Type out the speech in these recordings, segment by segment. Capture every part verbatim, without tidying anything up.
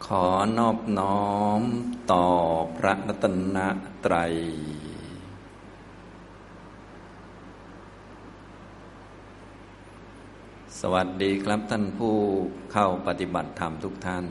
ขอนอบน้อมต่อพระรัตนตรัยสวัสดีครับท่านผู้เข้าปฏิบัติธรรมทุกท่าน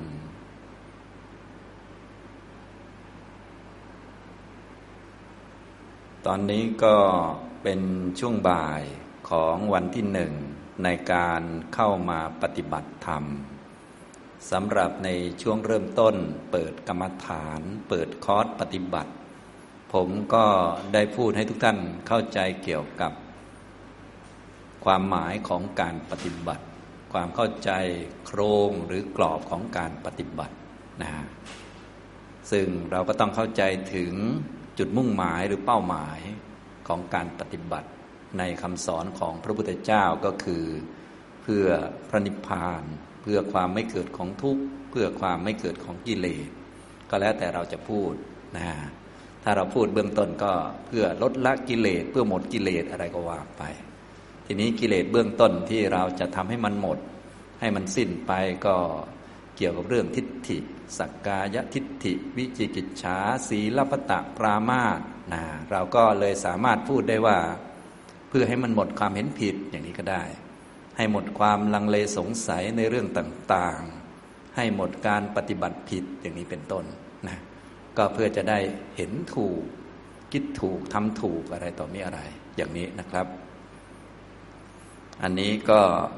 ตอนนี้ก็เป็นช่วงบ่ายของวันที่หนึ่งในการเข้ามาปฏิบัติธรรมสำหรับในช่วงเริ่มต้นเปิดกรรมฐานเปิดคอร์สปฏิบัติผมก็ได้พูดให้ทุกท่านเข้าใจเกี่ยวกับความหมายของการปฏิบัติความเข้าใจโครงหรือกรอบของการปฏิบัตินะฮะซึ่งเราก็ต้องเข้าใจถึงจุดมุ่งหมายหรือเป้าหมายของการปฏิบัติในคำสอนของพระพุทธเจ้าก็คือเพื่อพระนิพพานเพื่อความไม่เกิดของทุกข์เพื่อความไม่เกิดของกิเลสก็แล้วแต่เราจะพูดนะถ้าเราพูดเบื้องต้นก็เพื่อลดละกิเลสเพื่อหมดกิเลสอะไรก็ว่าไปทีนี้กิเลสเบื้องต้นที่เราจะทำให้มันหมดให้มันสิ้นไปก็เกี่ยวกับเรื่องทิฏฐิสักกายทิฏฐิวิจิกิจฉาสีลพัตตปรามาสนะเราก็เลยสามารถพูดได้ว่าเพื่อให้มันหมดความเห็นผิดอย่างนี้ก็ได้ให้หมดความลังเลสงสัยในเรื่องต่างๆให้หมดการปฏิบัติผิดอย่างนี้เป็นต้นนะก็เพื่อจะได้เห็นถูกคิดถูกทำถูกอะไรต่อมีอะไรอย่างนี้นะครับอันนี้ก็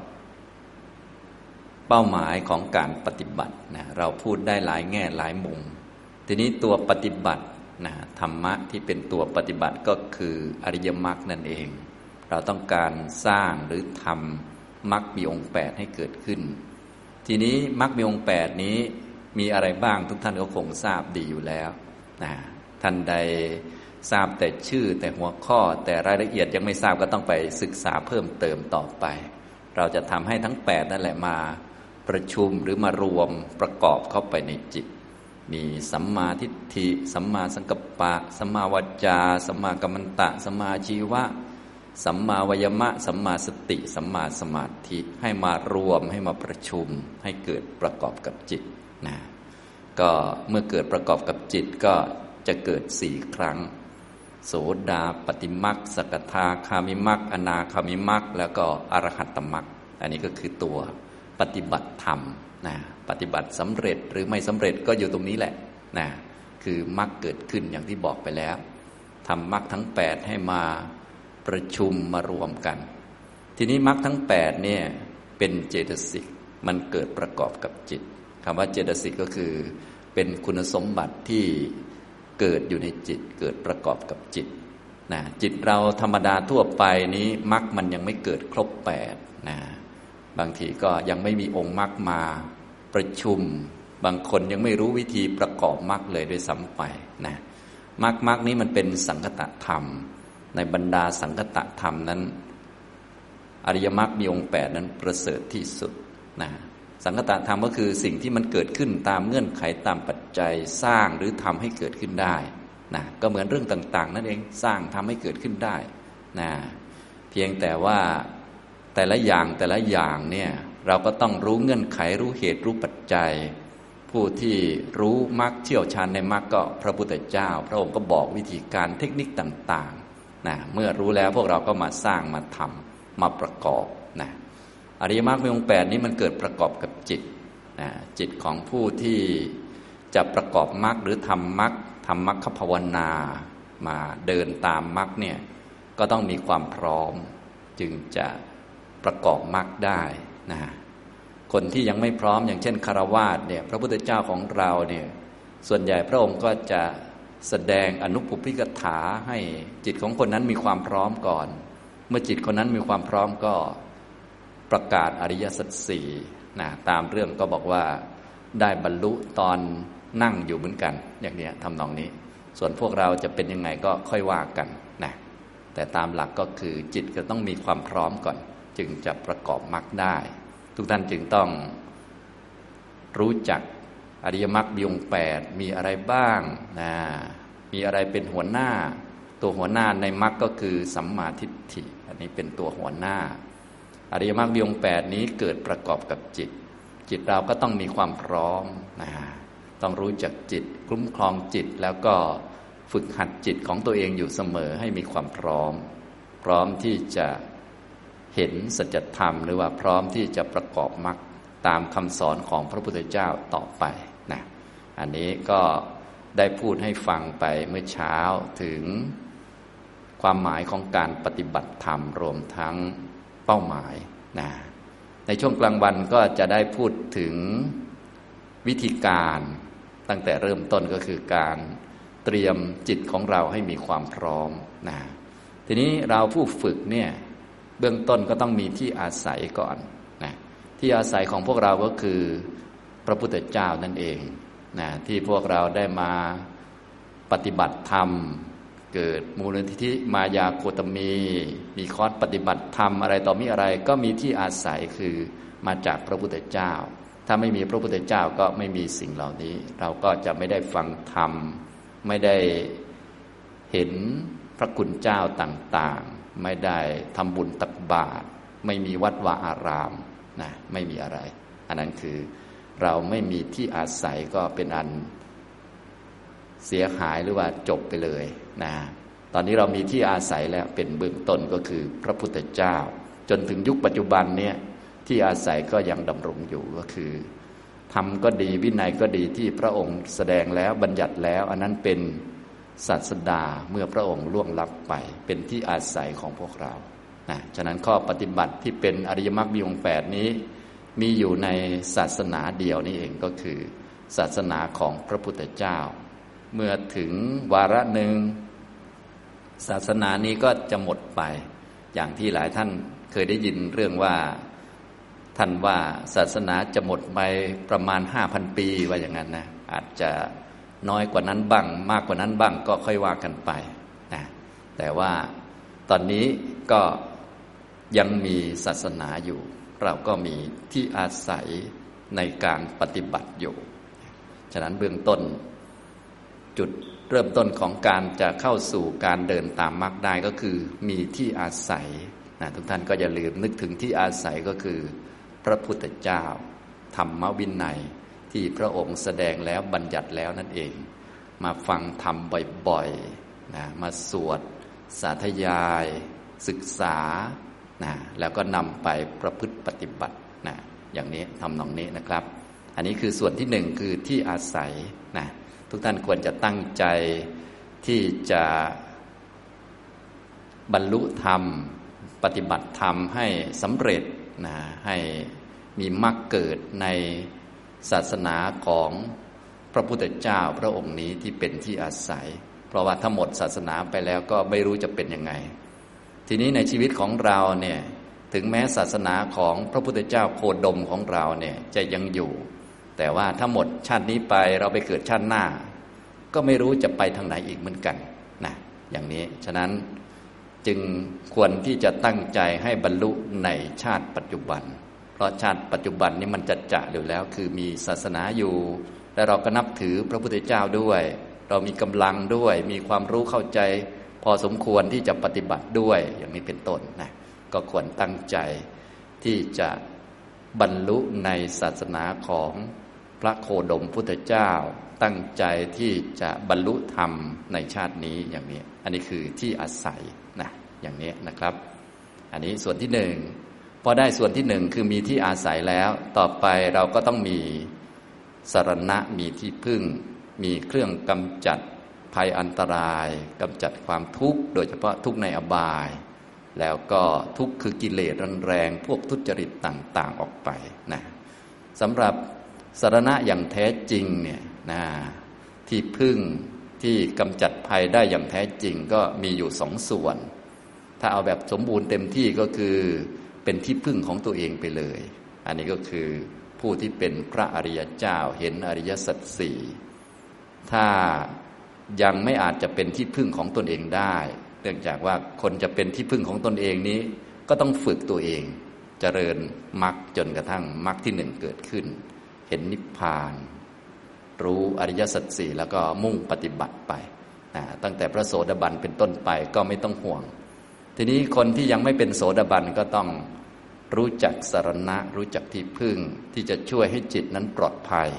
เป้าหมายของการปฏิบัตินะเราพูดได้หลายแง่หลายมุมทีนี้ตัวปฏิบัตินะธรรมะที่เป็นตัวปฏิบัติก็คืออริยมรรคนั่นเองเราต้องการสร้างหรือทำมรรคมีองค์แปดให้เกิดขึ้นทีนี้มรรคมีองค์แปดนี้มีอะไรบ้างทุกท่านก็คงทราบดีอยู่แล้วนะท่านใดทราบแต่ชื่อแต่หัวข้อแต่รายละเอียดยังไม่ทราบก็ต้องไปศึกษาเพิ่มเติมต่อไปเราจะทำให้ทั้งแปดนั่นแหละมาประชุมหรือมารวมประกอบเข้าไปในจิตมีสัมมาทิฏฐิสัมมาสังกัปปะสัมมาวาจาสัมมากัมมันตะสัมมาอาชีวะสัมมาวายามะสัมมาสติสัมมาสมาธิให้มารวมให้มาประชุมให้เกิดประกอบกับจิตนะก็เมื่อเกิดประกอบกับจิตก็จะเกิดสี่ครั้งโสดาปฏิมรรคสกทาคามิมรรคอนาคามิมรรคแล้วก็อรหัตตมรรคอันนี้ก็คือตัวปฏิบัติธรรมนะปฏิบัติสำเร็จหรือไม่สำเร็จก็อยู่ตรงนี้แหละนะคือมรรคเกิดขึ้นอย่างที่บอกไปแล้วทำมรรคทั้งแปดให้มาประชุมมารวมกันทีนี้มรรคทั้งแปดเนี่ยเป็นเจตสิกมันเกิดประกอบกับจิตคำว่าเจตสิกก็คือเป็นคุณสมบัติที่เกิดอยู่ในจิตเกิดประกอบกับจิตนะจิตเราธรรมดาทั่วไปนี้มรรคมันยังไม่เกิดครบแปดนะบางทีก็ยังไม่มีองค์มรรคมาประชุมบางคนยังไม่รู้วิธีประกอบมรรคเลยด้วยซ้ำไปนะมรรคมรรคนี้มันเป็นสังคตธรรมในบรรดาสังคตธรรมนั้นอริยมรรคมีองค์แปดนั้นประเสริฐที่สุดนะสังคตธรรมก็คือสิ่งที่มันเกิดขึ้นตามเงื่อนไขตามปัจจัยสร้างหรือทำให้เกิดขึ้นได้นะก็เหมือนเรื่องต่างๆนั่นเองสร้างทำให้เกิดขึ้นได้นะเพียงแต่ว่าแต่ละอย่างแต่ละอย่างเนี่ยเราก็ต้องรู้เงื่อนไขรู้เหตุรู้ปัจจัยผู้ที่รู้มรรคเชี่ยวชาญในมรรคก็พระพุทธเจ้าพระองค์ก็บอกวิธีการเทคนิคต่างๆนะเมื่อรู้แล้วพวกเราก็มาสร้างมาทำมาประกอบนะอริยมรรคมีองค์แปดนี้มันเกิดประกอบกับจิตนะจิตของผู้ที่จะประกอบมรรคหรือทำมรรคทำมรรคภาวนามาเดินตามมรรคเนี่ยก็ต้องมีความพร้อมจึงจะประกอบมรรคได้นะคนที่ยังไม่พร้อมอย่างเช่นฆราวาสเนี่ยพระพุทธเจ้าของเราเนี่ยส่วนใหญ่พระองค์ก็จะแสดงอนุปุพพิกถาให้จิตของคนนั้นมีความพร้อมก่อนเมื่อจิตคนนั้นมีความพร้อมก็ประกาศอริยสัจสี่นะตามเรื่องก็บอกว่าได้บรรลุตอนนั่งอยู่เหมือนกันอย่างนี้ทำนองนี้ส่วนพวกเราจะเป็นยังไงก็ค่อยว่ากันนะแต่ตามหลักก็คือจิตก็ต้องมีความพร้อมก่อนจึงจะประกอบมรรคได้ทุกท่านจึงต้องรู้จักอริยมรรคมีองค์แปดมีอะไรบ้างนะมีอะไรเป็นหัวหน้าตัวหัวหน้าในมรรคก็คือสัมมาทิฏฐิอันนี้เป็นตัวหัวหน้าอริยมรรคมีองค์แปดนี้เกิดประกอบกับจิตจิตเราก็ต้องมีความพร้อมนะต้องรู้จักจิตคุ้มครองจิตแล้วก็ฝึกหัดจิตของตัวเองอยู่เสมอให้มีความพร้อมพร้อมที่จะเห็นสัจธรรมหรือว่าพร้อมที่จะประกอบมรรคตามคำสอนของพระพุทธเจ้าต่อไปนะอันนี้ก็ได้พูดให้ฟังไปเมื่อเช้าถึงความหมายของการปฏิบัติธรรมรวมทั้งเป้าหมายนะในช่วงกลางวันก็จะได้พูดถึงวิธีการตั้งแต่เริ่มต้นก็คือการเตรียมจิตของเราให้มีความพร้อมนะทีนี้เราผู้ฝึกเนี่ยเบื้องต้นก็ต้องมีที่อาศัยก่อนนะที่อาศัยของพวกเราก็คือพระพุทธเจ้านั่นเองนะที่พวกเราได้มาปฏิบัติธรรมเกิดมูลนิธิมายาโคตมีมีคอร์สปฏิบัติธรรมอะไรต่อมีอะไรก็มีที่อาศัยคือมาจากพระพุทธเจ้าถ้าไม่มีพระพุทธเจ้าก็ไม่มีสิ่งเหล่านี้เราก็จะไม่ได้ฟังธรรมไม่ได้เห็นพระคุณเจ้าต่างๆไม่ได้ทำบุญตักบาตรไม่มีวัดวาอารามนะไม่มีอะไรอันนั้นคือเราไม่มีที่อาศัยก็เป็นอันเสียหายหรือว่าจบไปเลยนะตอนนี้เรามีที่อาศัยแล้วเป็นเบื้องต้นก็คือพระพุทธเจ้าจนถึงยุคปัจจุบันเนี่ยที่อาศัยก็ยังดำรงอยู่ก็คือธรรมก็ดีวินัยก็ดีที่พระองค์แสดงแล้วบัญญัติแล้วอันนั้นเป็นศาสดาเมื่อพระองค์ล่วงลับไปเป็นที่อาศัยของพวกเรานะฉะนั้นข้อปฏิบัติที่เป็นอริยมรรคมีองค์แปดนี้มีอยู่ในศาสนาเดียวนี่เองก็คือศาสนาของพระพุทธเจ้าเมื่อถึงวาระหนึ่งศาสนานี้ก็จะหมดไปอย่างที่หลายท่านเคยได้ยินเรื่องว่าท่านว่าศาสนาจะหมดไปประมาณ ห้าพัน ปีว่าอย่างนั้นนะอาจจะน้อยกว่านั้นบ้างมากกว่านั้นบ้างก็ค่อยว่ากันไปนะแต่ว่าตอนนี้ก็ยังมีศาสนาอยู่เราก็มีที่อาศัยในการปฏิบัติอยู่ฉะนั้นเบื้องต้นจุดเริ่มต้นของการจะเข้าสู่การเดินตามมรรคได้ก็คือมีที่อาศัยนะทุกท่านก็อย่าลืมนึกถึงที่อาศัยก็คือพระพุทธเจ้าธรรมวินัยที่พระองค์แสดงแล้วบัญญัติแล้วนั่นเองมาฟังธรรมบ่อยๆนะมาสวดสาธยายศึกษานะแล้วก็นำไปประพฤติปฏิบัตินะอย่างนี้ทำนองนี้นะครับอันนี้คือส่วนที่หนึ่งคือที่อาศัยนะทุกท่านควรจะตั้งใจที่จะบรรลุธรรมปฏิบัติธรรมให้สำเร็จนะให้มีมรรคเกิดในศาสนาของพระพุทธเจ้าพระองค์นี้ที่เป็นที่อาศัยเพราะว่าถ้าหมดศาสนาไปแล้วก็ไม่รู้จะเป็นยังไงทีนี้ในชีวิตของเราเนี่ยถึงแม้ศาสนาของพระพุทธเจ้าโคดมของเราเนี่ยจะยังอยู่แต่ว่าถ้าหมดชาตินี้ไปเราไปเกิดชาติหน้าก็ไม่รู้จะไปทางไหนอีกเหมือนกันนะอย่างนี้ฉะนั้นจึงควรที่จะตั้งใจให้บรรลุในชาติปัจจุบันเพราะชาติปัจจุบันนี้มันจัดจะอยู่แล้วคือมีศาสนาอยู่และเราก็นับถือพระพุทธเจ้าด้วยเรามีกำลังด้วยมีความรู้เข้าใจพอสมควรที่จะปฏิบัติด้วยอย่างนี้เป็นต้นนะก็ควรตั้งใจที่จะบรรลุในศาสนาของพระโคดมพุทธเจ้าตั้งใจที่จะบรรลุธรรมในชาตินี้อย่างนี้อันนี้คือที่อาศัยนะอย่างนี้นะครับอันนี้ส่วนที่หนึ่งพอได้ส่วนที่หนึ่งคือมีที่อาศัยแล้วต่อไปเราก็ต้องมีสรณะมีที่พึ่งมีเครื่องกำจัดภัยอันตรายกำจัดความทุกข์โดยเฉพาะทุกข์ในอบายแล้วก็ทุกข์คือกิเลสแรงๆพวกทุจริตต่างๆออกไปนะสำหรับสรณะอย่างแท้จริงเนี่ยนะที่พึ่งที่กำจัดภัยได้อย่างแท้จริงก็มีอยู่สองส่วนถ้าเอาแบบสมบูรณ์เต็มที่ก็คือเป็นที่พึ่งของตัวเองไปเลยอันนี้ก็คือผู้ที่เป็นพระอริยเจ้าเห็นอริยสัจสี่ถ้ายังไม่อาจจะเป็นที่พึ่งของตนเองได้เนื่องจากว่าคนจะเป็นที่พึ่งของตนเองนี้ก็ต้องฝึกตัวเองเจริญมรรคจนกระทั่งมรรคที่หนึ่งเกิดขึ้นเห็นนิพพานรู้อริยสัจสี่แล้วก็มุ่งปฏิบัติไปตั้งแต่พระโสดาบันเป็นต้นไปก็ไม่ต้องห่วงทีนี้คนที่ยังไม่เป็นโสดาบันก็ต้องรู้จักสรณะรู้จักที่พึ่งที่จะช่วยให้จิตนั้นปลอดภัย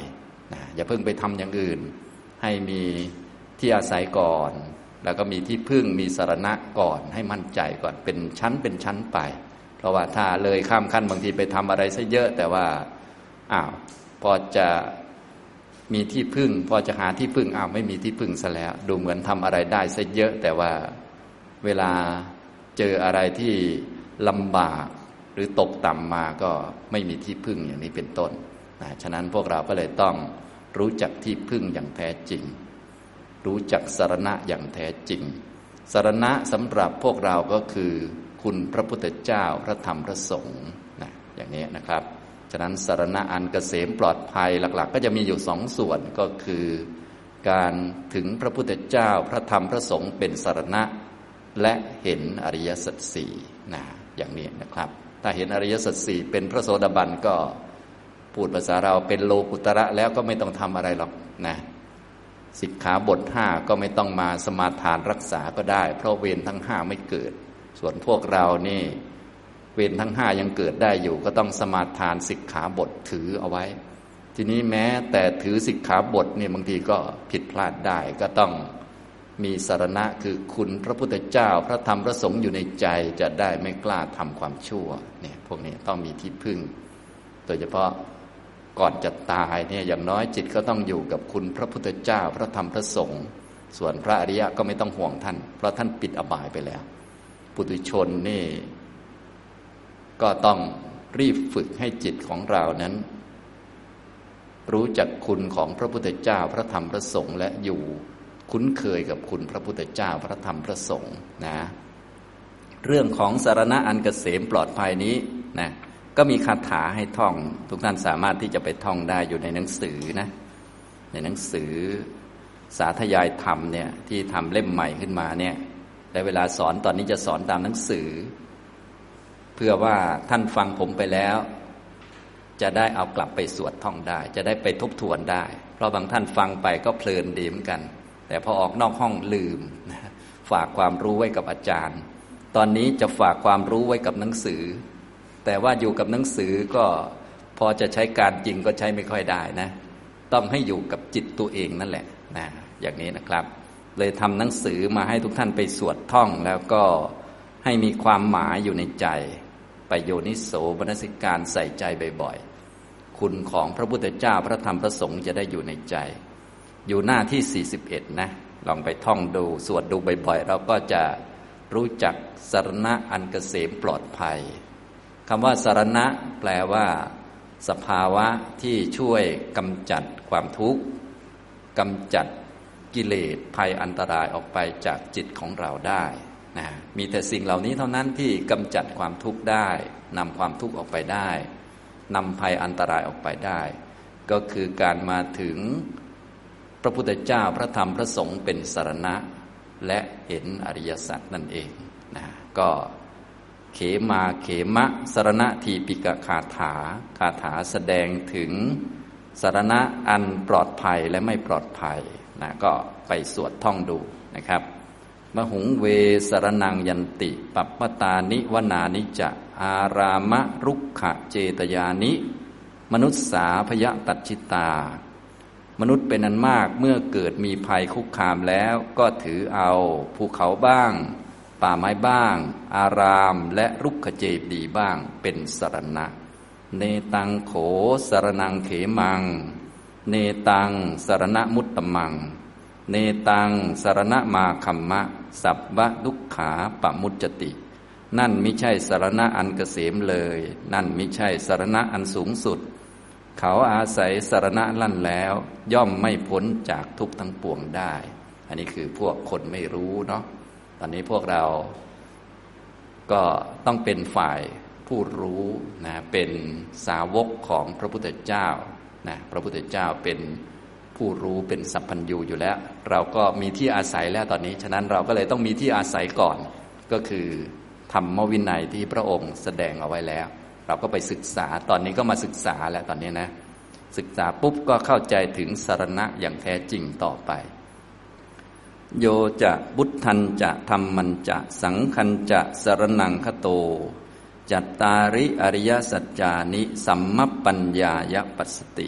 นะอย่าเพิ่งไปทำอย่างอื่นให้มีที่อาศัยก่อนแล้วก็มีที่พึ่งมีสรณะก่อนให้มั่นใจก่อนเป็นชั้นเป็นชั้นไปเพราะว่าถ้าเลยข้ามขั้นบางทีไปทำอะไรซะเยอะแต่ว่าอ้าวพอจะมีที่พึ่งพอจะหาที่พึ่งอ้าวไม่มีที่พึ่งซะแล้วดูเหมือนทำอะไรได้ซะเยอะแต่ว่าเวลาเจออะไรที่ลำบากหรือตกต่ำมาก็ไม่มีที่พึ่งอย่างนี้เป็นต้นนะฉะนั้นพวกเราก็เลยต้องรู้จักที่พึ่งอย่างแท้จริงรู้จักสรณะอย่างแท้จริงสรณะสำหรับพวกเราก็คือคุณพระพุทธเจ้าพระธรรมพระสงฆ์นะอย่างนี้นะครับฉะนั้นสรณะอันเกษมปลอดภัยหลักๆก็จะมีอยู่สองส่วนก็คือการถึงพระพุทธเจ้าพระธรรมพระสงฆ์เป็นสรณะและเห็นอริยสัจสี่นะอย่างนี้นะครับถ้าเห็นอริยสัจสี่เป็นพระโสดาบันก็พูดภาษาเราเป็นโลกุตระแล้วก็ไม่ต้องทำอะไรหรอกนะสิกขาบทห้าก็ไม่ต้องมาสมาทานรักษาก็ได้เพราะเวรทั้งห้าไม่เกิดส่วนพวกเรานี่เวรทั้งห้ายังเกิดได้อยู่ก็ต้องสมาทานสิกขาบทถือเอาไว้ทีนี้แม้แต่ถือสิกขาบทนี่บางทีก็ผิดพลาดได้ก็ต้องมีสรณะคือคุณพระพุทธเจ้าพระธรรมพระสงฆ์อยู่ในใจจะได้ไม่กล้าทำความชั่วเนี่ยพวกนี้ต้องมีที่พึ่งโดยเฉพาะก่อนจะตายเนี่ยอย่างน้อยจิตก็ต้องอยู่กับคุณพระพุทธเจ้าพระธรรมพระสงฆ์ส่วนพระอริยะก็ไม่ต้องห่วงท่านเพราะท่านปิดอบายไปแล้วปุถุชนนี่ก็ต้องรีบฝึกให้จิตของเรานั้นรู้จักคุณของพระพุทธเจ้าพระธรรมพระสงฆ์และอยู่คุ้นเคยกับคุณพระพุทธเจ้าพระธรรมพระสงฆ์นะเรื่องของสรณะอันเกษมปลอดภัยนี้นะก็มีคาถาให้ท่องทุกท่านสามารถที่จะไปท่องได้อยู่ในหนังสือนะในหนังสือสาธยายธรรมเนี่ยที่ทำเล่มใหม่ขึ้นมาเนี่ยแต่เวลาสอนตอนนี้จะสอนตามหนังสือเพื่อว่าท่านฟังผมไปแล้วจะได้เอากลับไปสวดท่องได้จะได้ไปทบทวนได้เพราะบางท่านฟังไปก็เพลินดีเหมือนกันแต่พอออกนอกห้องลืมฝากความรู้ไว้กับอาจารย์ตอนนี้จะฝากความรู้ไว้กับหนังสือแต่ว่าอยู่กับหนังสือก็พอจะใช้การจริงก็ใช้ไม่ค่อยได้นะต้องให้อยู่กับจิตตัวเองนั่นแหละนะอย่างนี้นะครับเลยทำหนังสือมาให้ทุกท่านไปสวดท่องแล้วก็ให้มีความหมายอยู่ในใจไปโยนิโสมนสิการใส่ใจบ่อยๆคุณของพระพุทธเจ้าพระธรรมพระสงฆ์จะได้อยู่ในใจอยู่หน้าที่สี่สิบเอ็ดนะลองไปท่องดูสวดดูบ่อยๆเราก็จะรู้จักสรณะอันเกษมปลอดภัยคำว่าสรณะแปลว่าสภาวะที่ช่วยกำจัดความทุกข์กำจัดกิเลสภัยอันตรายออกไปจากจิตของเราได้นะมีแต่สิ่งเหล่านี้เท่านั้นที่กำจัดความทุกข์ได้นำความทุกข์ออกไปได้นำภัยอันตรายออกไปได้ก็คือการมาถึงพระพุทธเจ้าพระธรรมพระสงฆ์เป็นสรณะและเห็นอริยสัจนั่นเองนะก็เขมาเขมะสรณะทีปิกคาถาคาถาแสดงถึงสรณะอันปลอดภัยและไม่ปลอดภัยนะก็ไปสวดท่องดูนะครับมหุงเวสรนังยันติปัปปตานิวนานิจะอารามะรุกขเจตยานิมนุษสาพยตัจฉิตามนุษย์เป็นอันมากเมื่อเกิดมีภัยคุกคามแล้วก็ถือเอาภูเขาบ้างป่าไม้บ้างอารามและรุกขเจดีย์บ้างเป็นสรณะเนตังโขสรนังเขมังเนตังสรณะมุตตมังเนตังสรณะมาคัมมะสัพพะทุกขาปะมุจจตินั่นมิใช่สรณะอันเกษมเลยนั่นมิใช่สรณะอันสูงสุดเขาอาศัยสรณะลั่นแล้วย่อมไม่พ้นจากทุกข์ทั้งปวงได้อันนี้คือพวกคนไม่รู้เนาะตอนนี้พวกเราก็ต้องเป็นฝ่ายผู้รู้นะเป็นสาวกของพระพุทธเจ้านะพระพุทธเจ้าเป็นผู้รู้เป็นสัพพัญญูอยู่แล้วเราก็มีที่อาศัยแล้วตอนนี้ฉะนั้นเราก็เลยต้องมีที่อาศัยก่อนก็คือธรรมวินัยที่พระองค์แสดงเอาไว้แล้วเราก็ไปศึกษาตอนนี้ก็มาศึกษาแล้วตอนนี้นะศึกษาปุ๊บก็เข้าใจถึงสรณะอย่างแท้จริงต่อไปโยจะบุตทันจะธรรมันจะสังคันจะสรณังคโตจัตตาริอริยสัจจานิสัมมปัญญายปัสสติ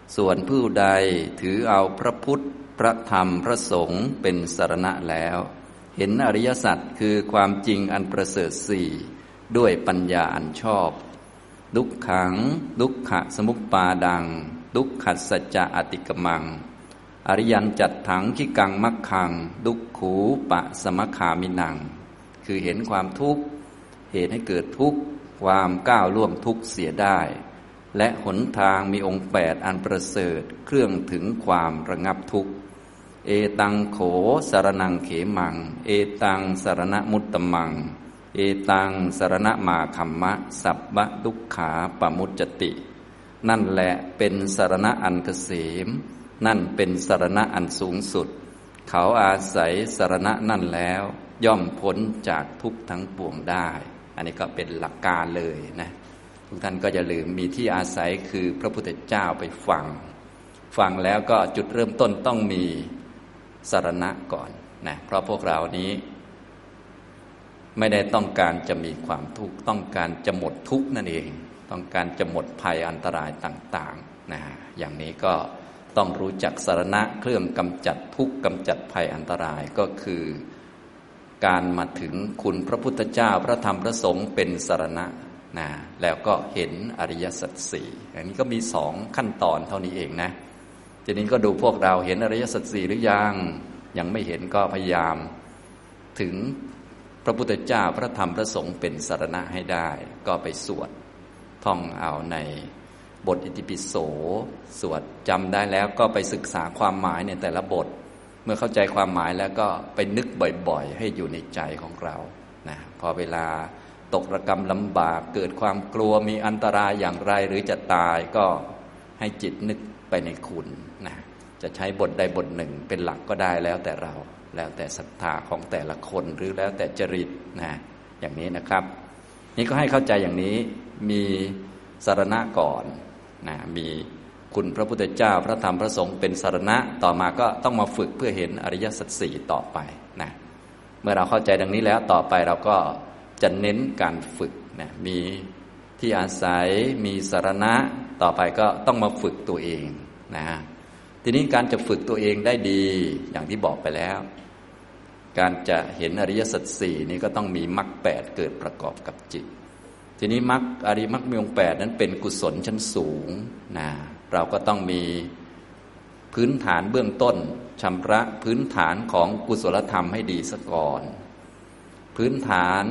ส่วนผู้ใดถือเอาพระพุทธพระธรรมพระสงฆ์เป็นสรณะแล้วเห็นอริยสัจคือความจริงอันประเสริฐสี่ด้วยปัญญาอันชอบทุกขังทุกขะสมุปปาดังทุกขัสสจจะอติกมังอริยันจัตถังขิกังมัคคังทุกขูปะสมคามินังคือเห็นความทุกข์เหตุให้เกิดทุกข์ความก้าวล่วงทุกข์เสียได้และหนทางมีองค์แปดอันประเสริฐเครื่องถึงความระงับทุกข์เอตังโขสรนังเขมังเอตังสรณมุตตมังเอตังสรณมาคัมมะสัพพะทุกขาปมุจจตินั่นแหละเป็นสรณะอันเกษมนั่นเป็นสรณะอันสูงสุดเขาอาศัยสรณะนั่นแล้วย่อมพ้นจากทุกข์ทั้งปวงได้อันนี้ก็เป็นหลักการเลยนะทุกท่านก็อย่าลืมมีที่อาศัยคือพระพุทธเจ้าไปฟังฟังแล้วก็จุดเริ่มต้นต้องมีสรณะก่อนนะเพราะพวกเรานี้ไม่ได้ต้องการจะมีความทุกข์ต้องการจะหมดทุกข์นั่นเองต้องการจะหมดภัยอันตรายต่างๆนะอย่างนี้ก็ต้องรู้จักสรณะเครื่องกำจัดทุกข์กำจัดภัยอันตรายก็คือการมาถึงคุณพระพุทธเจ้าพระธรรมพระสงฆ์เป็นสรณะนะแล้วก็เห็นอริยสัจสี่อันนี้ก็มีสองขั้นตอนเท่านี้เองนะทีนี้ก็ดูพวกเราเห็นอริยสัจสี่หรือยังยังไม่เห็นก็พยายามถึงพระพุทธเจ้าพระธรรมพระสงฆ์เป็นสรณะให้ได้ก็ไปสวดท่องเอาในบทอิติปิโสสวดจำได้แล้วก็ไปศึกษาความหมายในแต่ละบทเมื่อเข้าใจความหมายแล้วก็ไปนึกบ่อยๆให้อยู่ในใจของเรานะพอเวลาตกระกำลำบากเกิดความกลัวมีอันตรายอย่างไรหรือจะตายก็ให้จิตนึกไปในคุณนะจะใช้บทใดบทหนึ่งเป็นหลักก็ได้แล้วแต่เราแล้วแต่ศรัทธาของแต่ละคนหรือแล้วแต่จริตนะอย่างนี้นะครับนี่ก็ให้เข้าใจอย่างนี้มีสรณะก่อนนะมีคุณพระพุทธเจ้าพระธรรมพระสงฆ์เป็นสรณะต่อมาก็ต้องมาฝึกเพื่อเห็นอริยสัจสี่ต่อไปนะเมื่อเราเข้าใจดังนี้แล้วต่อไปเราก็จะเน้นการฝึกนะมีที่อาศัยมีสรณะต่อไปก็ต้องมาฝึกตัวเองนะทีนี้การจะฝึกตัวเองได้ดีอย่างที่บอกไปแล้วการจะเห็นอริยสัจสี่นี้ก็ต้องมีมรรคแปดเกิดประกอบกับจิตทีนี้มรรคอริยมรรคมีองค์แปดนั้นเป็นกุศลชั้นสูงนะเราก็ต้องมีพื้นฐานเบื้องต้นชำระพื้นฐานของกุศลธรรมให้ดีซะก่อนพื้นฐาน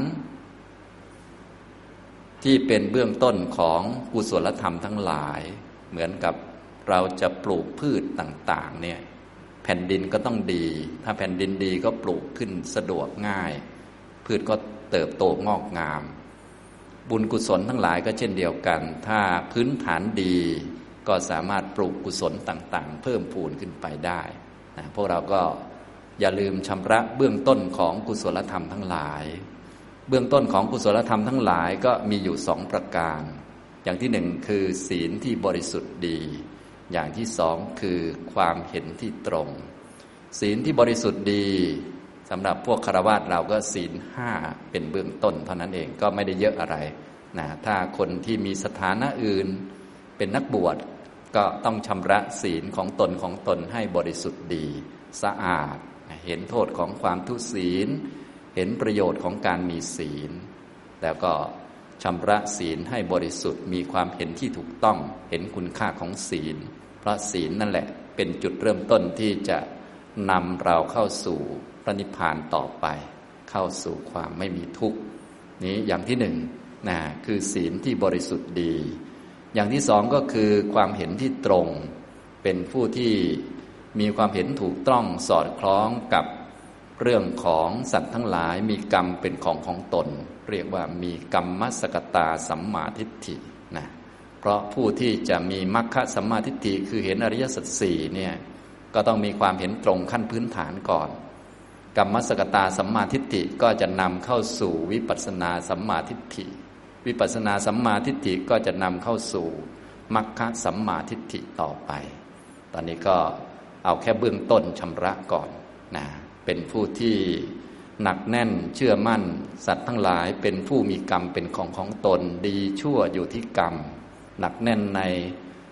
ที่เป็นเบื้องต้นของกุศลธรรมทั้งหลายเหมือนกับเราจะปลูกพืชต่างๆเนี่ยแผ่นดินก็ต้องดีถ้าแผ่นดินดีก็ปลูกขึ้นสะดวกง่ายพืชก็เติบโตงอกงามบุญกุศลทั้งหลายก็เช่นเดียวกันถ้าพื้นฐานดีก็สามารถปลูกกุศลต่างๆเพิ่มพูนขึ้นไปได้นะพวกเราก็อย่าลืมชำระเบื้องต้นของกุศลธรรมทั้งหลายเบื้องต้นของกุศลธรรมทั้งหลายก็มีอยู่สองประการอย่างที่หนึ่งคือศีลที่บริสุทธิ์ดีอย่างที่สองคือความเห็นที่ตรงศีลที่บริสุทธิ์ดีสำหรับพวกฆราวาสเราก็ศีลห้าเป็นเบื้องต้นเท่านั้นเองก็ไม่ได้เยอะอะไรนะถ้าคนที่มีสถานะอื่นเป็นนักบวชก็ต้องชำระศีลของตนของตนให้บริสุทธิ์ดีสะอาดเห็นโทษของความทุศีลเห็นประโยชน์ของการมีศีลแล้วก็ชำระศีลให้บริสุทธิ์มีความเห็นที่ถูกต้องเห็นคุณค่าของศีลเพราะศีลนั่นแหละเป็นจุดเริ่มต้นที่จะนำเราเข้าสู่พระนิพพานต่อไปเข้าสู่ความไม่มีทุกข์นี้อย่างที่หนึ่งนะคือศีลที่บริสุทธิ์ดีอย่างที่สองก็คือความเห็นที่ตรงเป็นผู้ที่มีความเห็นถูกต้องสอดคล้องกับเรื่องของสัตว์ทั้งหลายมีกรรมเป็นของของตนเรียกว่ามีกัมมัสสกตาสัมมาทิฏฐินะเพราะผู้ที่จะมีมัคคะสัมมาทิฏฐิคือเห็นอริยสัจสี่เนี่ยก็ต้องมีความเห็นตรงขั้นพื้นฐานก่อนกัมมัสสกตาสัมมาทิฏฐิก็จะนำเข้าสู่วิปัสสนาสัมมาทิฏฐิวิปัสสนาสัมมาทิฏฐิก็จะนำเข้าสู่มัคคะสัมมาทิฏฐิต่อไปตอนนี้ก็เอาแค่เบื้องต้นชำระก่อนนะเป็นผู้ที่หนักแน่นเชื่อมั่นสัตว์ทั้งหลายเป็นผู้มีกรรมเป็นของของตนดีชั่วอยู่ที่กรรมหนักแน่นใน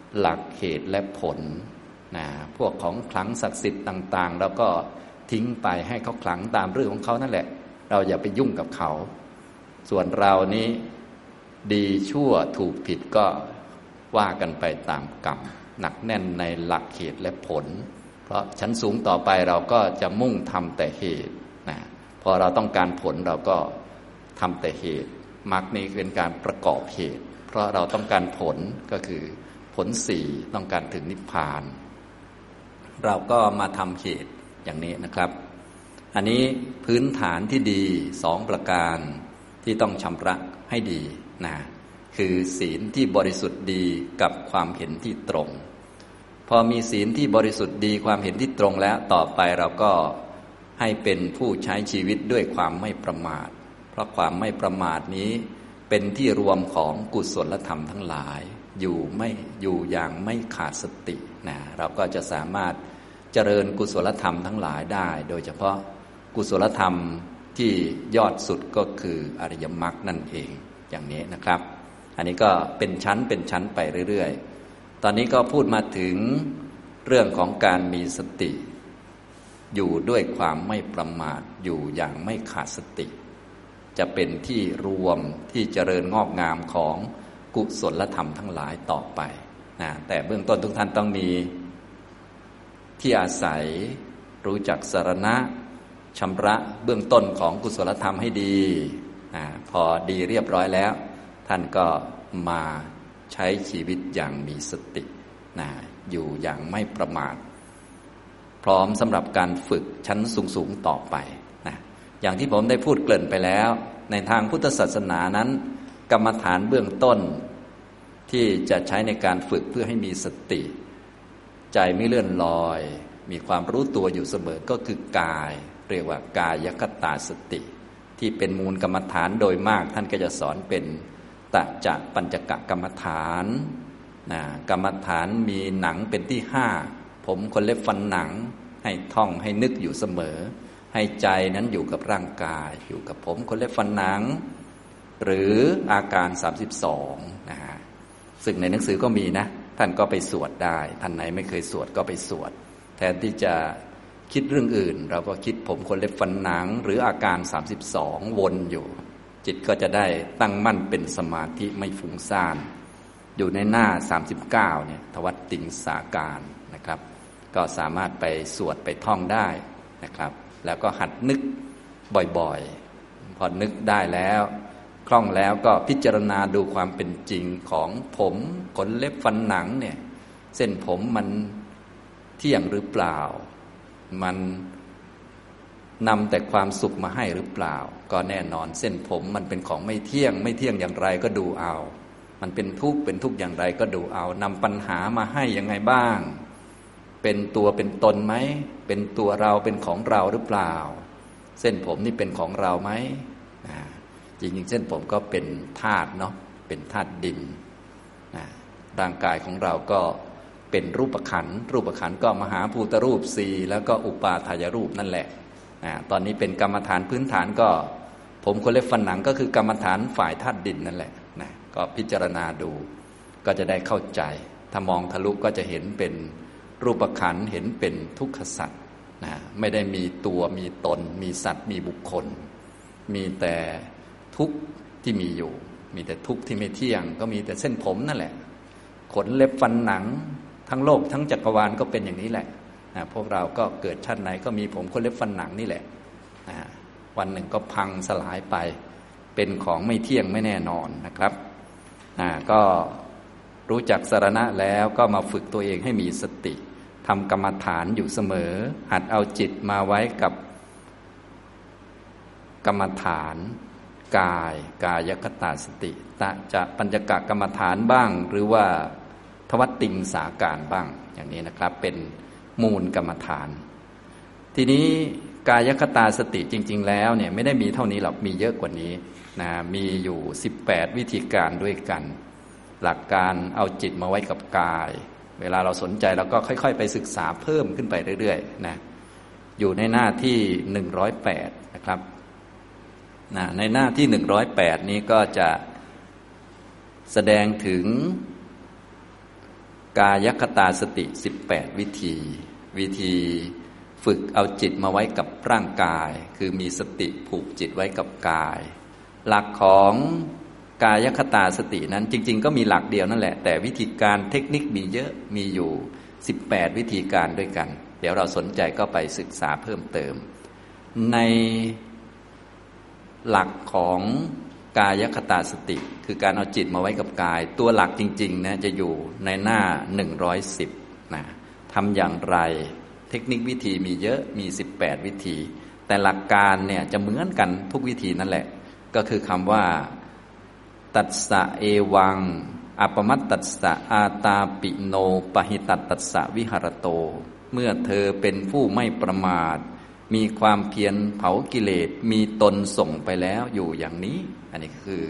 หลักเหตุและผลนะพวกของขลังศักดิ์สิทธิ์ต่างๆแล้วก็ทิ้งไปให้เขาขลังตามเรื่องของเขานั่นแหละเราอย่าไปยุ่งกับเขาส่วนเรานี้ดีชั่วถูกผิดก็ว่ากันไปตามกรรมหนักแน่นในหลักเหตุและผลเพราะชั้นสูงต่อไปเราก็จะมุ่งทำแต่เหตุนะพอเราต้องการผลเราก็ทำแต่เหตุมรรคนี้เป็นการประกอบเหตุเพราะเราต้องการผลก็คือผลสี่ต้องการถึงนิพพานเราก็มาทำเหตุอย่างนี้นะครับอันนี้พื้นฐานที่ดีสองประการที่ต้องชำระให้ดีนะคือศีลที่บริสุทธิ์ดีกับความเห็นที่ตรงพอมีศีลที่บริสุทธิ์ดีความเห็นที่ตรงแล้วต่อไปเราก็ให้เป็นผู้ใช้ชีวิตด้วยความไม่ประมาทเพราะความไม่ประมาทนี้เป็นที่รวมของกุศลธรรมทั้งหลายอยู่ไม่อยู่อย่างไม่ขาดสตินะเราก็จะสามารถเจริญกุศลธรรมทั้งหลายได้โดยเฉพาะกุศลธรรมที่ยอดสุดก็คืออริยมรรคนั่นเองอย่างนี้นะครับอันนี้ก็เป็นชั้นเป็นชั้นไปเรื่อยๆตอนนี้ก็พูดมาถึงเรื่องของการมีสติอยู่ด้วยความไม่ประมาทอยู่อย่างไม่ขาดสติจะเป็นที่รวมที่เจริญงอกงามของกุศลธรรมทั้งหลายต่อไปนะแต่เบื้องต้นทุกท่านต้องมีที่อาศัยรู้จักสรณะชำระเบื้องต้นของกุศลธรรมให้ดีนะพอดีเรียบร้อยแล้วท่านก็มาใช้ชีวิตอย่างมีสตินะอยู่อย่างไม่ประมาทพร้อมสำหรับการฝึกชั้นสูงๆต่อไปนะอย่างที่ผมได้พูดเกริ่นไปแล้วในทางพุทธศาสนานั้นกรรมฐานเบื้องต้นที่จะใช้ในการฝึกเพื่อให้มีสติใจไม่เลื่อนลอยมีความรู้ตัวอยู่เสมอก็คือกายเรียกว่ากายคตาสติที่เป็นมูลกรรมฐานโดยมากท่านก็จะสอนเป็นตะจะปัญจกกรรมฐานนะกรรมฐานมีหนังเป็นที่ห้าผมขนเล็บฟันหนังให้ท่องให้นึกอยู่เสมอให้ใจนั้นอยู่กับร่างกายอยู่กับผมขนเล็บฟันหนังหรืออาการสามสิบสองนะฮะซึ่งในหนังสือก็มีนะท่านก็ไปสวดได้ท่านไหนไม่เคยสวดก็ไปสวดแทนที่จะคิดเรื่องอื่นเราก็คิดผมขนเล็บฟันหนังหรืออาการสามสิบสองวนอยู่จิตก็จะได้ตั้งมั่นเป็นสมาธิไม่ฟุ้งซ่านอยู่ในหน้าสามสิบเก้าเนี่ยทวัตติงสาการนะครับก็สามารถไปสวดไปท่องได้นะครับแล้วก็หัดนึกบ่อยๆพอนึกได้แล้วคล่องแล้วก็พิจารณาดูความเป็นจริงของผมขนเล็บฟันหนังเนี่ยเส้นผมมันเที่ยงหรือเปล่ามันนำแต่ความสุขมาให้หรือเปล่าก็แน่นอนเส้นผมมันเป็นของไม่เที่ยงไม่เที่ยงอย่างไรก็ดูเอามันเป็นทุกข์เป็นทุกข์อย่างไรก็ดูเอานำปัญหามาให้ยังไงบ้างเป็นตัวเป็นตนไหมเป็นตัวเราเป็นของเราหรือเปล่าเส้นผมนี่เป็นของเราไหมจริงๆเส้นผมก็เป็นธาตุเนาะเป็นธาตุดินร่างกายของเราก็เป็นรูปขันธ์รูปขันธ์ก็มหาภูตรูปสี่แล้วก็อุปาทายรูปนั่นแหละตอนนี้เป็นกรรมฐานพื้นฐานก็ผมขนเล็บฟันหนังก็คือกรรมฐานฝ่ายธาตุดินนั่นแหละนะก็พิจารณาดูก็จะได้เข้าใจถ้ามองทะลุก็จะเห็นเป็นรูปขันธ์เห็นเป็นทุกขสัตว์นะไม่ได้มีตัวมีตนมีสัตว์มีบุคคลมีแต่ทุกข์ที่มีอยู่มีแต่ทุกข์ที่ไม่เที่ยงก็มีแต่เส้นผมนั่นแหละขนเล็บฟันหนังทั้งโลกทั้งจักรวาลก็เป็นอย่างนี้แหละนะพวกเราก็เกิดชาติไหนก็มีผมขนเล็บฟันหนังนี่แหละนะวันหนึ่งก็พังสลายไปเป็นของไม่เที่ยงไม่แน่นอนนะครับนะก็รู้จักสรณะแล้วก็มาฝึกตัวเองให้มีสติทำกรรมฐานอยู่เสมอหัดเอาจิตมาไว้กับกรรมฐานกายกายคตาสติตะจะปัญจกกรรมฐานบ้างหรือว่าทวัตติงสาการบ้างอย่างนี้นะครับเป็นมูลกรรมฐานทีนี้กายคตาสติจริงๆแล้วเนี่ยไม่ได้มีเท่านี้หรอกมีเยอะกว่านี้นะมีอยู่สิบแปดวิธีการด้วยกันหลักการเอาจิตมาไว้กับกายเวลาเราสนใจเราก็ค่อยๆไปศึกษาเพิ่มขึ้นไปเรื่อยๆนะอยู่ในหน้าที่หนึ่งร้อยแปดนะครับนะในหน้าที่หนึ่งร้อยแปดนี้ก็จะแสดงถึงกายคตาสติสิบแปดวิธีวิธีฝึกเอาจิตมาไว้กับร่างกายคือมีสติผูกจิตไว้กับกายหลักของกายคตาสตินั้นจริงๆก็มีหลักเดียวนั่นแหละแต่วิธีการเทคนิคมีเยอะมีอยู่สิบแปดวิธีการด้วยกันเดี๋ยวเราสนใจก็ไปศึกษาเพิ่มเติมในหลักของกายคตาสติคือการเอาจิตมาไว้กับกายตัวหลักจริงๆนะจะอยู่ในหน้าหนึ่งร้อยสิบนะทำอย่างไรเทคนิควิธีมีเยอะมีสิบแปดวิธีแต่หลักการเนี่ยจะเหมือนกันทุกวิธีนั่นแหละก็คือคำว่าตัสสะเอวังอัปมัตตัสสะอาตาปิโนปหิตัตตัสสะวิหารโตเมื่อเธอเป็นผู้ไม่ประมาทมีความเพียรเผากิเลสมีตนส่งไปแล้วอยู่อย่างนี้อันนี้คือ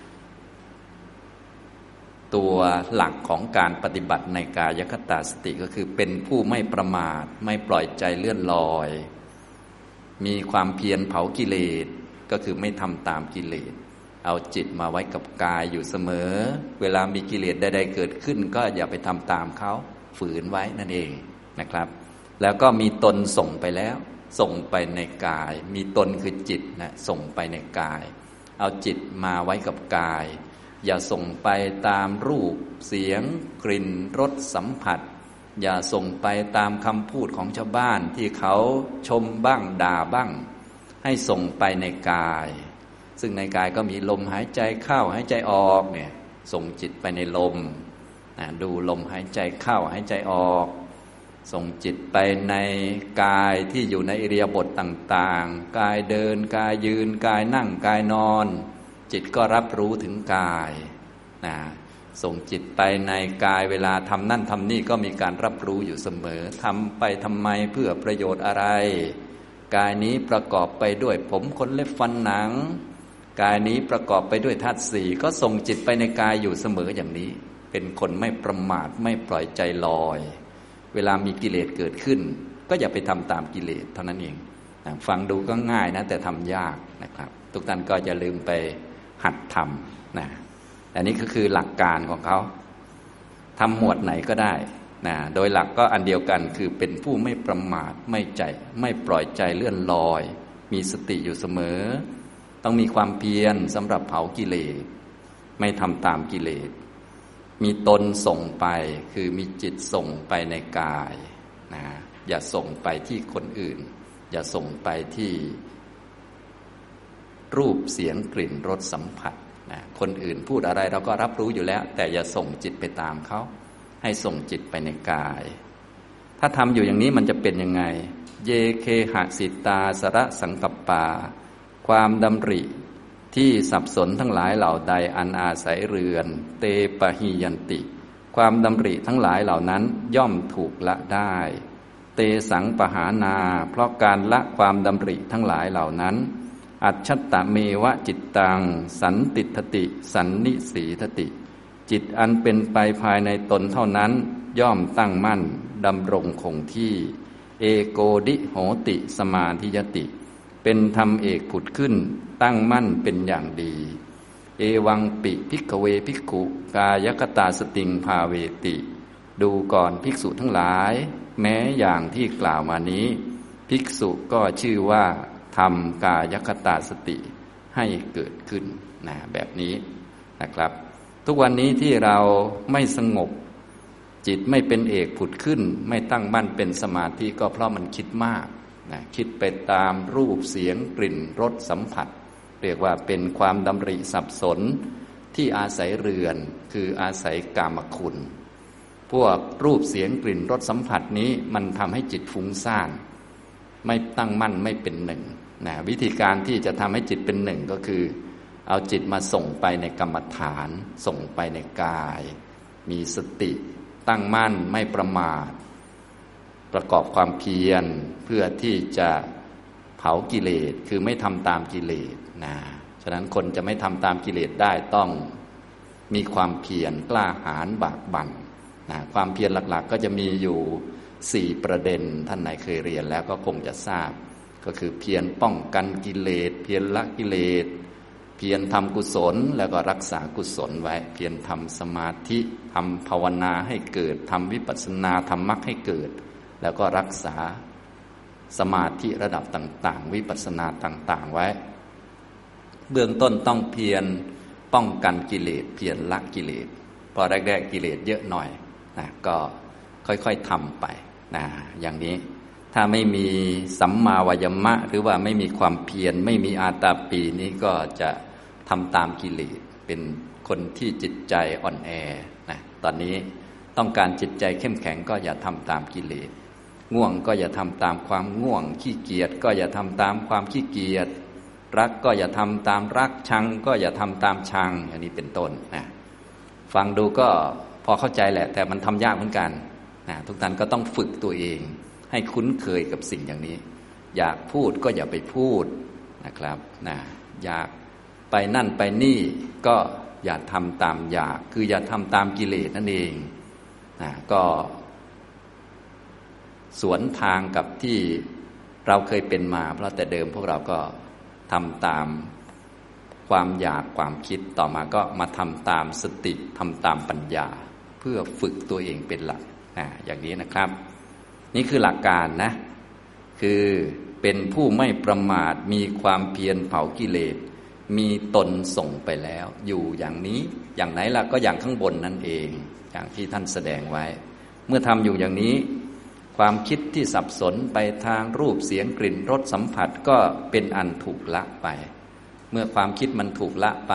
ตัวหลักของการปฏิบัติในกายคตาสติก็คือเป็นผู้ไม่ประมาทไม่ปล่อยใจเลื่อนลอยมีความเพียรเผากิเลสก็คือไม่ทำตามกิเลสเอาจิตมาไว้กับกายอยู่เสมอเวลามีกิเลสใดๆเกิดขึ้นก็อย่าไปทำตามเขาฝืนไว้นั่นเองนะครับแล้วก็มีตนส่งไปแล้วส่งไปในกายมีตนคือจิตนะส่งไปในกายเอาจิตมาไว้กับกายอย่าส่งไปตามรูปเสียงกลิ่นรสสัมผัสอย่าส่งไปตามคำพูดของชาวบ้านที่เขาชมบ้างด่าบ้างให้ส่งไปในกายซึ่งในกายก็มีลมหายใจเข้าหายใจออกเนี่ยส่งจิตไปในลมนะดูลมหายใจเข้าหายใจออกส่งจิตไปในกายที่อยู่ในอิริยาบถต่างๆกายเดินกายยืนกายนั่งกายนอนจิตก็รับรู้ถึงกายนะส่งจิตไปในกายเวลาทำนั่นทำนี่ก็มีการรับรู้อยู่เสมอทำไปทำไมเพื่อประโยชน์อะไรกายนี้ประกอบไปด้วยผมขนเล็บฟันหนังกายนี้ประกอบไปด้วยธาตุสี่ก็ส่งจิตไปในกายอยู่เสมออย่างนี้เป็นคนไม่ประมาทไม่ปล่อยใจลอยเวลามีกิเลสเกิดขึ้นก็อย่าไปทำตามกิเลสเท่านั้นเองนะฟังดูก็ง่ายนะแต่ทำยากนะครับทุกท่านก็อย่าลืมไปหัดทำนะอันนี้ก็คือหลักการของเขาทำหมวดไหนก็ได้นะโดยหลักก็อันเดียวกันคือเป็นผู้ไม่ประมาทไม่ใจไม่ปล่อยใจเลื่อนลอยมีสติอยู่เสมอต้องมีความเพียรสำหรับเผากิเลสไม่ทำตามกิเลสมีตนส่งไปคือมีจิตส่งไปในกายนะอย่าส่งไปที่คนอื่นอย่าส่งไปที่รูปเสียงกลิ่นรสสัมผัสนะคนอื่นพูดอะไรเราก็รับรู้อยู่แล้วแต่อย่าส่งจิตไปตามเขาให้ส่งจิตไปในกายถ้าทำอยู่อย่างนี้มันจะเป็นยังไงเยเคหสิตาสระสังกัปปาความดำริที่สับสนทั้งหลายเหล่าใดอันอาศัยเรือนเตปะหิยันติความดำริทั้งหลายเหล่านั้นย่อมถูกละได้เตสังปหานาเพราะการละความดำริทั้งหลายเหล่านั้นอัจฉตะเมวะจิตตังสันติทติสันนิสีทติจิตอันเป็นไปภายในตนเท่านั้นย่อมตั้งมั่นดำรงคงที่เอโกดิโหติสมาธิยติเป็นธรรมเอกผุดขึ้นตั้งมั่นเป็นอย่างดีเอวังปิภิกขเวภิกขุกายคตาสติงภาเวติดูก่อนภิกษุทั้งหลายแม้อย่างที่กล่าวมานี้ภิกษุก็ชื่อว่าทำกายคตาสติให้เกิดขึ้นนะแบบนี้นะครับทุกวันนี้ที่เราไม่สงบจิตไม่เป็นเอกผุดขึ้นไม่ตั้งมั่นเป็นสมาธิก็เพราะมันคิดมากนะคิดไปตามรูปเสียงกลิ่นรสสัมผัสเรียกว่าเป็นความดำริสับสนที่อาศัยเรือนคืออาศัยกามคุณพวกรูปเสียงกลิ่นรสสัมผัสนี้มันทำให้จิตฟุ้งซ่านไม่ตั้งมั่นไม่เป็นหนึ่งนะวิธีการที่จะทำให้จิตเป็นหนึ่งก็คือเอาจิตมาส่งไปในกรรมฐานส่งไปในกายมีสติตั้งมั่นไม่ประมาทประกอบความเพียรเพื่อที่จะเผากิเลสคือไม่ทำตามกิเลสนะฉะนั้นคนจะไม่ทำตามกิเลสได้ต้องมีความเพียรกล้าหาญบากบั่นนะความเพียรหลักๆก็จะมีอยู่สี่ประเด็นท่านไหนเคยเรียนแล้วก็คงจะทราบก็คือเพียรป้องกันกิเลสเพียรละกิเลสเพียรทำกุศลแล้วก็รักษากุศลไว้เพียรทำสมาธิทำภาวนาให้เกิดทำวิปัสสนาทำมรรคให้เกิดแล้วก็รักษาสมาธิระดับต่างๆวิปัสสนาต่างๆไว้เบื้องต้นต้องเพียรป้องกันกิเลสเพียรละกิเลสพอแรกๆกิเลสเยอะหน่อยนะก็ค่อยๆทำไปนะอย่างนี้ถ้าไม่มีสัมมาวายามะหรือว่าไม่มีความเพียรไม่มีอาตาปีนี้ก็จะทำตามกิเลสเป็นคนที่จิตใจอ่อนแอนะตอนนี้ต้องการจิตใจเข้มแข็งก็อย่าทำตามกิเลสง่วงก็อย่าทำตามความง่วงขี้เกียจก็อย่าทำตามความขี้เกียจรักก็อย่าทำตามรักชังก็อย่าทำตามชังอย่างนี้เป็นต้นนะฟังดูก็พอเข้าใจแหละแต่มันทำยากเหมือนกันนะทุกท่านก็ต้องฝึกตัวเองให้คุ้นเคยกับสิ่งอย่างนี้อยากพูดก็อย่าไปพูดนะครับนะอยากไปนั่นไปนี่ก็อย่าทำตามอยากคืออย่าทำตามกิเลสนั่นเองนะก็สวนทางกับที่เราเคยเป็นมาเพราะแต่เดิมพวกเราก็ทำตามความอยากความคิดต่อมาก็มาทำตามสติทำตามปัญญาเพื่อฝึกตัวเองเป็นหลักนะอย่างนี้นะครับนี่คือหลักการนะคือเป็นผู้ไม่ประมาทมีความเพียรเผากิเลสมีตนส่งไปแล้วอยู่อย่างนี้อย่างไหนล่ะก็อย่างข้างบนนั่นเองอย่างที่ท่านแสดงไว้เมื่อทำอยู่อย่างนี้ความคิดที่สับสนไปทางรูปเสียงกลิ่นรสสัมผัสก็เป็นอันถูกละไปเมื่อความคิดมันถูกละไป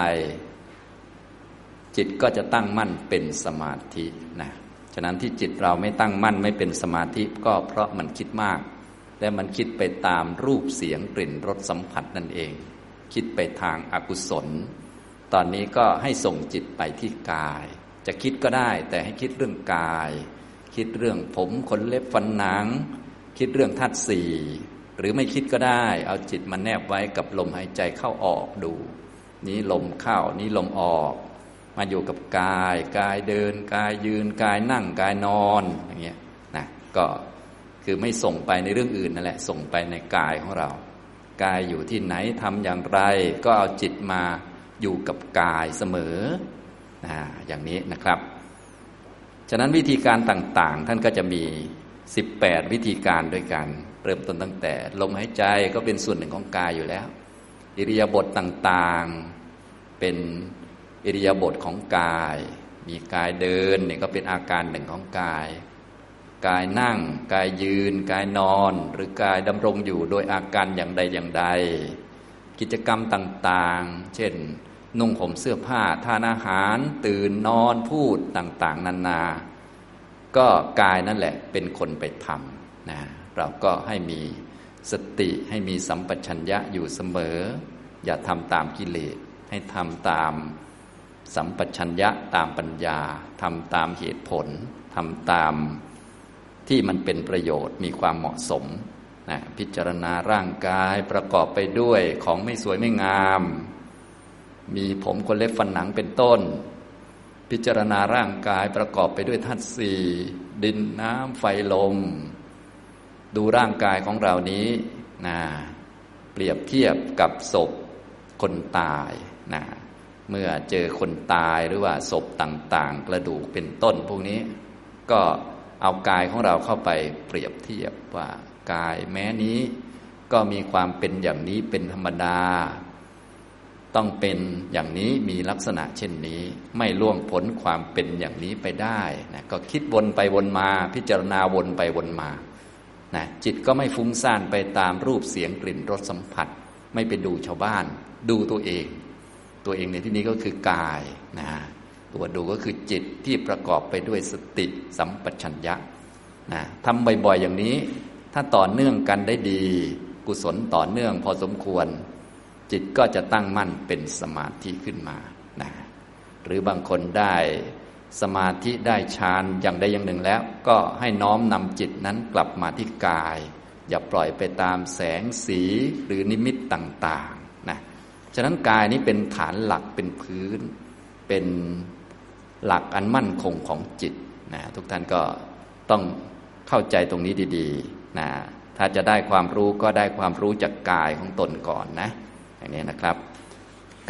จิตก็จะตั้งมั่นเป็นสมาธินะฉะนั้นที่จิตเราไม่ตั้งมั่นไม่เป็นสมาธิก็เพราะมันคิดมากและมันคิดไปตามรูปเสียงกลิ่นรสสัมผัสนั่นเองคิดไปทางอกุศลตอนนี้ก็ให้ส่งจิตไปที่กายจะคิดก็ได้แต่ให้คิดเรื่องกายคิดเรื่องผมขนเล็บฟันหนังคิดเรื่องธาตุสี่หรือไม่คิดก็ได้เอาจิตมาแนบไว้กับลมหายใจเข้าออกดูนี้ลมเข้านี้ลมออกมาอยู่กับกายกายเดินกายยืนกายนั่งกายนอนอย่างเงี้ยนะก็คือไม่ส่งไปในเรื่องอื่นนั่นแหละส่งไปในกายของเรากายอยู่ที่ไหนทำอย่างไรก็เอาจิตมาอยู่กับกายเสมอนะอย่างนี้นะครับฉะนั้นวิธีการต่างๆท่านก็จะมีสิบแปดวิธีการด้วยกันเริ่มต้นตั้งแต่ลมหายใจก็เป็นส่วนหนึ่งของกายอยู่แล้วอิริยาบถต่างๆเป็นอิริยาบถของกายมีกายเดินเนี่ยก็เป็นอาการหนึ่งของกายกายนั่งกายยืนกายนอนหรือกายดำรงอยู่โดยอาการอย่างใดอย่างใดกิจกรรมต่างๆเช่นนุ่งห่มเสื้อผ้าทานอาหารตื่นนอนพูดต่างๆนานาก็กายนั่นแหละเป็นคนไปทำนะเราก็ให้มีสติให้มีสัมปชัญญะอยู่เสมออย่าทำตามกิเลสให้ทำตามสัมปชัญญะตามปัญญาทำตามเหตุผลทำตามที่มันเป็นประโยชน์มีความเหมาะสมนะพิจารณาร่างกายประกอบไปด้วยของไม่สวยไม่งามมีผมขนเล็บฟันหนังเป็นต้นพิจารณาร่างกายประกอบไปด้วยธาตุสี่ดินน้ำไฟลมดูร่างกายของเรานี้นะเปรียบเทียบกับศพคนตายนะเมื่อเจอคนตายหรือว่าศพต่างๆกระดูกเป็นต้นพวกนี้ก็เอากายของเราเข้าไปเปรียบเทียบว่ากายแม้นี้ก็มีความเป็นอย่างนี้เป็นธรรมดาต้องเป็นอย่างนี้มีลักษณะเช่นนี้ไม่ล่วงพ้นความเป็นอย่างนี้ไปได้นะก็คิดวนไปวนมาพิจารณาวนไปวนมานะจิตก็ไม่ฟุ้งซ่านไปตามรูปเสียงกลิ่นรสสัมผัสไม่ไปดูชาวบ้านดูตัวเองตัวเองในที่นี้ก็คือกายนะตัวดูก็คือจิตที่ประกอบไปด้วยสติสัมปชัญญะนะทำบ่อยๆอย่างนี้ถ้าต่อเนื่องกันได้ดีกุศลต่อเนื่องพอสมควรจิตก็จะตั้งมั่นเป็นสมาธิขึ้นมานะหรือบางคนได้สมาธิได้ฌานอย่างใดอย่างหนึ่งแล้วก็ให้น้อมนำจิตนั้นกลับมาที่กายอย่าปล่อยไปตามแสงสีหรือนิมิตต่างๆนะฉะนั้นกายนี้เป็นฐานหลักเป็นพื้นเป็นหลักอันมั่นคงของจิตนะทุกท่านก็ต้องเข้าใจตรงนี้ดีๆนะถ้าจะได้ความรู้ก็ได้ความรู้จากกายของตนก่อนนะอย่างนี้นะครับ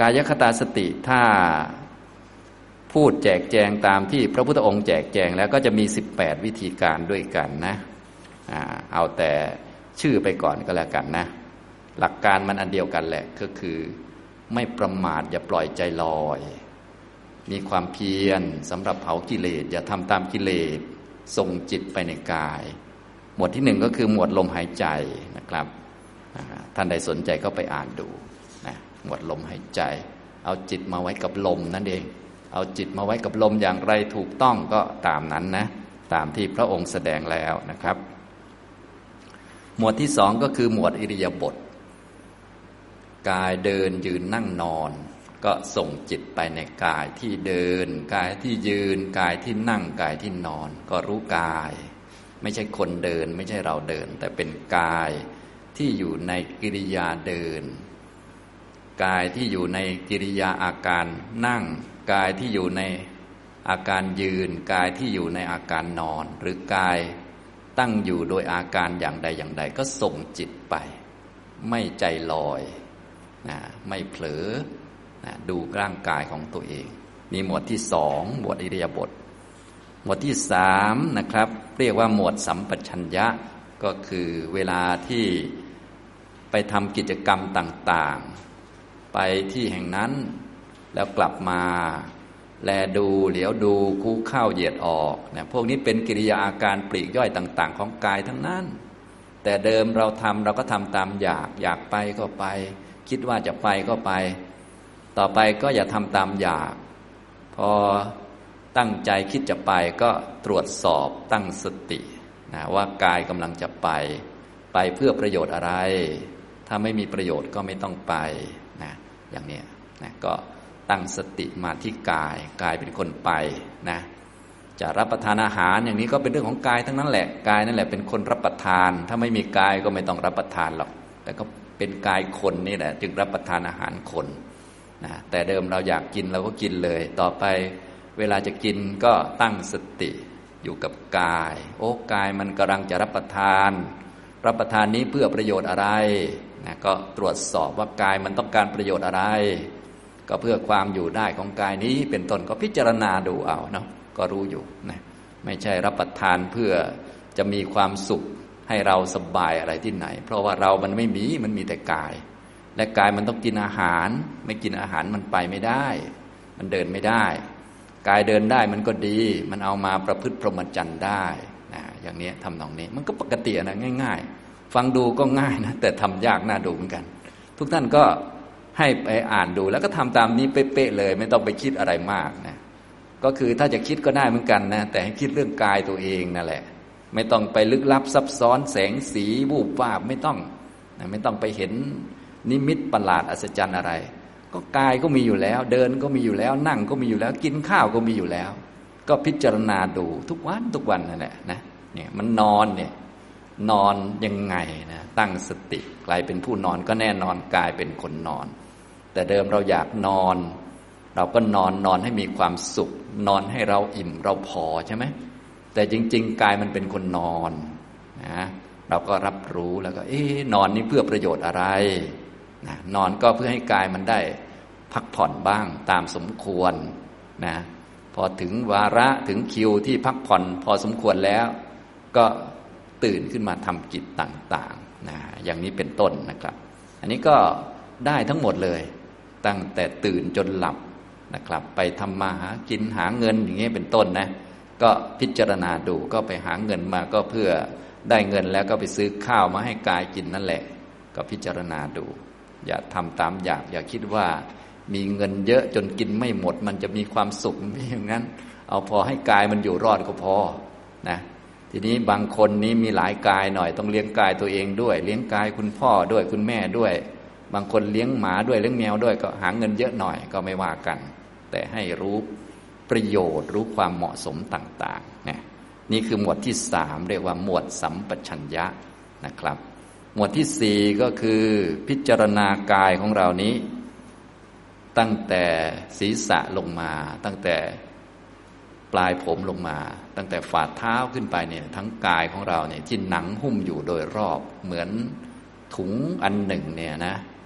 กายคตาสติถ้าพูดแจกแจงตามที่พระพุทธองค์แจกแจงแล้วก็จะมีสิบแปดวิธีการด้วยกันนะเอาแต่ชื่อไปก่อนก็แล้วกันนะหลักการมันอันเดียวกันแหละก็คือไม่ประมาทอย่าปล่อยใจลอยมีความเพียรสำหรับเผากิเลสอย่าทำตามกิเลสส่งจิตไปในกายหมวดที่หนึ่งก็คือหมวดลมหายใจนะครับท่านใดสนใจก็ไปอ่านดูนะหมวดลมหายใจเอาจิตมาไว้กับลมนั่นเองเอาจิตมาไว้กับลมอย่างไรถูกต้องก็ตามนั้นนะตามที่พระองค์แสดงแล้วนะครับหมวดที่สองก็คือหมวดอิริยาบถกายเดินยืนนั่งนอนก็ส่งจิตไปในกายที่เดินกายที่ยืนกายที่นั่งกายที่นอนก็รู้กายไม่ใช่คนเดินไม่ใช่เราเดินแต่เป็นกายที่อยู่ในกิริยาเดินกายที่อยู่ในกิริยาอาการนั่งกายที่อยู่ในอาการยืนกายที่อยู่ในอาการนอนหรือกายตั้งอยู่โดยอาการอย่างใดอย่างใดก็ส่งจิตไปไม่ใจลอยนะไม่เผลอนะดูร่างกายของตัวเองมีหมวดที่สองหมวดอิริยาบถหมวดที่สามนะครับเรียกว่าหมวดสัมปชัญญะก็คือเวลาที่ไปทำกิจกรรมต่างๆไปที่แห่งนั้นแล้วกลับมาแลดูเหลียวดูคู่เข้าเหยียดออกเนี่ยพวกนี้เป็นกิริยาอาการปลีกย่อยต่างๆของกายทั้งนั้นแต่เดิมเราทำเราก็ทำตามอยากอยากไปก็ไปคิดว่าจะไปก็ไปต่อไปก็อย่าทำตามอยากพอตั้งใจคิดจะไปก็ตรวจสอบตั้งสตินะว่ากายกำลังจะไปไปเพื่อประโยชน์อะไรถ้าไม่มีประโยชน์ก็ไม่ต้องไปนะอย่างนี้นะก็ตั้งสติมาที่กายกายเป็นคนไปนะจะรับประทานอาหารอย่างนี้ก็เป็นเรื่องของกายทั้งนั้นแหละกายนั่นแหละเป็นคนรับประทานถ้าไม่มีกายก็ไม่ต้องรับประทานหรอกแต่ก็เป็นกายคนนี่แหละจึงรับประทานอาหารคนนะแต่เดิมเราอยากกินเราก็กินเลยต่อไปเวลาจะกินก็ตั้งสติอยู่กับกายโอ้กายมันกำลังจะรับประทานรับประทานนี้เพื่อประโยชน์อะไรนะก็ตรวจสอบว่ากายมันต้องการประโยชน์อะไรก็เพื่อความอยู่ได้ของกายนี้เป็นต้นก็พิจารณาดูเอาเนาะก็รู้อยู่นะไม่ใช่รับประทานเพื่อจะมีความสุขให้เราสบายอะไรที่ไหนเพราะว่าเรามันไม่มีมันมีแต่กายและกายมันต้องกินอาหารไม่กินอาหารมันไปไม่ได้มันเดินไม่ได้กายเดินได้มันก็ดีมันเอามาประพฤติพรหมจรรย์ได้นะอย่างนี้ทำนองนี้มันก็ปกตินะง่ายๆฟังดูก็ง่ายนะแต่ทำยากน่าดูเหมือนกันทุกท่านก็ให้ไปอ่านดูแล้วก็ทำตามนี้เป๊ะๆเลยไม่ต้องไปคิดอะไรมากนะก็คือถ้าจะคิดก็ได้เหมือนกันนะแต่ให้คิดเรื่องกายตัวเองนั่นแหละไม่ต้องไปลึกลับซับซ้อนแสงสีวูบวาบไม่ต้องนะไม่ต้องไปเห็นนิมิตประหลาดอัศจรรย์อะไรก็กายก็มีอยู่แล้วเดินก็มีอยู่แล้วนั่งก็มีอยู่แล้วกินข้าวก็มีอยู่แล้วก็พิจารณาดูทุกวันทุกวันนั่นแหละนะเนี่ยมันนอนเนี่ยนอนยังไงนะตั้งสติกลายเป็นผู้นอนก็แน่นอนกายเป็นคนนอนแต่เดิมเราอยากนอนเราก็นอนนอนให้มีความสุขนอนให้เราอิ่มเราพอใช่ไหมแต่จริงๆกายมันเป็นคนนอนนะเราก็รับรู้แล้วก็เอ๊ะนอนนี่เพื่อประโยชน์อะไรนะนอนก็เพื่อให้กายมันได้พักผ่อนบ้างตามสมควรนะพอถึงวาระถึงคิวที่พักผ่อนพอสมควรแล้วก็ตื่นขึ้นมาทำกิจต่างๆนะอย่างนี้เป็นต้นนะครับอันนี้ก็ได้ทั้งหมดเลยตั้งแต่ตื่นจนหลับนะครับไปทำมาหากินหาเงินอย่างนี้เป็นต้นนะก็พิจารณาดูก็ไปหาเงินมาก็เพื่อได้เงินแล้วก็ไปซื้อข้าวมาให้กายกินนั่นแหละก็พิจารณาดูอย่าทำตามอยากอย่าคิดว่ามีเงินเยอะจนกินไม่หมดมันจะมีความสุขไม่อย่างนั้นเอาพอให้กายมันอยู่รอดก็พอนะทีนี้บางคนนี้มีหลายกายหน่อยต้องเลี้ยงกายตัวเองด้วยเลี้ยงกายคุณพ่อด้วยคุณแม่ด้วยบางคนเลี้ยงหมาด้วยเลี้ยงแมวด้วยก็หาเงินเยอะหน่อยก็ไม่ว่ากันแต่ให้รู้ประโยชน์รู้ความเหมาะสมต่างๆนะนี่คือหมวดที่สามเรียกว่าหมวดสัมปชัญญะนะครับหมวดที่สี่ก็คือพิจารณากายของเรานี้ตั้งแต่ศีรษะลงมาตั้งแต่ปลายผมลงมาตั้งแต่ฝ่าเท้าขึ้นไปเนี่ยทั้งกายของเราเนี่ยที่หนังหุ้มอยู่โดยรอบเหมือนถุงอันหนึ่งเนี่ยนะ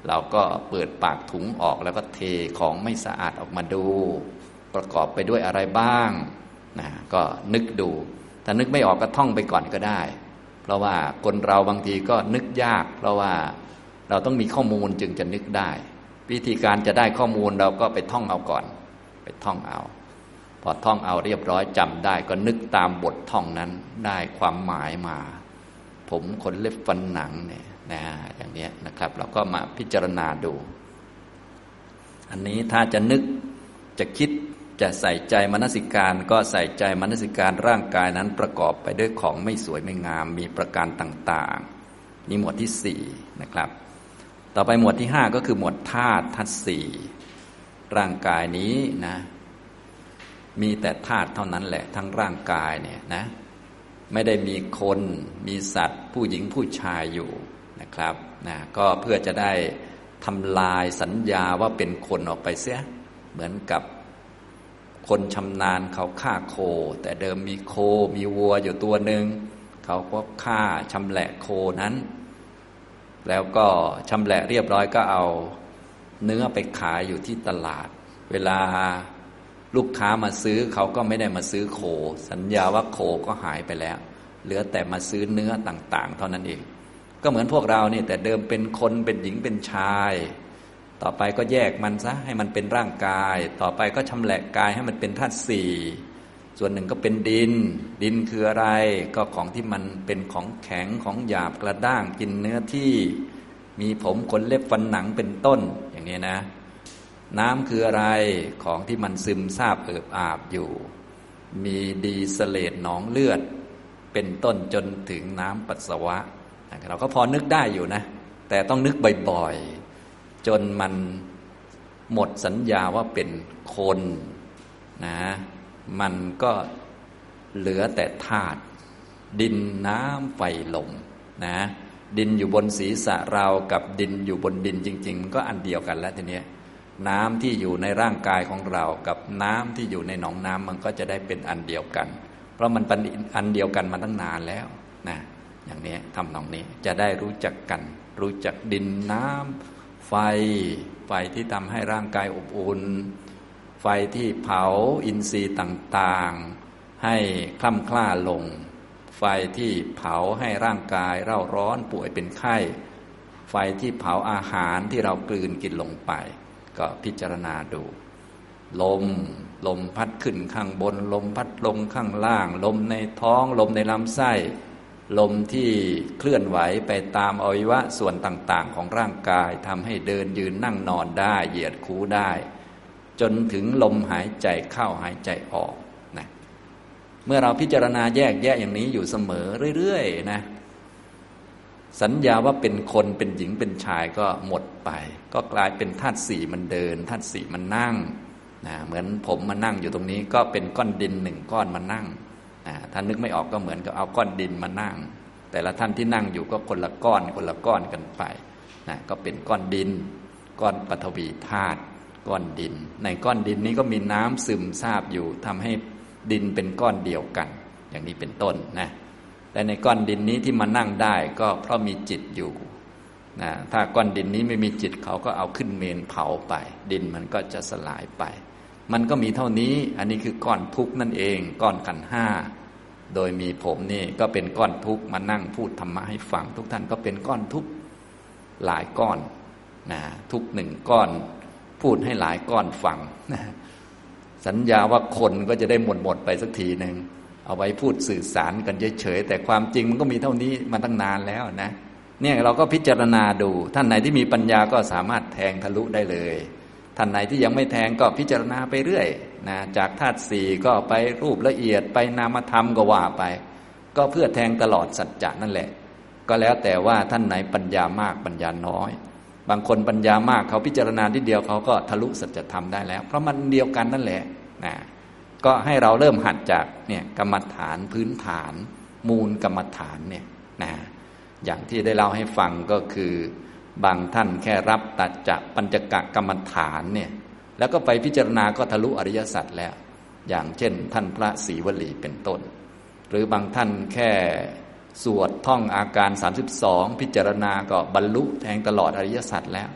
เราก็เปิดปากถุงออกแล้วก็เทของไม่สะอาดออกมาดูประกอบไปด้วยอะไรบ้างนะก็นึกดูถ้านึกไม่ออกก็ท่องไปก่อนก็ได้เพราะว่าคนเราบางทีก็นึกยากเพราะว่าเราต้องมีข้อมูลจึงจะนึกได้วิธีการจะได้ข้อมูลเราก็ไปท่องเอาก่อนไปท่องเอาพอท่องเอาเรียบร้อยจำได้ก็นึกตามบทท่องนั้นได้ความหมายมาผมขนเล็บฟันหนังเนี่ยนะอย่างนี้นะครับเราก็มาพิจารณาดูอันนี้ถ้าจะนึกจะคิดจะใส่ใจมนสิการก็ใส่ใจมนสิการร่างกายนั้นประกอบไปด้วยของไม่สวยไม่งามมีประการต่างๆนี่หมวดที่สี่นะครับต่อไปหมวดที่ห้าก็คือหมวดธาตุธาตุสี่ร่างกายนี้นะมีแต่ธาตุเท่านั้นแหละทั้งร่างกายเนี่ยนะไม่ได้มีคนมีสัตว์ผู้หญิงผู้ชายอยู่นะครับนะก็เพื่อจะได้ทำลายสัญญาว่าเป็นคนออกไปเสียเหมือนกับคนชำนาญเขาฆ่าโคแต่เดิมมีโคมีวัวอยู่ตัวหนึ่งเขาก็ฆ่าชำแหละโคนั้นแล้วก็ชำแหละเรียบร้อยก็เอาเนื้อไปขายอยู่ที่ตลาดเวลาลูกค้ามาซื้อเขาก็ไม่ได้มาซื้อโคสัญญาว่าโคก็หายไปแล้วเหลือแต่มาซื้อเนื้อต่างๆเท่านั้นเองก็เหมือนพวกเรานี่แต่เดิมเป็นคนเป็นหญิงเป็นชายต่อไปก็แยกมันซะให้มันเป็นร่างกายต่อไปก็ชำแหละกายให้มันเป็นธาตุสี่ส่วนหนึ่งก็เป็นดินดินคืออะไรก็ของที่มันเป็นของแข็งของหยาบกระด้างกินเนื้อที่มีผมขนเล็บฟันหนังเป็นต้นอย่างนี้นะน้ำคืออะไรของที่มันซึมซาบเอิบอาบอยู่มีดีเสเลดหนองเลือดเป็นต้นจนถึงน้ำปัสสาวะเราก็พอนึกได้อยู่นะแต่ต้องนึกบ่อยๆจนมันหมดสัญญาว่าเป็นคนนะมันก็เหลือแต่ธาตุดินน้ำไฟลมนะดินอยู่บนศีรษะเรากับดินอยู่บนดินจริงๆมันก็อันเดียวกันแล้วทีเนี้ยน้ำที่อยู่ในร่างกายของเรากับน้ำที่อยู่ในหนองน้ำมันก็จะได้เป็นอันเดียวกันเพราะมันเป็นอันเดียวกันมาตั้งนานแล้วนะอย่างนี้ทำนองนี้จะได้รู้จักกันรู้จักดินน้ำไฟไฟที่ทำให้ร่างกายอบอุ่นไฟที่เผาอินทรีย์ต่างๆให้คล่ำคล้าลงไฟที่เผาให้ร่างกายเร่าร้อนป่วยเป็นไข้ไฟที่เผาอาหารที่เรากลืนกินลงไปก็พิจารณาดูลมลมพัดขึ้นข้างบนลมพัดลงข้างล่างลมในท้องลมในลำไส้ลมที่เคลื่อนไหวไปตามอวัยวะส่วนต่างๆของร่างกายทำให้เดินยืนนั่งนอนได้เหยียดคู้ได้จนถึงลมหายใจเข้าหายใจออกนะเมื่อเราพิจารณาแยกแยะอย่างนี้อยู่เสมอเรื่อยๆนะสัญญาว่าเป็นคนเป็นหญิงเป็นชายก็หมดไปก็กลายเป็นธาตุสี่มันเดินธาตุสี่มันนั่งนะเหมือนผมมานั่งอยู่ตรงนี้ก็เป็นก้อนดินหนึ่งก้อนมานั่งนะถ้านึกไม่ออกก็เหมือนกับเอาก้อนดินมานั่งแต่ละท่านที่นั่งอยู่ก็คนละก้อนคนละก้อนกันไปนะก็เป็นก้อนดินก้อนปฐวีธาตุก้อนดินในก้อนดินนี้ก็มีน้ำซึมซาบอยู่ทำให้ดินเป็นก้อนเดียวกันอย่างนี้เป็นต้นนะแต่ในก้อนดินนี้ที่มานั่งได้ก็เพราะมีจิตอยู่นะถ้าก้อนดินนี้ไม่มีจิตเขาก็เอาขึ้นเมนเผาไปดินมันก็จะสลายไปมันก็มีเท่านี้อันนี้คือก้อนทุกข์นั่นเองก้อนขันธ์ห้าโดยมีผมนี่ก็เป็นก้อนทุกข์มานั่งพูดธรรมะให้ฟังทุกท่านก็เป็นก้อนทุกข์หลายก้อนนะทุกหนึ่งก้อนพูดให้หลายก้อนฟังนะสัญญาว่าคนก็จะได้หมดหมดไปสักทีหนึ่งเอาไว้พูดสื่อสารกันเฉยๆแต่ความจริงมันก็มีเท่านี้มาตั้งนานแล้วนะเนี่ยเราก็พิจารณาดูท่านไหนที่มีปัญญาก็สามารถแทงทะลุได้เลยท่านไหนที่ยังไม่แทงก็พิจารณาไปเรื่อยนะจากธาตุสี่ก็ไปรูปละเอียดไปนามธรรมก็ว่าไปก็เพื่อแทงตลอดสัจจะนั่นแหละก็แล้วแต่ว่าท่านไหนปัญญามากปัญญาน้อยบางคนปัญญามากเขาพิจารณาทีเดียวเขาก็ทะลุสัจธรรมได้แล้วเพราะมันเดียวกันนั่นแหละนะก็ให้เราเริ่มหัดจากเนี่ยกรรมฐานพื้นฐานมูลกรรมฐานเนี่ยนะอย่างที่ได้เล่าให้ฟังก็คือบางท่านแค่รับตัดจากปัญจกะกรรมฐานเนี่ยแล้วก็ไปพิจารณาก็ทะลุอริยสัจแล้วอย่างเช่นท่านพระศรีวลีเป็นต้นหรือบางท่านแค่สวดท่องอาการสามสิบสองพิจารณาก็บรรลุแทงตลอดอริยสัจแล้ว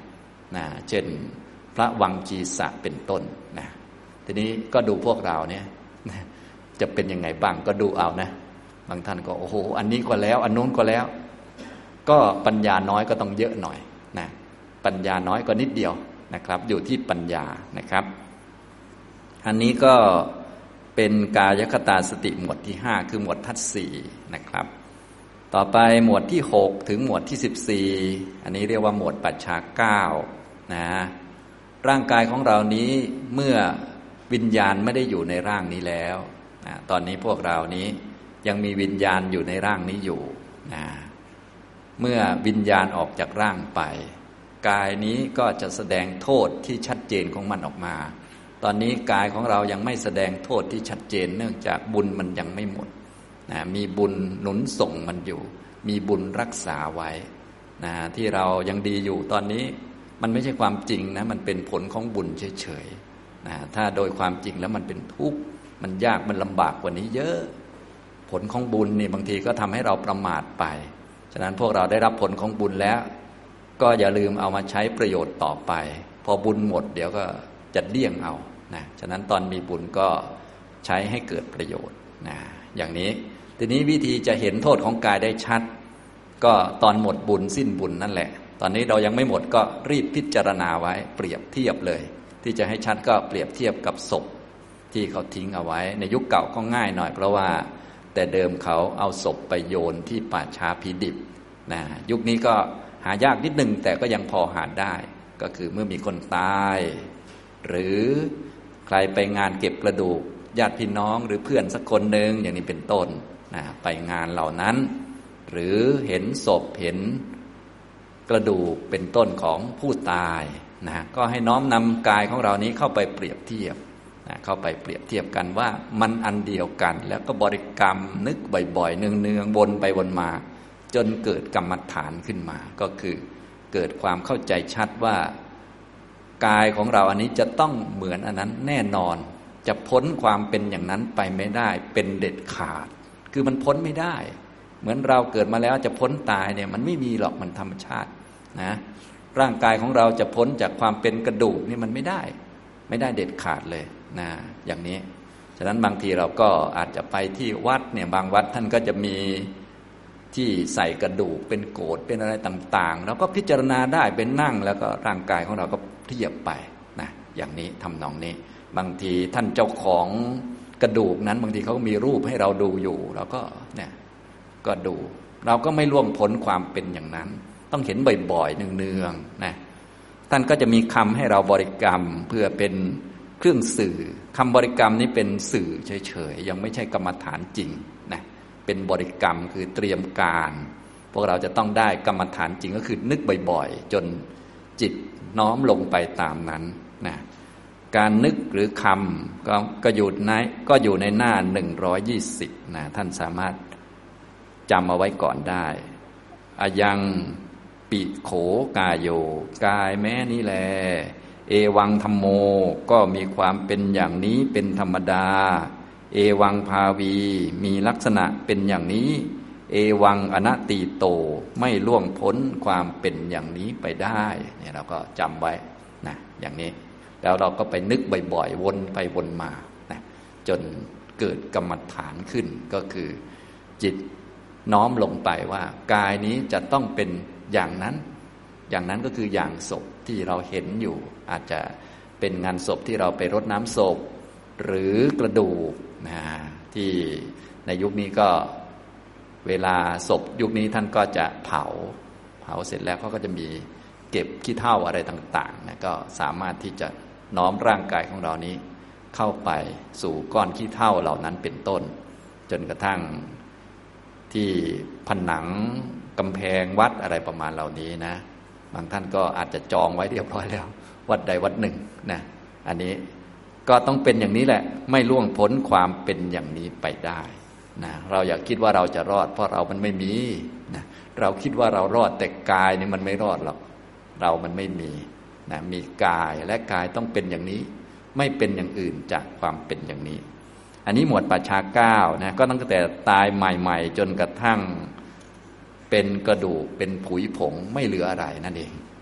นะเช่นพระวังคีสะเป็นต้นนะทีนี้ก็ดูพวกเราเนี่ยจะเป็นยังไงบ้างก็ดูเอานะบางท่านก็โอ้โหอันนี้ก็แล้วอันนู้นก็แล้วก็ปัญญาน้อยก็ต้องเยอะหน่อยนะปัญญาน้อยก็นิดเดียวนะครับอยู่ที่ปัญญานะครับอันนี้ก็เป็นกายคตาสติหมวดที่ห้าคือหมวดทัศน์สี่นะครับต่อไปหมวดที่หกถึงหมวดที่สิบสี่อันนี้เรียกว่าหมวดปัจฉาเก้านะร่างกายของเรานี้เมื่อวิญญาณไม่ได้อยู่ในร่างนี้แล้วนะตอนนี้พวกเรานี้ยังมีวิญญาณอยู่ในร่างนี้อยู่นะเมื่อวิญญาณออกจากร่างไปกายนี้ก็จะแสดงโทษที่ชัดเจนของมันออกมาตอนนี้กายของเรายังไม่แสดงโทษที่ชัดเจนเนื่องจากบุญมันยังไม่หมดนะมีบุญหนุนส่งมันอยู่มีบุญรักษาไว้นะที่เรายังดีอยู่ตอนนี้มันไม่ใช่ความจริงนะมันเป็นผลของบุญเฉยๆนะถ้าโดยความจริงแล้วมันเป็นทุกข์มันยากมันลำบากกว่านี้เยอะผลของบุญนี่บางทีก็ทำให้เราประมาทไปฉะนั้นพวกเราได้รับผลของบุญแล้วก็อย่าลืมเอามาใช้ประโยชน์ต่อไปพอบุญหมดเดี๋ยวก็จะเดี่ยงเอานะฉะนั้นตอนมีบุญก็ใช้ให้เกิดประโยชน์นะอย่างนี้ทีนี้วิธีจะเห็นโทษของกายได้ชัดก็ตอนหมดบุญสิ้นบุญนั่นแหละตอนนี้เรายังไม่หมดก็รีบพิจารณาไว้เปรียบเทียบเลยที่จะให้ชัดก็เปรียบเทียบกับศพที่เขาทิ้งเอาไว้ในยุคเก่าก็ง่ายหน่อยเพราะว่าแต่เดิมเขาเอาศพไปโยนที่ป่าช้าผีดิบนะยุคนี้ก็หายากนิดนึงแต่ก็ยังพอหาได้ก็คือเมื่อมีคนตายหรือใครไปงานเก็บกระดูกญาติพี่น้องหรือเพื่อนสักคนหนึ่งอย่างนี้เป็นต้นนะไปงานเหล่านั้นหรือเห็นศพเห็นกระดูกเป็นต้นของผู้ตายนะก็ให้น้อมนำกายของเรานี้เข้าไปเปรียบเทียบนะเข้าไปเปรียบเทียบกันว่ามันอันเดียวกันแล้วก็บริกรรมนึกบ่อยๆเนืองๆวนไปวนมาจนเกิดกรรมฐานขึ้นมาก็คือเกิดความเข้าใจชัดว่ากายของเราอันนี้จะต้องเหมือนอันนั้นแน่นอนจะพ้นความเป็นอย่างนั้นไปไม่ได้เป็นเด็ดขาดคือมันพ้นไม่ได้เหมือนเราเกิดมาแล้วจะพ้นตายเนี่ยมันไม่มีหรอกมันธรรมชาตินะร่างกายของเราจะพ้นจากความเป็นกระดูกนี่มันไม่ได้ไม่ได้เด็ดขาดเลยนะอย่างนี้ฉะนั้นบางทีเราก็อาจจะไปที่วัดเนี่ยบางวัดท่านก็จะมีที่ใส่กระดูกเป็นโกฐเป็นอะไรต่างๆแล้วก็พิจารณาได้เป็นนั่งแล้วก็ร่างกายของเราก็เทียบไปนะอย่างนี้ทำนองนี้บางทีท่านเจ้าของกระดูกนั้นบางทีเขาก็มีรูปให้เราดูอยู่เราก็เนี่ยก็ดูเราก็ไม่ล่วงพ้นความเป็นอย่างนั้นต้องเห็นบ่อยๆเนืองๆนะท่านก็จะมีคำให้เราบริกรรมเพื่อเป็นเครื่องสื่อคำบริกรรมนี้เป็นสื่อเฉยๆยังไม่ใช่กรรมฐานจริงนะเป็นบริกรรมคือเตรียมการพวกเราจะต้องได้กรรมฐานจริงก็คือนึกบ่อยๆจนจิตน้อมลงไปตามนั้นนะการนึกหรือคำก็ก็อยู่ในก็อยู่ในหน้าหนึ่งร้อยยี่สิบนะท่านสามารถจำเอาไว้ก่อนได้อายังปิโขกายโยกายแม้นี้แลเอวังธัมโมก็มีความเป็นอย่างนี้เป็นธรรมดาเอวังภาวีมีลักษณะเป็นอย่างนี้เอวังอนัตติโตไม่ล่วงพ้นความเป็นอย่างนี้ไปได้เนี่ยเราก็จำไว้นะอย่างนี้แล้วเราก็ไปนึกบ่อยๆวนไปวนมานะจนเกิดกรรมฐานขึ้นก็คือจิตน้อมลงไปว่ากายนี้จะต้องเป็นอย่างนั้นอย่างนั้นก็คืออย่างศพที่เราเห็นอยู่อาจจะเป็นงานศพที่เราไปรดน้ำศพหรือกระดูกนะที่ในยุคนี้ก็เวลาศพยุคนี้ท่านก็จะเผาเผาเสร็จแล้วเขาก็จะมีเก็บขี้เถ้าอะไรต่างๆนะก็สามารถที่จะน้อมร่างกายของเรานี้เข้าไปสู่ก้อนขี้เถ้าเหล่านั้นเป็นต้นจนกระทั่งที่ผนังกำแพงวัดอะไรประมาณเหล่านี้นะบางท่านก็อาจจะจองไว้เรียบร้อยแล้ววัดใดวัดหนึ่งนะอันนี้ก็ต้องเป็นอย่างนี้แหละไม่ล่วงพ้นความเป็นอย่างนี้ไปได้นะเราอย่าคิดว่าเราจะรอดเพราะเรามันไม่มีนะเราคิดว่าเรารอดแต่กายนี่มันไม่รอดหรอกเรามันไม่มีนะมีกายและกายต้องเป็นอย่างนี้ไม่เป็นอย่างอื่นจากความเป็นอย่างนี้อันนี้หมวดปัจฉาเก้านะก็ตั้งแต่ตายใหม่ๆจนกระทั่งเป็นกระดูกเป็นผุยผงไม่เหลืออะไรนั่นเอง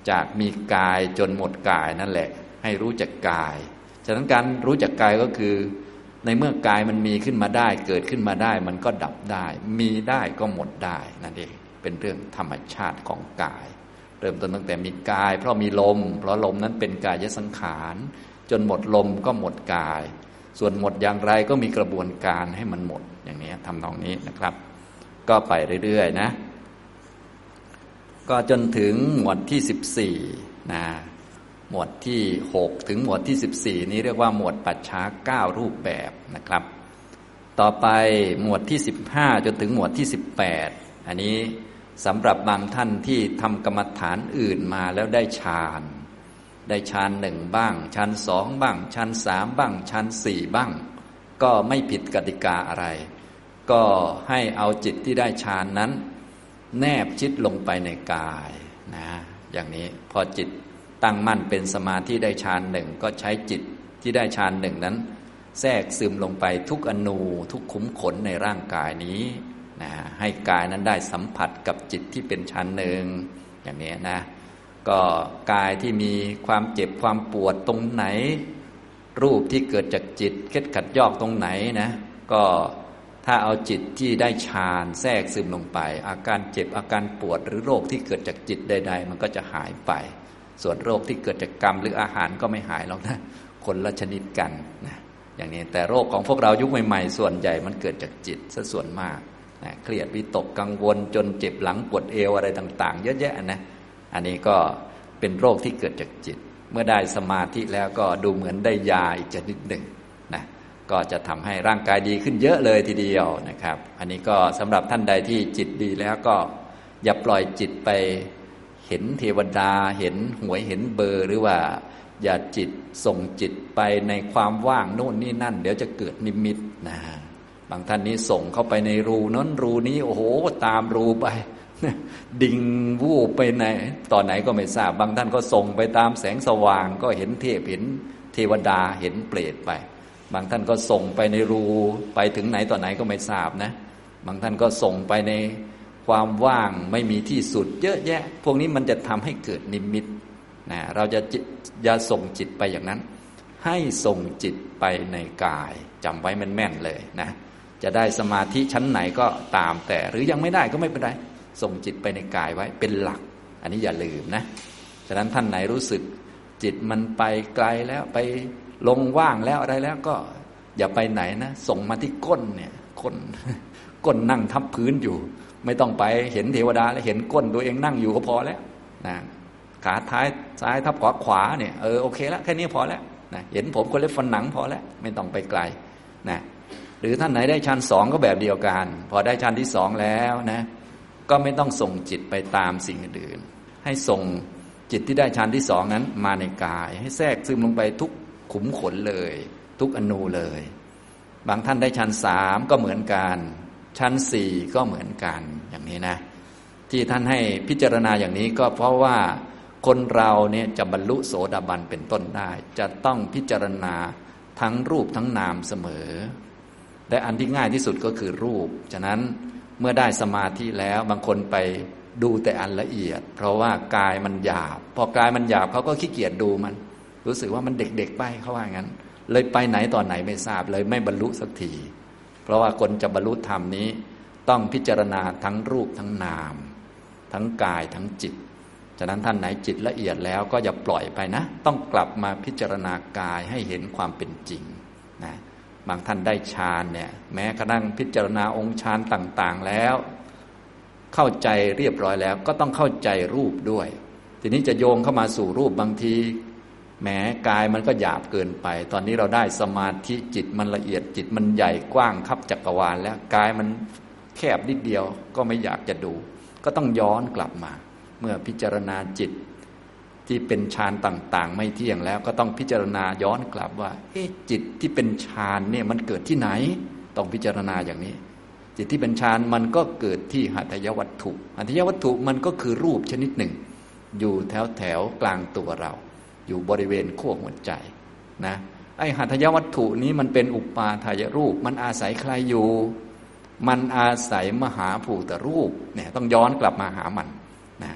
จากมีกายจนหมดกายนั่นแหละให้รู้จักกายฉะนั้นการรู้จักกายก็คือในเมื่อกายมันมีขึ้นมาได้เกิดขึ้นมาได้มันก็ดับได้มีได้ก็หมดได้นั่นเองเป็นเรื่องธรรมชาติของกายเริ่มต้นตั้งแต่มีกายเพราะมีลมเพราะลมนั้นเป็นกายสังขารจนหมดลมก็หมดกายส่วนหมดอย่างไรก็มีกระบวนการให้มันหมดอย่างนี้ทำนองนี้นะครับก็ไปเรื่อยๆนะก็จนถึงหมวดที่สิบสี่นะหมวดที่หกถึงหมวดที่สิบสี่นี้เรียกว่าหมวดปัจฉาเก้ารูปแบบนะครับต่อไปหมวดที่สิบห้าจนถึงหมวดที่สิบแปดอันนี้สำหรับบางท่านที่ทำกรรมฐานอื่นมาแล้วได้ฌานได้ฌานหนึ่งบ้างฌานสองบ้างฌานสามบ้างฌานสี่บ้างก็ไม่ผิดกติกาอะไรก็ให้เอาจิตที่ได้ฌานนั้นแนบชิดลงไปในกายนะอย่างนี้พอจิตตั้งมั่นเป็นสมาธิได้ฌานหนึ่งก็ใช้จิตที่ได้ฌานหนึ่งนั้นแทรกซึมลงไปทุกอนูทุกขุมขนในร่างกายนี้นะให้กายนั้นได้สัมผัสกับจิตที่เป็นฌานหนึ่งอย่างนี้นะก็กายที่มีความเจ็บความปวดตรงไหนรูปที่เกิดจากจิตเคล็ดขัดยอกตรงไหนนะก็ถ้าเอาจิตที่ได้ฌานแทรกซึมลงไปอาการเจ็บอาการปวดหรือโรคที่เกิดจากจิตใดๆมันก็จะหายไปส่วนโรคที่เกิดจากกรรมหรืออาหารก็ไม่หายหรอกนะคนละชนิดกันนะอย่างนี้แต่โรคของพวกเรายุคใหม่ๆส่วนใหญ่มันเกิดจากจิตซะส่วนมากนะเครียดวิตกกังวลจนเจ็บหลังปวดเอวอะไรต่างๆเยอะแยะนะอันนี้ก็เป็นโรคที่เกิดจากจิตเมื่อได้สมาธิแล้วก็ดูเหมือนได้ยาอีกชนิดหนึ่งนะก็จะทำให้ร่างกายดีขึ้นเยอะเลยทีเดียวนะครับอันนี้ก็สำหรับท่านใดที่จิตดีแล้วก็อย่าปล่อยจิตไปเห็นเทวดาเห็นหวยเห็นเบอร์หรือว่าอย่าจิตส่งจิตไปในความว่างโน่นนี่นั่นเดี๋ยวจะเกิดนิมิตนะบางท่านนี้ส่งเข้าไปในรูนั้นรูนี้โอ้โหตามรูไปดิ่งวูบไปไหนตอนไหนก็ไม่ทราบบางท่านก็ส่งไปตามแสงสว่างก็เห็นเทพเห็นเทวดาเห็นเปรตไปบางท่านก็ส่งไปในรูไปถึงไหนต่อไหนก็ไม่ทราบนะบางท่านก็ส่งไปในความว่างไม่มีที่สุดเยอะแยะพวกนี้มันจะทำให้เกิดนิมิตนะเราจะอย่าส่งจิตไปอย่างนั้นให้ส่งจิตไปในกายจำไว้แม่นๆเลยนะจะได้สมาธิชั้นไหนก็ตามแต่หรือยังไม่ได้ก็ไม่เป็นไรส่งจิตไปในกายไว้เป็นหลักอันนี้อย่าลืมนะฉะนั้นท่านไหนรู้สึกจิตมันไปไกลแล้วไปลงว่างแล้วอะไรแล้วก็อย่าไปไหนนะส่งมาที่ก้นเนี่ยก้นก้นนั่งทับพื้นอยู่ไม่ต้องไปเห็นเทวดาแล้วเห็นก้นตัวเองนั่งอยู่ก็พอแล้วนะขาท้ายซ้ายทับขวาขวาเนี่ยเออโอเคแล้วแค่นี้พอแล้วนะเห็นผมคนเล็บฟันหนังพอแล้วไม่ต้องไปไกลนะหรือท่านไหนได้ฌานสองก็แบบเดียวกันพอได้ฌานที่สองแล้วนะก็ไม่ต้องส่งจิตไปตามสิ่งอื่นให้ส่งจิตที่ได้ฌานที่สองนั้นมาในกายให้แทรกซึมลงไปทุกขุมขนเลยทุกอนูเลยบางท่านได้ฌานสามก็เหมือนกันชั้นสี่ก็เหมือนกันอย่างนี้นะที่ท่านให้พิจารณาอย่างนี้ก็เพราะว่าคนเราเนี่ยจะบรรลุโสดาบันเป็นต้นได้จะต้องพิจารณาทั้งรูปทั้งนามเสมอและอันที่ง่ายที่สุดก็คือรูปฉะนั้นเมื่อได้สมาธิแล้วบางคนไปดูแต่อันละเอียดเพราะว่ากายมันหยาบพอกายมันหยาบเขาก็ขี้เกียจดูมันรู้สึกว่ามันเด็กๆไปเขาว่างั้นเลยไปไหนตอนไหนไม่ทราบเลยไม่บรรลุสักทีเพราะว่าคนจะบรรลุธรรมนี้ต้องพิจารณาทั้งรูปทั้งนามทั้งกายทั้งจิตฉะนั้นท่านไหนจิตละเอียดแล้วก็อย่าปล่อยไปนะต้องกลับมาพิจารณากายให้เห็นความเป็นจริงนะบางท่านได้ฌานเนี่ยแม้กระทั่งพิจารณาองค์ฌานต่างๆแล้วเข้าใจเรียบร้อยแล้วก็ต้องเข้าใจรูปด้วยทีนี้จะโยงเข้ามาสู่รูปบางทีแม้กายมันก็หยาบเกินไปตอนนี้เราได้สมาธิจิตมันละเอียดจิตมันใหญ่กว้างคับจักรวาลแล้วกายมันแคบนิดเดียวก็ไม่อยากจะดูก็ต้องย้อนกลับมาเมื่อพิจารณาจิตที่เป็นฌานต่างๆไม่เที่ยงแล้วก็ต้องพิจารณาย้อนกลับว่าเอ๊ะจิตที่เป็นฌานเนี่ยมันเกิดที่ไหนต้องพิจารณาอย่างนี้จิตที่เป็นฌานมันก็เกิดที่หัตถยวัตถุหัตถยวัตถุมันก็คือรูปชนิดหนึ่งอยู่แถวแถวกลางตัวเราอยู่บริเวณขั้วหัวใจนะไอ้หัตถยวัตถุนี้มันเป็นอุปาทายรูปมันอาศัยใครอยู่มันอาศัยมหาภูตรูปเนี่ยต้องย้อนกลับมาหามันนะ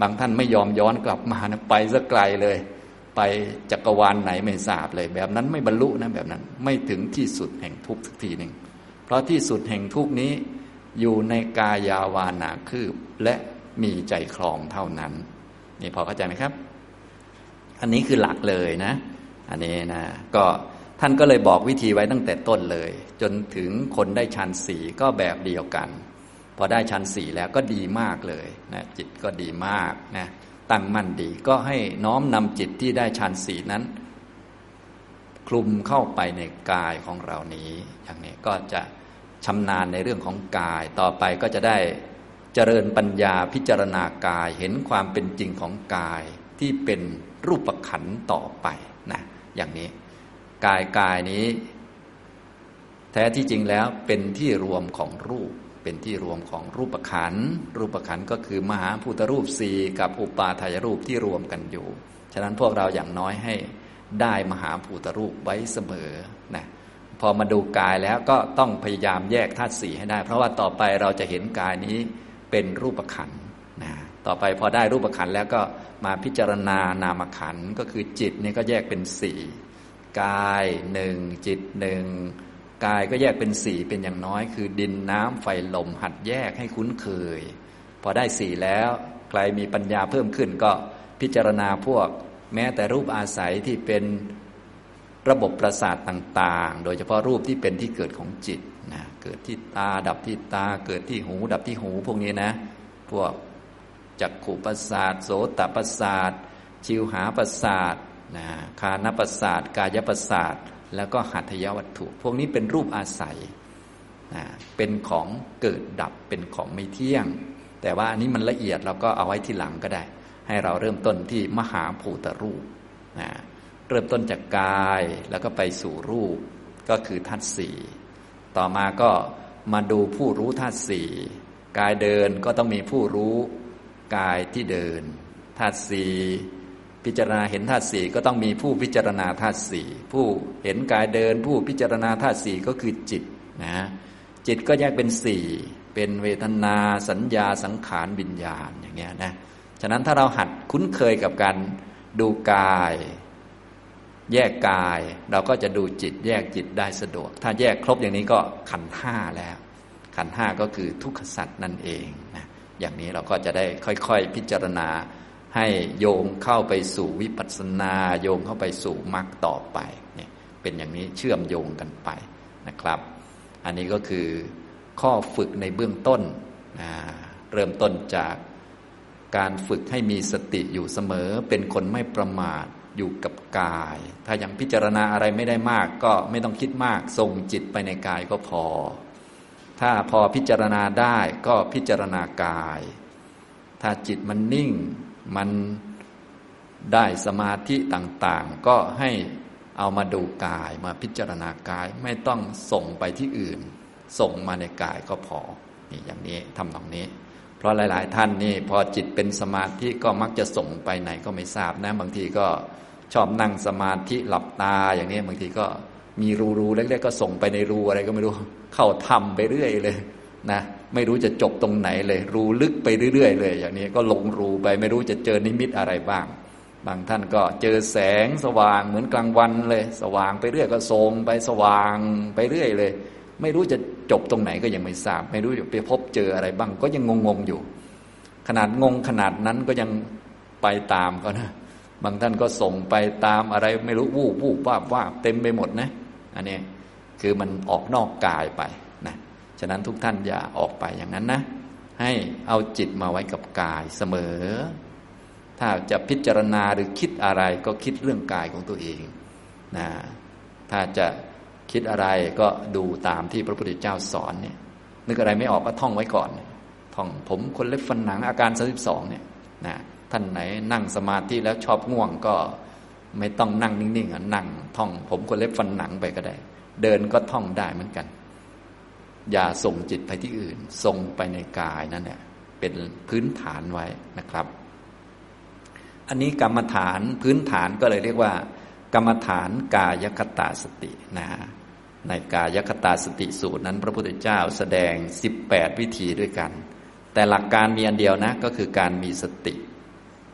บางท่านไม่ยอมย้อนกลับมานะไปซะไกลเลยไปจักรวาลไหนไม่ทราบเลยแบบนั้นไม่บรรลุนะแบบนั้นไม่ถึงที่สุดแห่งทุกข์สักทีหนึ่งเพราะที่สุดแห่งทุกข์นี้อยู่ในกายาวานาคืบและมีใจครองเท่านั้นนี่พอเข้าใจไหมครับอันนี้คือหลักเลยนะอันนี้นะก็ท่านก็เลยบอกวิธีไว้ตั้งแต่ต้นเลยจนถึงคนได้ฌานสี่ก็แบบเดียวกันพอได้ฌานสี่แล้วก็ดีมากเลยนะจิตก็ดีมากนะตั้งมั่นดีก็ให้น้อมนำจิตที่ได้ฌานสี่นั้นคลุมเข้าไปในกายของเรานี้อย่างนี้ก็จะชำนาญในเรื่องของกายต่อไปก็จะได้เจริญปัญญาพิจารณากายเห็นความเป็นจริงของกายที่เป็นรูปขันธ์ต่อไปนะอย่างนี้กายกายนี้แท้ที่จริงแล้วเป็นที่รวมของรูปเป็นที่รวมของรูปขันธ์รูปขันธ์ก็คือมหาภูตรูปสี่กับอุปาทายรูปที่รวมกันอยู่ฉะนั้นพวกเราอย่างน้อยให้ได้มหาภูตรูปไว้เสมอนะพอมาดูกายแล้วก็ต้องพยายามแยกธาตุสี่ให้ได้เพราะว่าต่อไปเราจะเห็นกายนี้เป็นรูปขันธ์นะต่อไปพอได้รูปขันธ์แล้วก็มาพิจารณานามขันธ์ก็คือจิตนี่ก็แยกเป็นสี่กายหนึ่งจิตหนึ่งกายก็แยกเป็นสี่เป็นอย่างน้อยคือดินน้ำไฟลมหัดแยกให้คุ้นเคยพอได้สี่แล้วใครมีปัญญาเพิ่มขึ้นก็พิจารณาพวกแม้แต่รูปอาศัยที่เป็นระบบประสาทต่างๆโดยเฉพาะรูปที่เป็นที่เกิดของจิตนะเกิดที่ตาดับที่ตาเกิดที่หูดับที่หูพวกนี้นะพวกจักขุประสาทโสตประสาทชิวหาประสาทนะคานประสาทกายประสาทแล้วก็หัตถยวัตถุพวกนี้เป็นรูปอาศัยนะเป็นของเกิดดับเป็นของไม่เที่ยงแต่ว่าอันนี้มันละเอียดเราก็เอาไว้ที่หลังก็ได้ให้เราเริ่มต้นที่มหาภูตรูปนะเริ่มต้นจากกายแล้วก็ไปสู่รูปก็คือธาตุสี่ต่อมาก็มาดูผู้รู้ธาตุสี่กายเดินก็ต้องมีผู้รู้กายที่เดินธาตุสี่พิจารณาเห็นธาตุสี่ก็ต้องมีผู้พิจารณาธาตุสี่ผู้เห็นกายเดินผู้พิจารณาธาตุสี่ก็คือจิตนะจิตก็แยกเป็นสี่เป็นเวทนาสัญญาสังขารวิญญาณอย่างเงี้ยนะฉะนั้นถ้าเราหัดคุ้นเคยกับการดูกายแยกกายเราก็จะดูจิตแยกจิตได้สะดวกถ้าแยกครบอย่างนี้ก็ขันธ์ห้าแล้วขันธ์ห้าก็คือทุกขสัจนั่นเองนะอย่างนี้เราก็จะได้ค่อยๆพิจารณาให้โยงเข้าไปสู่วิปัสสนาโยงเข้าไปสู่มรรคต่อไปเนี่ยเป็นอย่างนี้เชื่อมโยงกันไปนะครับอันนี้ก็คือข้อฝึกในเบื้องต้นนะเริ่มต้นจากการฝึกให้มีสติอยู่เสมอเป็นคนไม่ประมาทอยู่กับกายถ้ายังพิจารณาอะไรไม่ได้มากก็ไม่ต้องคิดมากส่งจิตไปในกายก็พอถ้าพอพิจารณาได้ก็พิจารณากายถ้าจิตมันนิ่งมันได้สมาธิต่างๆก็ให้เอามาดูกายมาพิจารณากายไม่ต้องส่งไปที่อื่นส่งมาในกายก็พอนี่อย่างนี้ทำตรงนี้เพราะหลายๆท่านนี่พอจิตเป็นสมาธิก็มักจะส่งไปไหนก็ไม่ทราบนะบางทีก็ชอบนั่งสมาธิหลับตาอย่างนี้บางทีก็มีรูๆเล็กๆก็ส่งไปในรูอะไรก็ไม่รู้เข้าถ้ำไปเรื่อยเลยนะไม่รู้จะจบตรงไหนเลยรูลึกไปเรื่อยๆเลยอย่างนี้ก็ลงรูไปไม่รู้จะเจอนิมิตอะไรบ้างบางท่านก็เจอแสงสว่างเหมือนกลางวันเลยสว่างไปเรื่อยก็ส่งไปสว่างไปเรื่อยเลยไม่รู้จะจบตรงไหนก็ยังไม่ทราบไม่รู้จะไปพบเจออะไรบ้างก็ยังงงๆอยู่ขนาดงงขนาดนั้นก็ยังไปตามก็นะบางท่านก็ส่งไปตามอะไรไม่รู้วูบวูบวาบวาบเต็มไปหมดนะอันนี้คือมันออกนอกกายไปนะฉะนั้นทุกท่านอย่าออกไปอย่างนั้นนะให้เอาจิตมาไว้กับกายเสมอถ้าจะพิจารณาหรือคิดอะไรก็คิดเรื่องกายของตัวเองนะถ้าจะคิดอะไรก็ดูตามที่พระพุทธเจ้าสอนเนี่ยนึกอะไรไม่ออกก็ท่องไว้ก่อนท่องผมขนเล็บฟันหนังอาการสามสิบสองเนี่ยนะท่านไหนนั่งสมาธิแล้วชอบง่วงก็ไม่ต้องนั่งนิ่งๆอ่ะนั่งท่องผมขนเล็บฟันหนังไปก็ได้เดินก็ท่องได้เหมือนกันอย่าส่งจิตไปที่อื่นส่งไปในกายนั่นแหละเป็นพื้นฐานไว้นะครับอันนี้กรรมฐานพื้นฐานก็เลยเรียกว่ากรรมฐานกายคตาสตินะในกายคตาสติสูตรนั้นพระพุทธเจ้าแสดงสิบแปดวิธีด้วยกันแต่หลักการมีอันเดียวนะก็คือการมีสติ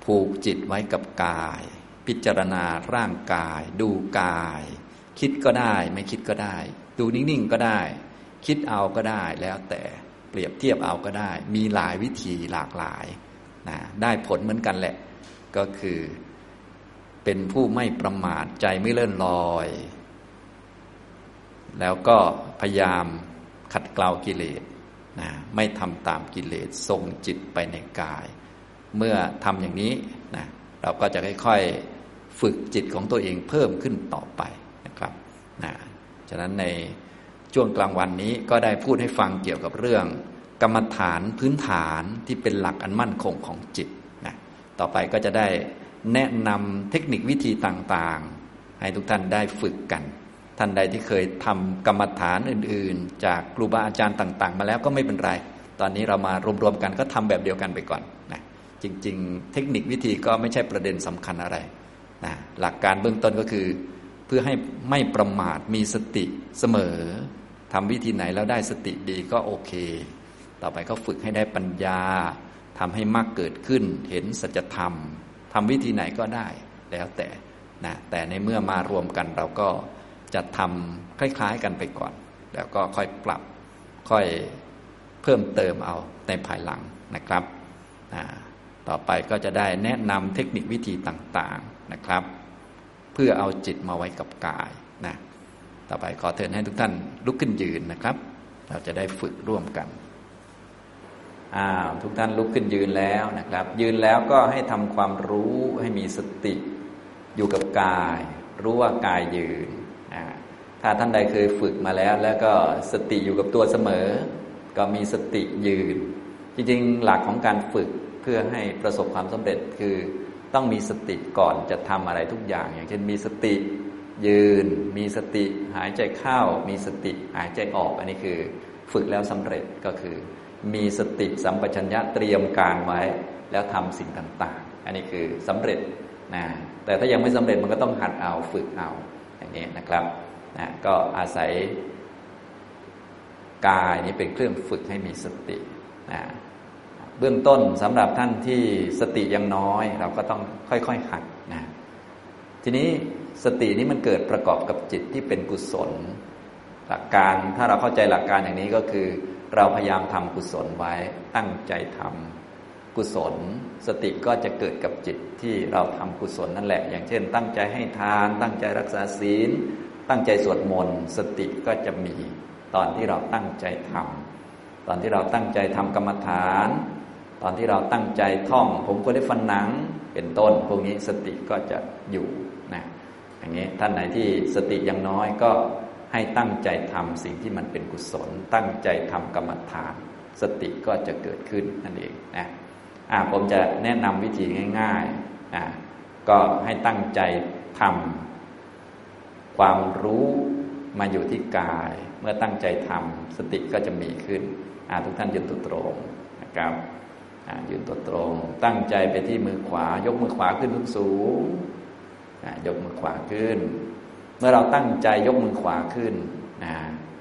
ผูกจิตไว้กับกาย พิจารณาร่างกายดูกาย คิดก็ได้ไม่คิดก็ได้ดูนิ่งๆก็ได้คิดเอาก็ได้แล้วแต่เปรียบเทียบเอาก็ได้มีหลายวิธีหลากหลายนะได้ผลเหมือนกันแหละก็คือเป็นผู้ไม่ประมาทใจไม่เลื่อนลอยแล้วก็พยายามขัดเกลากิเลสนะไม่ทำตามกิเลสทรงจิตไปในกายเมื่อทำอย่างนี้นะเราก็จะค่อยๆฝึกจิตของตัวเองเพิ่มขึ้นต่อไปนะครับนะฉะนั้นในช่วงกลางวันนี้ก็ได้พูดให้ฟังเกี่ยวกับเรื่องกรรมฐานพื้นฐานที่เป็นหลักอันมั่นคงของจิตนะต่อไปก็จะได้แนะนำเทคนิควิธีต่างๆให้ทุกท่านได้ฝึกกันท่านใดที่เคยทำกรรมฐานอื่นๆจากครูบาอาจารย์ต่างๆมาแล้วก็ไม่เป็นไรตอนนี้เรามารวมๆกันก็ทำแบบเดียวกันไปก่อนนะจริงๆเทคนิควิธีก็ไม่ใช่ประเด็นสำคัญอะไรนะหลักการเบื้องต้นก็คือเพื่อให้ไม่ประมาทมีสติเสมอทำวิธีไหนแล้วได้สติดีก็โอเคต่อไปก็ฝึกให้ได้ปัญญาทำให้มรรคเกิดขึ้นเห็นสัจธรรมทำวิธีไหนก็ได้แล้วแต่นะแต่ในเมื่อมารวมกันเราก็จะทำคล้ายๆกันไปก่อนแล้วก็ค่อยปรับค่อยเพิ่มเติมเอาในภายหลังนะครับนะต่อไปก็จะได้แนะนำเทคนิควิธีต่างๆนะครับเพื่อเอาจิตมาไว้กับกายนะต่อไปขอเชิญให้ทุกท่านลุกขึ้นยืนนะครับเราจะได้ฝึกร่วมกันอ้าวทุกท่านลุกขึ้นยืนแล้วนะครับยืนแล้วก็ให้ทำความรู้ให้มีสติอยู่กับกายรู้ว่ากายยืนถ้าท่านใดเคยฝึกมาแล้วแล้วก็สติอยู่กับตัวเสมอก็มีสติยืนจริงๆหลักของการฝึกเพื่อให้ประสบความสำเร็จคือต้องมีสติก่อนจะทำอะไรทุกอย่างอย่างเช่นมีสติยืนมีสติหายใจเข้ามีสติหายใจออกอันนี้คือฝึกแล้วสำเร็จก็คือมีสติสัมปชัญญะเตรียมการไว้แล้วทำสิ่งต่างๆอันนี้คือสำเร็จนะแต่ถ้ายังไม่สำเร็จมันก็ต้องหัดเอาฝึกเอาอย่างนี้นะครับนะก็อาศัยกายนี้เป็นเครื่องฝึกให้มีสตินะเบื้องต้นสำหรับท่านที่สติยังน้อยเราก็ต้องค่อยๆหัดนะทีนี้สตินี้มันเกิดประกอบกับจิตที่เป็นกุศลหลักการถ้าเราเข้าใจหลักการอย่างนี้ก็คือเราพยายามทำกุศลไว้ตั้งใจทำกุศลสติก็จะเกิดกับจิตที่เราทำกุศลนั่นแหละอย่างเช่นตั้งใจให้ทานตั้งใจรักษาศีลตั้งใจสวดมนต์สติก็จะมีตอนที่เราตั้งใจทำตอนที่เราตั้งใจทำกรรมฐานตอนที่เราตั้งใจท่องผมก็ได้ฟันหนังเป็นต้นพวกนี้สติก็จะอยู่นะอย่างนี้ท่านไหนที่สติยังน้อยก็ให้ตั้งใจทำสิ่งที่มันเป็นกุศลตั้งใจทำกรรมฐานสติก็จะเกิดขึ้นนั่นเองนะอ่าผมจะแนะนำวิธีง่ายๆอ่าก็ให้ตั้งใจทำความรู้มาอยู่ที่กายเมื่อตั้งใจทำสติก็จะมีขึ้นอ่าทุกท่านยืนตัวตรงนะครับอ่ายืนตัวตรงตั้งใจไปที่มือขวายกมือขวาขึ้นสูงอ่ายกมือขวาขึ้นเมื่อเราตั้งใจยกมือขวาขึ้นนะ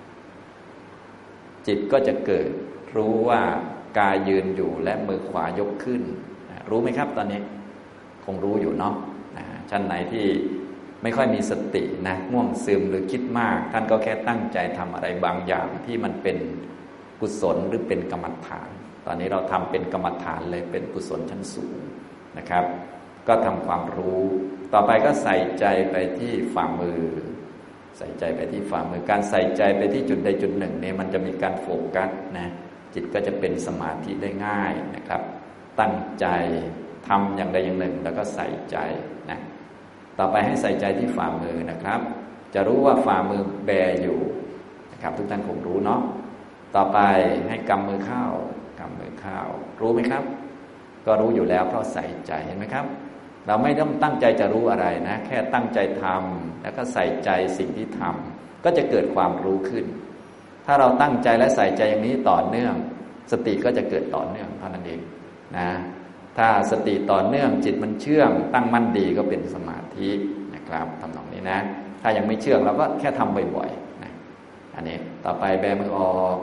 จิตก็จะเกิดรู้ว่ากายยืนอยู่และมือขวายกขึ้นนะรู้ไหมครับตอนนี้คงรู้อยู่เนาะนะชั้นไหนที่ไม่ค่อยมีสตินะง่วงซึมหรือคิดมากท่านก็แค่ตั้งใจทำอะไรบางอย่างที่มันเป็นกุศลหรือเป็นกรรมฐานตอนนี้เราทำเป็นกรรมฐานเลยเป็นกุศลชั้นสูงนะครับก็ทำความรู้ต่อไปก็ใส่ใจไปที่ฝ่ามือใส่ใจไปที่ฝ่ามือการใส่ใจไปที่จุดใดจุดหนึ่งเนี่ยมันจะมีการโฟกัสนะจิตก็จะเป็นสมาธิได้ง่ายนะครับตั้งใจทำอย่างใดอย่างหนึ่งแล้วก็ใส่ใจนะต่อไปให้ใส่ใจที่ฝ่ามือนะครับจะรู้ว่าฝ่ามือแบอยู่นะครับทุกท่านคงรู้เนาะต่อไปให้กำมือเข้ากำมือเข้ารู้ไหมครับก็รู้อยู่แล้วเพราะใส่ใจเห็นไหมครับเราไม่ต้องตั้งใจจะรู้อะไรนะแค่ตั้งใจทำแล้วก็ใส่ใจสิ่งที่ทำก็จะเกิดความรู้ขึ้นถ้าเราตั้งใจและใส่ใจอย่างนี้ต่อเนื่องสติก็จะเกิดต่อเนื่องเท่านั้นเองนะถ้าสติต่อเนื่องจิตมันเชื่องตั้งมั่นดีก็เป็นสมาธินะครับทำตรงนี้นะถ้ายังไม่เชื่องเราก็แค่ทำบ่อยๆนะอันนี้ต่อไปแบมือออก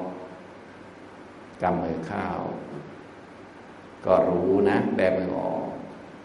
กำมือเข้าก็รู้นะแบมือออก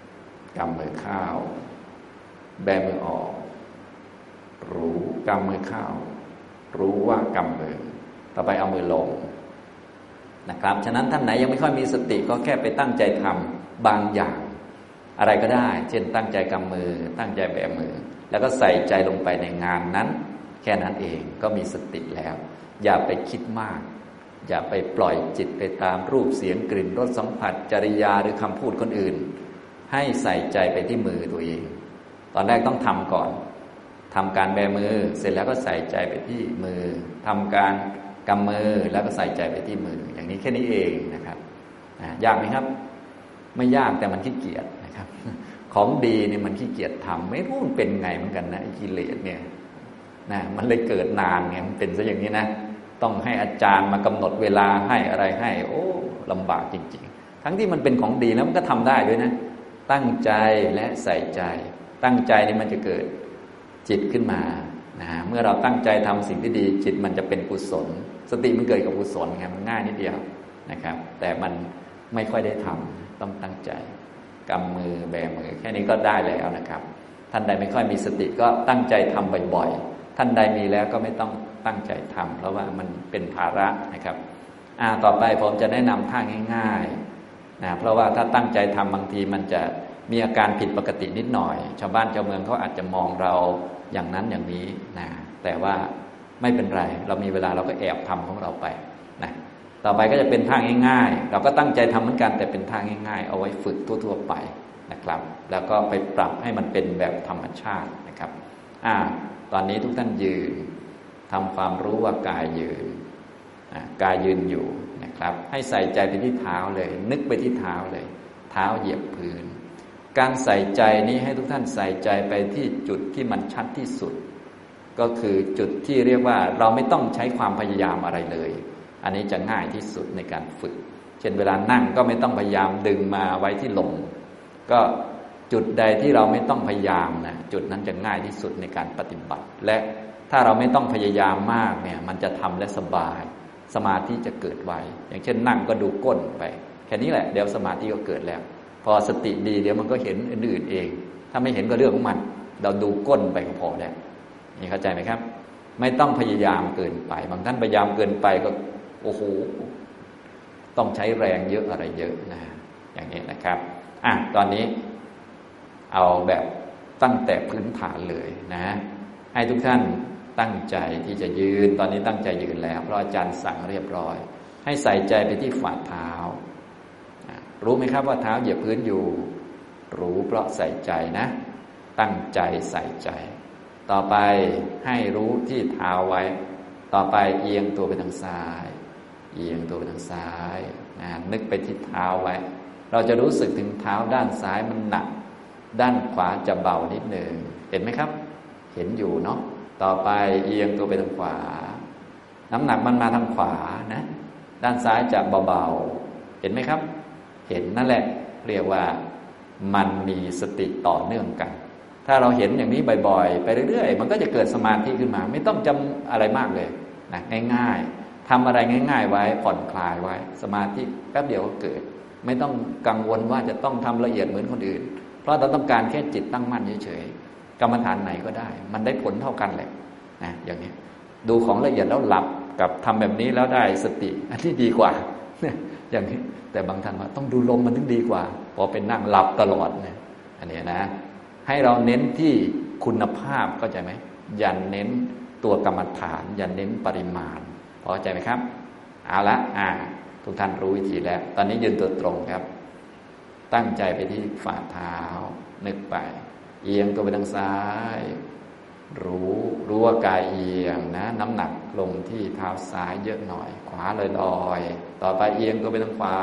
กำมือเข้าแบมือออกรู้กำมือเข้ารู้ว่ากำมือต่อไปเอามือลงนะครับฉะนั้นท่านไหนยังไม่ค่อยมีสติก็แค่ไปตั้งใจทำบางอย่างอะไรก็ได้เช่นตั้งใจกำมือตั้งใจแบมือแล้วก็ใส่ใจลงไปในงานนั้นแค่นั้นเองก็มีสติแล้วอย่าไปคิดมากอย่าไปปล่อยจิตไปตามรูปเสียงกลิ่นรสสัมผัสจริยาหรือคำพูดคนอื่นให้ใส่ใจไปที่มือตัวเองตอนแรกต้องทำก่อนทำการแบมือเสร็จแล้วก็ใส่ใจไปที่มือทำการกำมือแล้วก็ใส่ใจไปที่มืออย่างนี้แค่นี้เองนะครับยากไหมครับไม่ยากแต่มันขี้เกียจนะครับของดีเนี่ยมันขี้เกียจทำไม่รู้มันเป็นไงเหมือนกันนะกิเลสเนี่ยนะมันเลยเกิดนานไงมันเป็นซะอย่างนี้นะต้องให้อาจารย์มากำหนดเวลาให้อะไรให้โอ้ลำบากจริงๆทั้งที่มันเป็นของดีแล้วมันก็ทำได้ด้วยนะตั้งใจและใส่ใจตั้งใจนี่มันจะเกิดจิตขึ้นมานะเมื่อเราตั้งใจทำสิ่งที่ดีจิตมันจะเป็นกุศลสติมันเกิดกับกุศลไงมันง่ายนิดเดียวนะครับแต่มันไม่ค่อยได้ทำต้องตั้งใจกำมือแบมือแค่นี้ก็ได้แล้วนะครับท่านใดไม่ค่อยมีสติก็ตั้งใจทำบ่อยๆท่านใดมีแล้วก็ไม่ต้องตั้งใจทำเพราะว่ามันเป็นภาระนะครับอ่าต่อไปผมจะแนะนำท่าง่ายๆนะเพราะว่าถ้าตั้งใจทำบางทีมันจะมีอาการผิดปกตินิดหน่อยชาวบ้านชาวเมืองเขาอาจจะมองเราอย่างนั้นอย่างนี้นะแต่ว่าไม่เป็นไรเรามีเวลาเราก็แอบทำของเราไปนะต่อไปก็จะเป็นท่าง่ายๆเราก็ตั้งใจทำเหมือนกันแต่เป็นท่าง่ายๆเอาไว้ฝึกทั่วๆไปนะครับแล้วก็ไปปรับให้มันเป็นแบบธรรมชาตินะครับอ่าตอนนี้ทุกท่านยืนทำความรู้ว่ากายยืนกายยืนอยู่นะครับให้ใส่ใจไปที่เท้าเลยนึกไปที่เท้าเลยเท้าเหยียบพื้นการใส่ใจนี้ให้ทุกท่านใส่ใจไปที่จุดที่มันชัดที่สุดก็คือจุดที่เรียกว่าเราไม่ต้องใช้ความพยายามอะไรเลยอันนี้จะง่ายที่สุดในการฝึกเช่นเวลานั่งก็ไม่ต้องพยายามดึงมาไว้ที่ลมก็จุดใดที่เราไม่ต้องพยายามนะจุดนั้นจะง่ายที่สุดในการปฏิบัติและถ้าเราไม่ต้องพยายามมากเนี่ยมันจะทำและสบายสมาธิจะเกิดไวอย่างเช่นนั่งก็ดูก้นไปแค่นี้แหละเดี๋ยวสมาธิก็เกิดแล้วพอสติดีเดี๋ยวมันก็เห็นอื่นๆเองถ้าไม่เห็นก็เรื่องของมันเราดูก้นไปก็พอแล้วนี่เข้าใจไหมครับไม่ต้องพยายามเกินไปบางท่านพยายามเกินไปก็โอ้โหต้องใช้แรงเยอะอะไรเยอะนะอย่างนี้นะครับอ่ะตอนนี้เอาแบบตั้งแต่พื้นฐานเลยนะให้ทุกท่านตั้งใจที่จะยืนตอนนี้ตั้งใจยืนแล้วเพราะอาจารย์สั่งเรียบร้อยให้ใส่ใจไปที่ฝ่าเท้ารู้ไหมครับว่าเท้าเหยียบพื้นอยู่รู้เพราะใส่ใจนะตั้งใจใส่ใจต่อไปให้รู้ที่เท้าไว้ต่อไปเอียงตัวไปทางซ้ายเอียงตัวไปทางซ้ายนะนึกไปที่เท้าไว้เราจะรู้สึกถึงเท้าด้านซ้ายมันหนักด้านขวาจะเบานิดหนึ่งเห็นไหมครับเห็นอยู่เนาะต่อไปเอียงตัวไปทางขวาน้ำหนักมันมาทางขวานะด้านซ้ายจะเบาๆเห็นไหมครับเห็นนั่นแหละเรียกว่ามันมีสติต่อเนื่องกันถ้าเราเห็นอย่างนี้บ่อยๆไปเรื่อยๆมันก็จะเกิดสมาธิขึ้นมาไม่ต้องจำอะไรมากเลยนะง่ายๆทำอะไรง่ายๆไว้ผ่อนคลายไว้สมาธิแป๊บเดียวก็เกิดไม่ต้องกังวลว่าจะต้องทำละเอียดเหมือนคนอื่นเพราะเราต้องการแค่จิตตั้งมั่นเฉยๆกรรมฐานไหนก็ได้มันได้ผลเท่ากันแหละนะอย่างนี้ดูของละเอียดแล้วหลับกับทำแบบนี้แล้วได้สติอันที่ดีกว่าอย่างนี้แต่บางท่านว่าต้องดูลมมันถึงดีกว่าพอเป็นนั่งหลับตลอดเนี่ยอันนี้นะให้เราเน้นที่คุณภาพเข้าใจไหมอย่าเน้นตัวกรรมฐานอย่าเน้นปริมาณพอใจไหมครับเอาละอ่าทุกท่านรู้วิธีแล้วตอนนี้ยืนตัวตรงครับตั้งใจไปที่ฝ่าเท้านึกไปเอียงตัวไปทางซ้ายรู้รู้ว่ากายเอียงนะน้ำหนักลงที่เท้าซ้ายเยอะหน่อยขวาเลยลอยต่อไปเอียงตัวไปทางขวา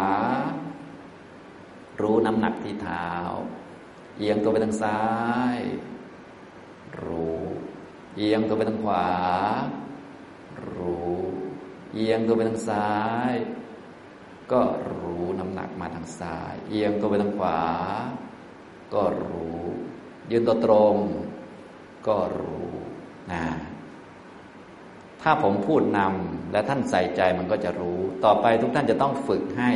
รู้น้ำหนักที่เท้าเอียงตัวไปทางซ้ายรู้เอียงตัวไปทางขวารู้เอียงตัวไปทางซ้ายก็รู้น้ำหนักมาทางซ้ายเอียงตัวไปทางขวาก็รู้ยืนตัวตรงก็รู้นะถ้าผมพูดนำและท่านใส่ใจมันก็จะรู้ต่อไปทุกท่านจะต้องฝึกให้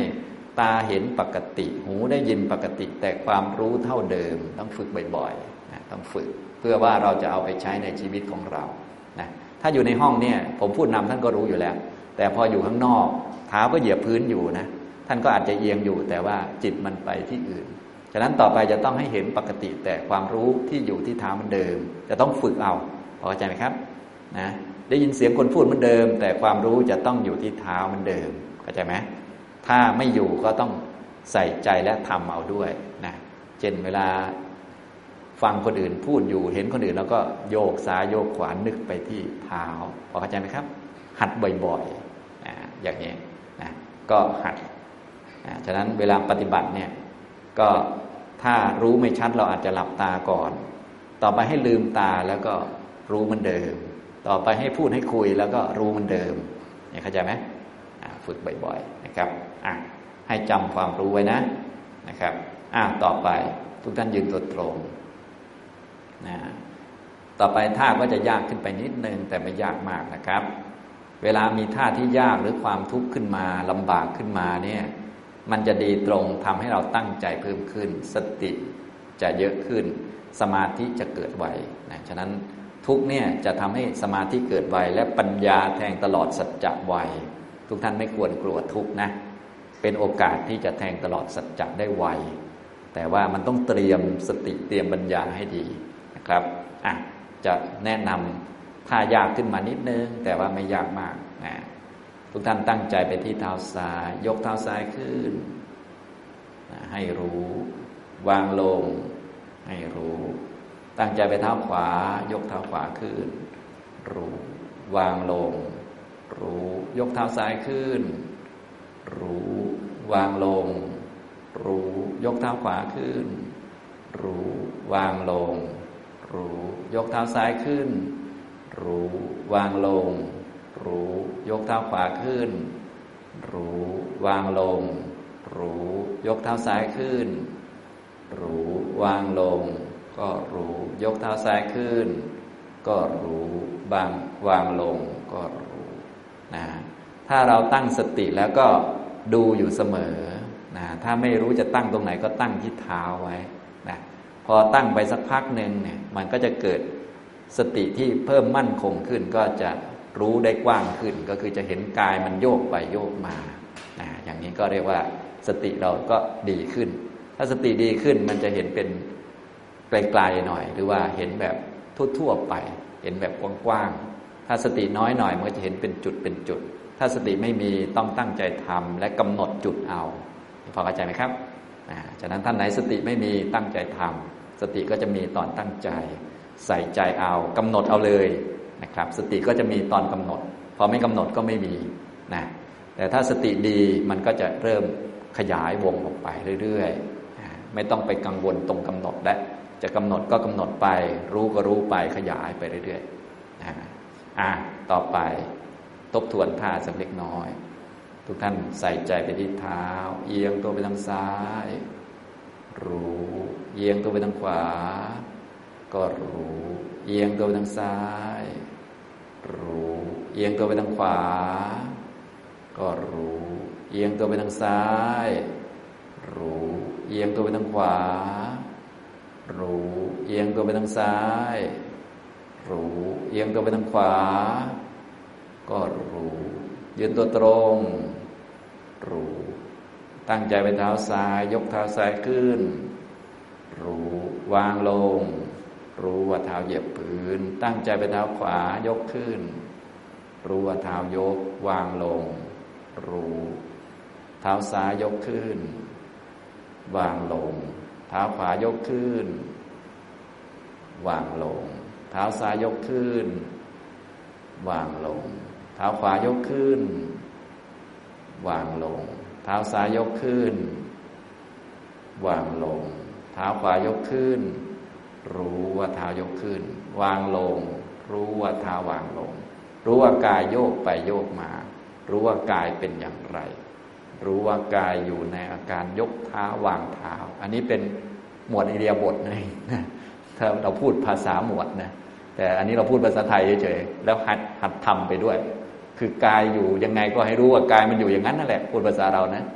ตาเห็นปกติหูได้ยินปกติแต่ความรู้เท่าเดิมต้องฝึกบ่อยๆนะต้องฝึกเพื่อว่าเราจะเอาไปใช้ในชีวิตของเรานะถ้าอยู่ในห้องเนี่ยผมพูดนำท่านก็รู้อยู่แล้วแต่พออยู่ข้างนอกเท้าก็เหยียบพื้นอยู่นะท่านก็อาจจะเอียงอยู่แต่ว่าจิตมันไปที่อื่นฉะนั้นต่อไปจะต้องให้เห็นปกติแต่ความรู้ที่อยู่ที่เท้ามันเดิมจะต้องฝึกเอาพอเข้าใจไหมครับนะได้ยินเสียงคนพูดเหมือนเดิมแต่ความรู้จะต้องอยู่ที่เท้าเหมือนเดิมเข้าใจไหมถ้าไม่อยู่ก็ต้องใส่ใจและทำเอาด้วยนะเช่นเวลาฟังคนอื่นพูดอยู่เห็นคนอื่นแล้วก็โยกซ้ายโยกขวานึกไปที่เท้าพอเข้าใจไหมครับหัดบ่อยๆนะอย่างนี้นะก็หัดนะฉะนั้นเวลาปฏิบัติเนี่ยก็ถ้ารู้ไม่ชัดเราอาจจะหลับตาก่อนต่อไปให้ลืมตาแล้วก็รู้มันเดิมต่อไปให้พูดให้คุยแล้วก็รู้มันเดิมเนี่ยเข้าใจไหมฝึกบ่อยๆนะครับอ่ะให้จำความรู้ไว้นะนะครับอ่ะต่อไปทุกท่านยืนตัวตรงนะต่อไปท่าก็จะยากขึ้นไปนิดนึงแต่ไม่ยากมากนะครับเวลามีท่าที่ยากหรือความทุกข์ขึ้นมาลำบากขึ้นมาเนี่ยมันจะดีตรงทำให้เราตั้งใจเพิ่มขึ้นสติจะเยอะขึ้นสมาธิจะเกิดไวนะฉะนั้นทุกเนี่ยจะทำให้สมาธิเกิดไวและปัญญาแทงตลอดสัจจะไวทุกท่านไม่ควรกลัวทุกนะเป็นโอกาสที่จะแทงตลอดสัจจะได้ไวแต่ว่ามันต้องเตรียมสติเตรียมปัญญาให้ดีนะครับอ่ะจะแนะนำท่ายากขึ้นมานิดนึงแต่ว่าไม่ยากมากนะทุกท่านตั้งใจไปที่เท้าซ้ายยกเท้าซ้ายขึ้นให้รู้วางลงให้รู้ตั้งใจไปเท้าขวายกเท้าขวาขึ้นรู้วางลงรู้ยกเท้าซ้ายขึ้นรู้วางลงรู้ยกเท้าขวาขึ้นรู้วางลงรู้ยกเท้าซ้ายขึ้นรู้วางลงรู้ยกเท้าขวาขึ้นรู้วางลงรู้ยกเท้าซ้ายขึ้นรู้วางลงก็รู้ยกเท้าซ้ายขึ้นก็รู้วางวางลงก็รู้นะถ้าเราตั้งสติแล้วก็ดูอยู่เสมอนะถ้าไม่รู้จะตั้งตรงไหนก็ตั้งที่เท้าไว้นะพอตั้งไปสักพักหนึ่งเนี่ยมันก็จะเกิดสติที่เพิ่มมั่นคงขึ้นก็จะรู้ได้กว้างขึ้นก็คือจะเห็นกายมันโยกไปโยกมานะอย่างนี้ก็เรียกว่าสติเราก็ดีขึ้นถ้าสติดีขึ้นมันจะเห็นเป็นไกลๆหน่อยหรือว่าเห็นแบบทั่วๆไปเห็นแบบกว้างๆถ้าสติน้อยหน่อยมันก็จะเห็นเป็นจุดเป็นจุดถ้าสติไม่มีต้องตั้งใจทำและกำหนดจุดเอาพอเข้าใจไหมครับอ่าฉะนั้นท่านไหนสติไม่มีตั้งใจทำสติก็จะมีตอนตั้งใจใส่ใจเอากำหนดเอาเลยนะครับสติก็จะมีตอนกำหนดพอไม่กำหนดก็ไม่มีนะแต่ถ้าสติดีมันก็จะเริ่มขยายวงออกไปเรื่อยๆไม่ต้องไปกังวลตรงกำหนดและจะกำหนดก็กำหนดไปรู้ก็รู้ไปขยายไปเรื่อยๆนะอ่ะต่อไปทบทวนท่าสักเล็กน้อยทุกท่านใส่ใจไปที่เท้าเอียงตัวไปทางซ้ายรู้เอียงตัวไปทางขวาก็รู้เอียงตัวไปทางซ้ายรู้เอียงตัวไปทางขวาก็รู้เอียงตัวไปทางซ้ายรู้เอียงตัวไปทางขวารู้เอียงตัวไปทางซ้ายรู้เอียงตัวไปทางขวาก็รู้ยืนตัวตรงรู้ตั้งใจไปเท้าซ้ายยกเท้าซ้ายขึ้นรู้วางลงรู้ว่าเท้าเหยียบพื้นตั้งใจไปเท้าขวายกขึ้นรู้ว่าเท้ายกวางลงรู้เท้าซ้ายยกขึ้นวางลงเท้าขวายกขึ้นวางลงเท้าซ้ายยกขึ้นวางลงเท้าขวายกขึ้นวางลงเท้าซ้ายยกขึ้นวางลงเท้าขวายกขึ้นรู้ว่าเท้ายกขึ้นวางลงรู้ว่าเท้าวางลงรู้ว่ากายโยกไปโยกมารู้ว่ากายเป็นอย่างไรรู้ว่ากายอยู่ในอาการยกเท้าวางเท้าอันนี้เป็นหมวดอิริยาบถนะถ้าเราพูดภาษาหมวดนะแต่อันนี้เราพูดภาษาไทยเฉยๆแล้วหัดหัดทำไปด้วยคือกายอยู่ยังไงก็ให้รู้ว่ากายมันอยู่อย่างนั้นนั่นแหละพูดภาษาเรานะ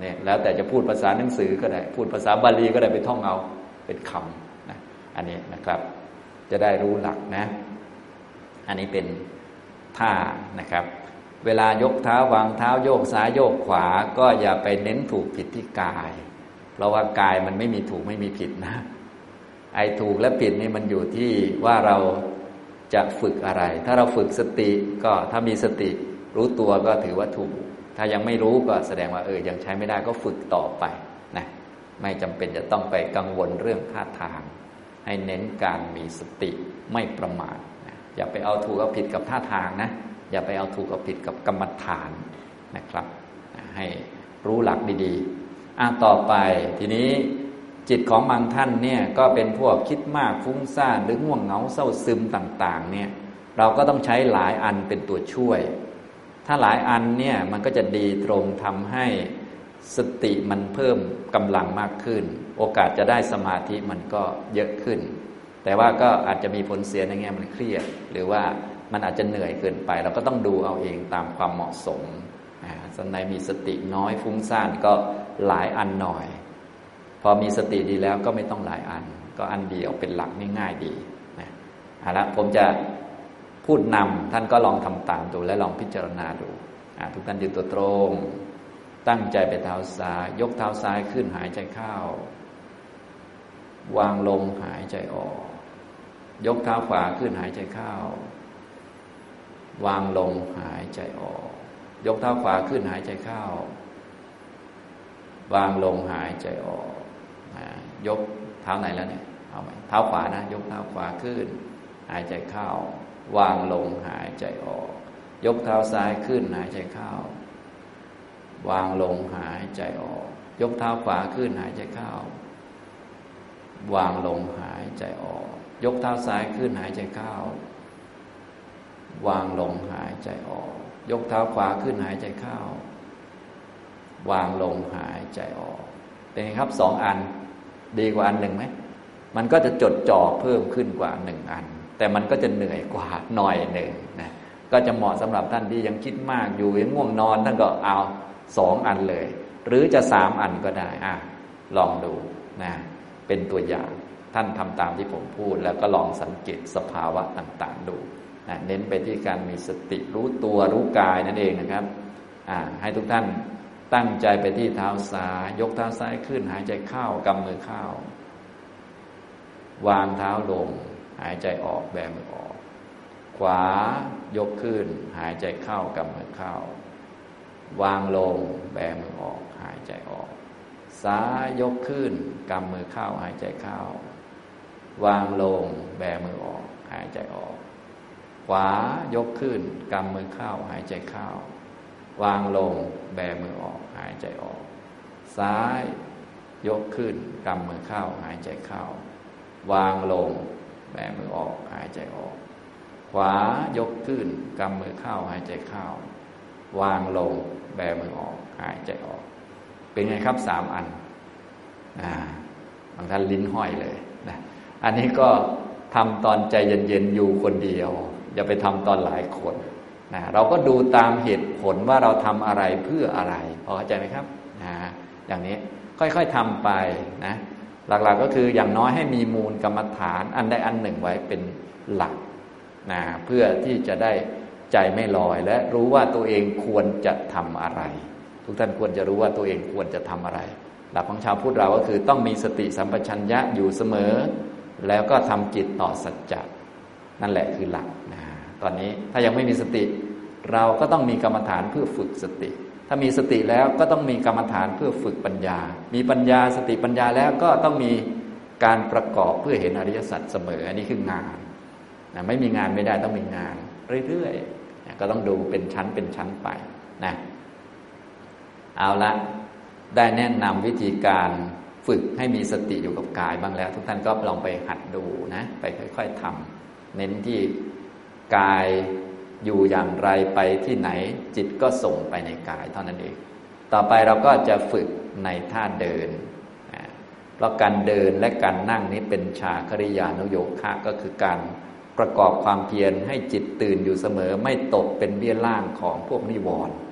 เนี่ยแล้วแต่จะพูดภาษาหนังสือก็ได้พูดภาษาบาลีก็ได้ไปท่องเอาเป็นคำนะอันนี้นะครับจะได้รู้หลักนะอันนี้เป็นท่านะครับเวลายกเท้าวางเท้าโยกซ้ายโยกขวาก็อย่าไปเน้นถูกผิดที่กายเพราะว่ากายมันไม่มีถูกไม่มีผิดนะไอ้ถูกและผิดนี่มันอยู่ที่ว่าเราจะฝึกอะไรถ้าเราฝึกสติก็ถ้ามีสติรู้ตัวก็ถือว่าถูกถ้ายังไม่รู้ก็แสดงว่าเออยังใช้ไม่ได้ก็ฝึกต่อไปนะไม่จำเป็นจะต้องไปกังวลเรื่องท่าทางให้เน้นการมีสติไม่ประมาทนะอย่าไปเอาถูกเอาผิดกับท่าทางนะอย่าไปเอาถูกเอาผิดกับกรรมฐานนะครับนะให้รู้หลักดีๆอ่ะต่อไปทีนี้จิตของบางท่านเนี่ยก็เป็นพวกคิดมากฟุ้งซ่านหรือง่วงเหงาเศร้าซึมต่างๆเนี่ยเราก็ต้องใช้หลายอันเป็นตัวช่วยถ้าหลายอันเนี่ยมันก็จะดีตรงทำให้สติมันเพิ่มกำลังมากขึ้นโอกาสจะได้สมาธิมันก็เยอะขึ้นแต่ว่าก็อาจจะมีผลเสียในแง่มันเครียดหรือว่ามันอาจจะเหนื่อยเกินไปเราก็ต้องดูเอาเองตามความเหมาะสมส่วนไหนมีสติน้อยฟุ้งซ่านก็หลายอันหน่อยพอมีสติดีแล้วก็ไม่ต้องหลายอันก็อันเดียวเป็นหลักง่ายๆดีนะเอาละผมจะพูดนำท่านก็ลองทำตามดูและลองพิจารณาดูทุกท่านยืนตัวตรงตั้งใจไปเท้าซ้ายยกเท้าซ้ายขึ้นหายใจเข้าวางลงหายใจออกยกเท้าขวาขึ้นหายใจเข้าวางลงหายใจออกยกเท้าขวาขึ้นหายใจเข้าวางลงหายใจออกยกเท้าไหนแล้วเนี่ยเอาไหมเท้าขวานะยกเท้าขวาขึ้นหายใจเข้าวางลงหายใจออกยกเท้าซ้ายขึ้นหายใจเข้าวางลงหายใจออกยกเท้าขวาขึ้นหายใจเข้าวางลงหายใจออกยกเท้าซ้ายขึ้นหายใจเข้าวางลงหายใจออกยกเท้าขวาขึ้นหายใจเข้าวางลงหายใจออกเป็นไงครับสองอันดีกว่าอันหนึ่งไหมมันก็จะจดจ่อเพิ่มขึ้นกว่าหนึ่งอันแต่มันก็จะเหนื่อยกว่าหน่อยหนึ่งนะก็จะเหมาะสำหรับท่านที่ยังคิดมากอยู่ยังง่วงนอนท่านก็เอาสองอันเลยหรือจะสามอันก็ได้อ่ะลองดูนะเป็นตัวอย่างท่านทำตามที่ผมพูดแล้วก็ลองสังเกตสภาวะต่างๆดูนะเน้นไปที่การมีสติรู้ตัวรู้กายนั่นเองนะครับอ่าให้ทุกท่านตั้งใจไปที่เท้าซ้ายยกเท้าซ้ายขึ้นหายใจเข้ากำมือเข้าวางเท้าลงหายใจออกแบมือออกขวายกขึ้นหายใจเข้ากำมือเข้าวางลงแบมือออกหายใจออกซ้ายยกขึ้นกำมือเข้าหายใจเข้าวางลงแบมือออกหายใจออกขวายกขึ้นกำมือเข้าหายใจเข้าวางลงแบมือออกหายใจออกซ้ายยกขึ้นกำมือเข้าหายใจเข้าวางลงแบมือออกหายใจออกขวายกขึ้นกำมือเข้าหายใจเข้าวางลงแบมือออกหายใจออกเป็นไงครับสามอันนะบางท่านลิ้นห้อยเลยนะอันนี้ก็ทำตอนใจเย็นๆอยู่คนเดียวอย่าไปทำตอนหลายคนนะเราก็ดูตามเหตุผลว่าเราทำอะไรเพื่ออะไรพอเข้าใจไหมครับนะอย่างนี้ค่อยๆทำไปนะหลักๆ ก็คืออย่างน้อยให้มีมูลกรรมฐานอันใดอันหนึ่งไว้เป็นหลักนะเพื่อที่จะได้ใจไม่ลอยและรู้ว่าตัวเองควรจะทำอะไรทุกท่านควรจะรู้ว่าตัวเองควรจะทำอะไรหลักของชาวพุทธเราก็คือต้องมีสติสัมปชัญญะอยู่เสมอแล้วก็ทำจิตต่อสัจจะนั่นแหละคือหลักนะตอนนี้ถ้ายังไม่มีสติเราก็ต้องมีกรรมฐานเพื่อฝึกสติถ้ามีสติแล้วก็ต้องมีกรรมฐานเพื่อฝึกปัญญามีปัญญาสติปัญญาแล้วก็ต้องมีการประกอบเพื่อเห็นอริยสัจเสมออันนี้คืองานนะไม่มีงานไม่ได้ต้องมีงานเรื่อยๆนะก็ต้องดูเป็นชั้นเป็นชั้นไปนะเอาละได้แนะนำวิธีการฝึกให้มีสติอยู่กับกายบ้างแล้วทุกท่านก็ลองไปหัดดูนะไปค่อยๆทำเน้นที่กายอยู่อย่างไรไปที่ไหนจิตก็ส่งไปในกายเท่านั้นเองต่อไปเราก็จะฝึกในท่าเดินเพราะการเดินและการนั่งนี้เป็นชาคริยานุโยคะก็คือการประกอบความเพียรให้จิตตื่นอยู่เสมอไม่ตกเป็นเบี้ยล่างของพวกนิวรณ์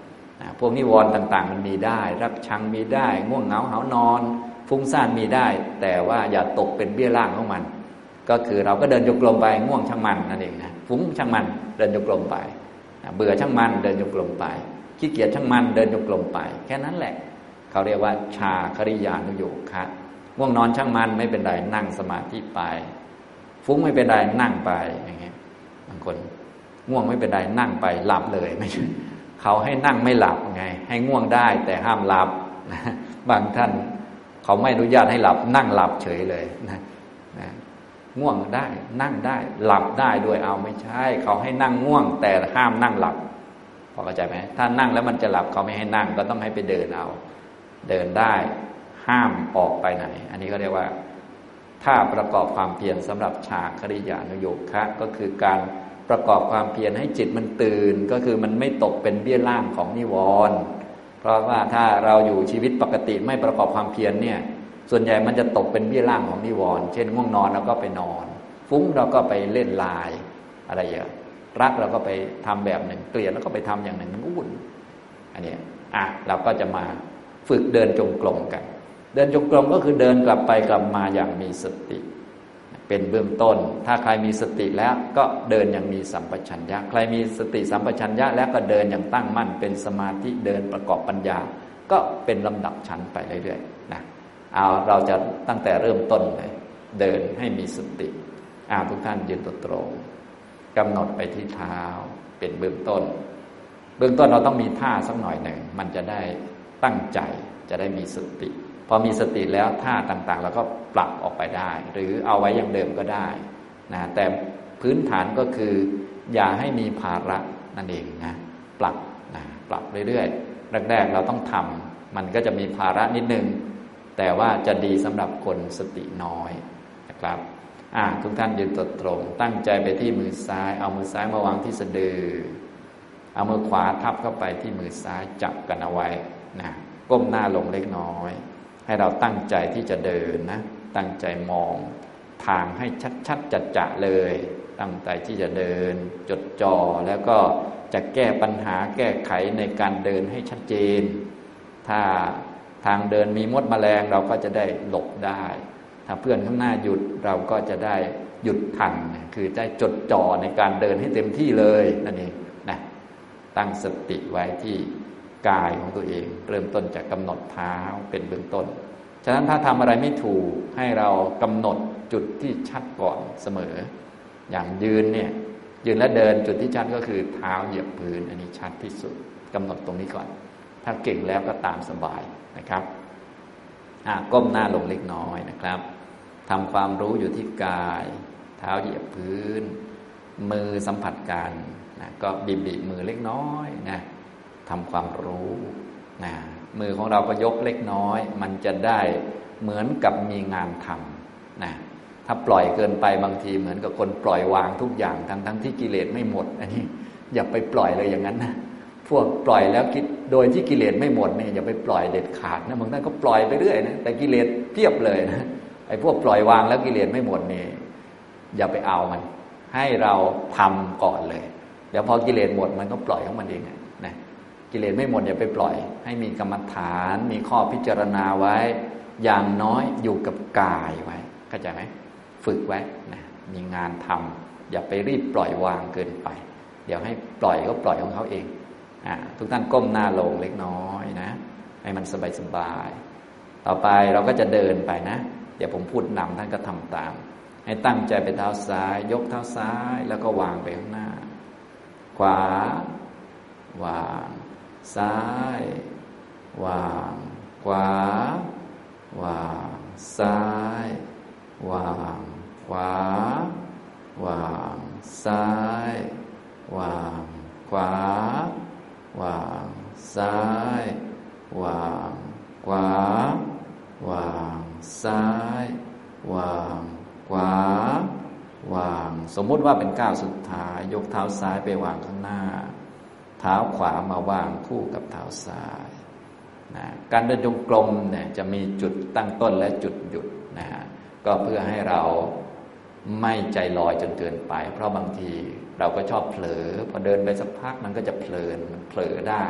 พวกนิวรณ์ต่างๆมันมีได้รักชังมีได้ง่วงเหงาหานอนฟุ้งซ่านมีได้แต่ว่าอย่าตกเป็นเบี้ยล่างของมันก็คือเราก็เดินจงกรมไปง่วงช่างมันนั่นเองนะฟุ้งช่างมันเดินจงกรมไปเบื่อช่างมันเดินจงกรมไปขี้เกียจช่างมันเดินจงกรมไปแค่นั้นแหละเขาเรียกว่าชาคริยานุโยคะง่วงนอนช่างมันไม่เป็นไรนั่งสมาธิไปฟุ้งไม่เป็นไรนั่งไปอย่างเงี้ยบางคนง่วงไม่เป็นไรนั่งไปหลับเลยไม่ใช่เขาให้นั่งไม่หลับไงให้ง่วงได้แต่ห้ามหลับนะบางท่านเขาไม่อนุญาตให้หลับนั่งหลับเฉยเลยนะนะง่วงได้นั่งได้หลับได้ด้วยเอาไม่ใช่เขาให้นั่งง่วงแต่ห้ามนั่งหลับพอเข้าใจไหมถ้านั่งแล้วมันจะหลับเขาไม่ให้นั่งก็ต้องให้ไปเดินเอาเดินได้ห้ามออกไปไหนอันนี้ก็เรียกว่าถ้าประกอบความเพียรสำหรับฌานคริยานุโยคะก็คือการประกอบความเพียรให้จิตมันตื่นก็คือมันไม่ตกเป็นเบี้ยล่างของนิวรณ์เพราะว่าถ้าเราอยู่ชีวิตปกติไม่ประกอบความเพียรเนี่ยส่วนใหญ่มันจะตกเป็นเบี้ยล่างของนิวรณ์เช่นง่วงนอนเราก็ไปนอนฟุ้งเราก็ไปเล่นไลน์อะไรอย่างรักเราก็ไปทำแบบหนึ่งเกลียดแล้วก็ไปทำอย่างหนึ่งมันวุ่นอันนี้อ่ะเราก็จะมาฝึกเดินจงกรมกันเดินจงกรมก็คือเดินกลับไปกลับมาอย่างมีสติเป็นเบื้องต้นถ้าใครมีสติแล้วก็เดินอย่างมีสัมปชัญญะใครมีสติสัมปชัญญะแล้วก็เดินอย่างตั้งมั่นเป็นสมาธิเดินประกอบปัญญาก็เป็นลำดับชั้นไปเรื่อยๆนะเอาเราจะตั้งแต่เริ่มต้นเลยเดินให้มีสติอาทุกท่านยืนตัวตรงกำหนดไปที่เท้าเป็นเบื้องต้นเบื้องต้นเราต้องมีท่าสักหน่อยหนึ่งมันจะได้ตั้งใจจะได้มีสติพอมีสติแล้วท่าต่างๆเราก็ปรับออกไปได้หรือเอาไว้อย่างเดิมก็ได้นะแต่พื้นฐานก็คืออย่าให้มีภาระนั่นเองนะปรับนะปรับเรื่อยๆแรกๆเราต้องทำมันก็จะมีภาระนิดนึงแต่ว่าจะดีสำหรับคนสติน้อยนะครับอ่าทุกท่านยืนตัวตรงตั้งใจไปที่มือซ้ายเอามือซ้ายมาวางที่สะดือเอามือขวาทับเข้าไปที่มือซ้ายจับกันเอาไว้นะก้มหน้าลงเล็กน้อยให้เราตั้งใจที่จะเดินนะตั้งใจมองทางให้ชัดๆจัดจะเลยตั้งใจที่จะเดินจดจ่อแล้วก็จะแก้ปัญหาแก้ไขในการเดินให้ชัดเจนถ้าทางเดินมีมดแมลงเราก็จะได้หลบได้ถ้าเพื่อนข้างหน้าหยุดเราก็จะได้หยุดทันคือได้จดจ่อในการเดินให้เต็มที่เลยนั่นเองนะตั้งสติไว้ที่กายของตัวเองเริ่มต้นจากกำหนดเท้าเป็นเบื้องต้นฉะนั้นถ้าทำอะไรไม่ถูกให้เรากำหนดจุดที่ชัดก่อนเสมออย่างยืนเนี่ยยืนและเดินจุดที่ชัดก็คือเท้าเหยียบพื้นอันนี้ชัดที่สุดกำหนดตรงนี้ก่อนถ้าเก่งแล้วก็ตามสบายนะครับอ่ะก้มหน้าลงเล็กน้อยนะครับทำความรู้อยู่ที่กายเท้าเหยียบพื้นมือสัมผัสกันนะก็บีบบีบมือเล็กน้อยนะทำความรู้นะมือของเราก็ยกเล็กน้อยมันจะได้เหมือนกับมีงานทำนะถ้าปล่อยเกินไปบางทีเหมือนกับคนปล่อยวางทุกอย่างทั้งทั้งที่กิเลสไม่หมดอันนี้อย่าไปปล่อยเลยอย่างนั้นนะพวกปล่อยแล้วคิดโดยที่กิเลสไม่หมดนี่อย่าไปปล่อยเด็ดขาดนะบางท่านก็ปล่อยไปเรื่อยนะแต่กิเลสเพียบเลยนะไอ้พวกปล่อยวางแล้วกิเลสไม่หมดนี่อย่าไปเอามันให้เราทำก่อนเลยเดี๋ยวพอกิเลสหมดมันก็ปล่อยของมันเองนะกิเลสไม่หมดอย่าไปปล่อยให้มีกรรมฐานมีข้อพิจารณาไว้อย่างน้อยอยู่กับกายไว้เข้าใจไหมฝึกไว้นะมีงานทำอย่าไปรีบปล่อยวางเกินไปเดี๋ยวให้ปล่อยก็ปล่อยของเขาเองอ่าทุกท่านก้มหน้าลงเล็กน้อยนะให้มันสบายๆต่อไปเราก็จะเดินไปนะเดี๋ยวผมพูดนำท่านก็ทำตามให้ตั้งใจไปเท้าซ้ายยกเท้าซ้ายแล้วก็วางไปข้างหน้าขวาวางซ้ายวางขวาวางซ้ายวางขวาวางซ้ายวางขวาวางซ้ายวางขวาวางซ้ายวางขวาวางสมมุติว่าเป็นก้าวสุดท้ายยกเท้าซ้ายไปวางข้างหน้าเท้าขวามาวางคู่กับเท้าซ้ายนะการเดินจงกรมเนี่ยจะมีจุดตั้งต้นและจุดหยุดนะก็เพื่อให้เราไม่ใจลอยจนเกินไปเพราะบางทีเราก็ชอบเผลอพอเดินไปสักพักมันก็จะเพลินมันเผลอได้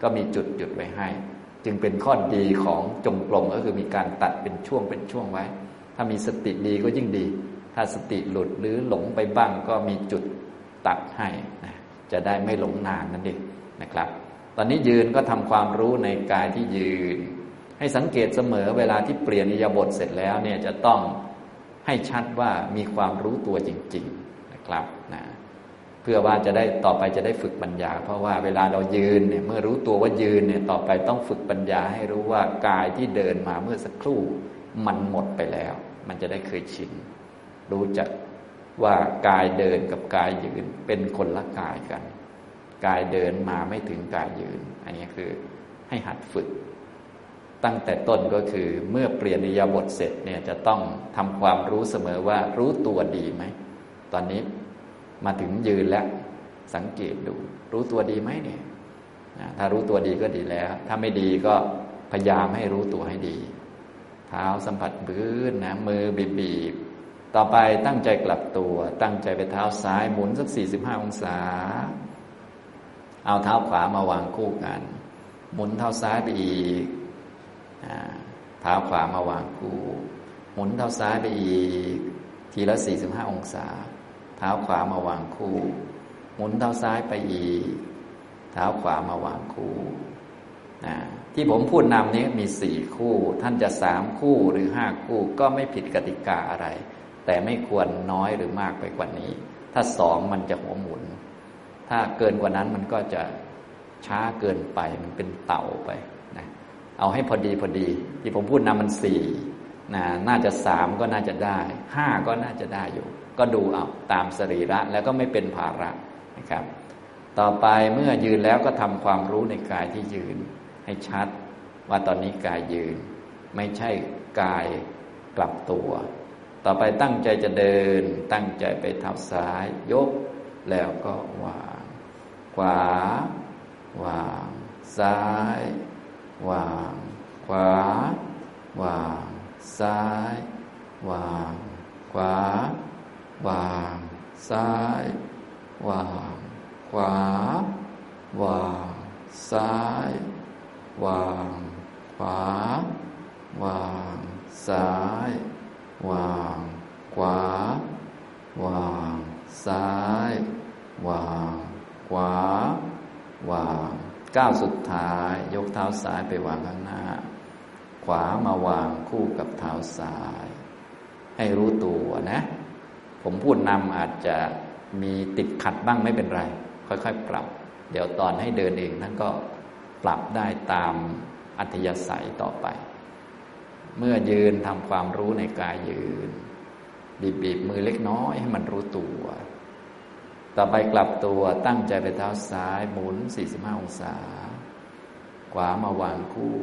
ก็มีจุดหยุดไว้ให้จึงเป็นข้อดีของจงกรมก็คือมีการตัดเป็นช่วงเป็นช่วงไว้ถ้ามีสติดีก็ยิ่งดีถ้าสติหลุดหรือหลงไปบ้างก็มีจุดตัดให้นะจะได้ไม่หลงนานนั่นเองนะครับตอนนี้ยืนก็ทำความรู้ในกายที่ยืนให้สังเกตเสมอเวลาที่เปลี่ยนอิริยาบถเสร็จแล้วเนี่ยจะต้องให้ชัดว่ามีความรู้ตัวจริงๆนะครับนะเพื่อว่าจะได้ต่อไปจะได้ฝึกปัญญาเพราะว่าเวลาเรายืนเนี่ยเมื่อรู้ตัวว่ายืนเนี่ยต่อไปต้องฝึกปัญญาให้รู้ว่ากายที่เดินมาเมื่อสักครู่มันหมดไปแล้วมันจะได้เคยชินรู้จักว่ากายเดินกับกายยืนเป็นคนละกายกันกายเดินมาไม่ถึงกายยืนอันนี้คือให้หัดฝึกตั้งแต่ต้นก็คือเมื่อเปลี่ยนอิริยาบถเสร็จเนี่ยจะต้องทำความรู้เสมอว่ารู้ตัวดีไหมตอนนี้มาถึงยืนแล้วสังเกตดูรู้ตัวดีไหมเนี่ยถ้ารู้ตัวดีก็ดีแล้วถ้าไม่ดีก็พยายามให้รู้ตัวให้ดีเท้าสัมผัสพื้นนะมือบีบๆต่อไปตั้งใจกลับตัวตั้งใจไปเท้าซ้ายหมุนสักสี่สิบห้าองศาเอาเท้าขวามาวางคู่กันหมุนเท้าซ้ายไปอีกเท้าขวามาวางคู่หมุนเท้าซ้ายไปอีกทีละสี่สิบห้าองศาเท้าขวามาวางคู่หมุนเท้าซ้ายไปอีกเท้าขวามาวางคู่นะที่ผมพูดนำนี้มีสี่คู่ท่านจะสามคู่หรือห้าคู่ก็ไม่ผิดกติกาอะไรแต่ไม่ควรน้อยหรือมากไปกว่านี้ถ้าสองมันจะหัวหมุนถ้าเกินกว่านั้นมันก็จะช้าเกินไปมันเป็นเต่าไปนะเอาให้พอดีพอดีที่ผมพูดนำมันสี่นะน่าจะสามก็น่าจะได้ห้าก็น่าจะได้อยู่ก็ดูเอาตามสรีระแล้วก็ไม่เป็นภาระนะครับต่อไปเมื่อยืนแล้วก็ทำความรู้ในกายที่ยืนให้ชัดว่าตอนนี้กายยืนไม่ใช่กายกลับตัวต่อไปตั้งใจจะเดินตั้งใจไปเท้าซ้ายยกแล้วก็วางขวาวางซ้ายวางขวาวางซ้ายวางขวาวางซ้ายวางขวาวางซ้ายวางขวาวางซ้ายวางขวาวางซ้ายวางขวาวางก้าวสุดท้ายยกเท้าซ้ายไปวางข้างหน้าขวามาวางคู่กับเท้าซ้ายให้รู้ตัวนะผมพูดนำอาจจะมีติดขัดบ้างไม่เป็นไรค่อยๆปรับเดี๋ยวตอนให้เดินเองท่านก็ปรับได้ตามอัธยาศัยต่อไปเมื่อยืนทำความรู้ในกายยืนบีบๆมือเล็กน้อยให้มันรู้ตัวต่อไปกลับตัวตั้งใจไปเท้าซ้ายหมุนสี่สิบห้าองศาขวามาวางคู่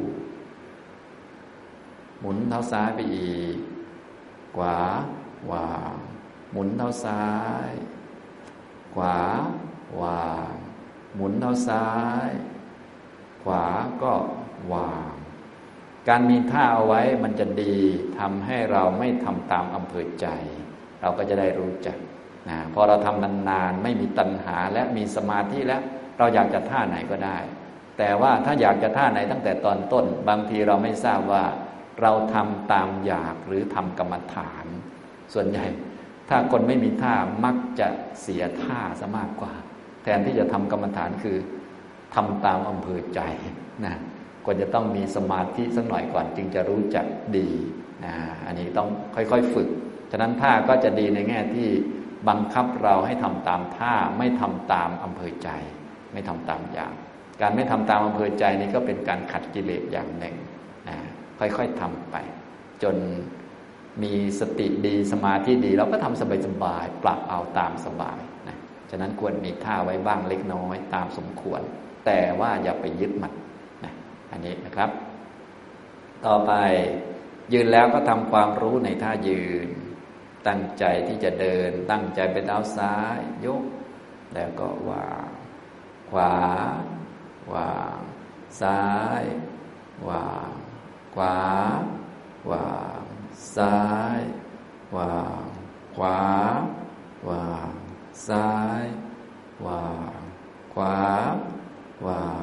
หมุนเท้าซ้ายไปอีกขวาวางหมุนเท้าซ้ายขวาวางหมุนเท้าซ้ายขวาก็วางการมีท่าเอาไว้มันจะดีทำให้เราไม่ทำตามอำเภอใจเราก็จะได้รู้จักนะพอเราทำนานๆไม่มีตัณหาและมีสมาธิแล้วเราอยากจะท่าไหนก็ได้แต่ว่าถ้าอยากจะท่าไหนตั้งแต่ตอนต้นบางทีเราไม่ทราบว่าเราทำตามอยากหรือทำกรรมฐานส่วนใหญ่ถ้าคนไม่มีท่ามักจะเสียท่าซะมากกว่าแทนที่จะทำกรรมฐานคือทำตามอำเภอใจนะควรจะต้องมีสมาธิสักหน่อยก่อนจึงจะรู้จักดีนะอันนี้ต้องค่อยๆฝึกฉะนั้นท่าก็จะดีในแง่ที่บังคับเราให้ทำตามท่าไม่ทำตามอำเภอใจไม่ทำตามอยากการไม่ทำตามอำเภอใจนี้ก็เป็นการขัดกิเลสอย่างหนึ่งนะค่อยๆทำไปจนมีสติดีสมาธิดีเราก็ทำสบายๆปรับเอาตามสบายนะฉะนั้นควรมีท่าไว้บ้างเล็กน้อยตามสมควรแต่ว่าอย่าไปยึดมันนะอันนี้นะครับต่อไปยืนแล้วก็ทำความรู้ในท่ายืนตั้งใจที่จะเดินตั้งใจไปเท้าซ้ายยกแล้วก็วางขวาวางซ้ายวางขวาวางซ้ายวางขวาวางซ้ายวางขวาวาง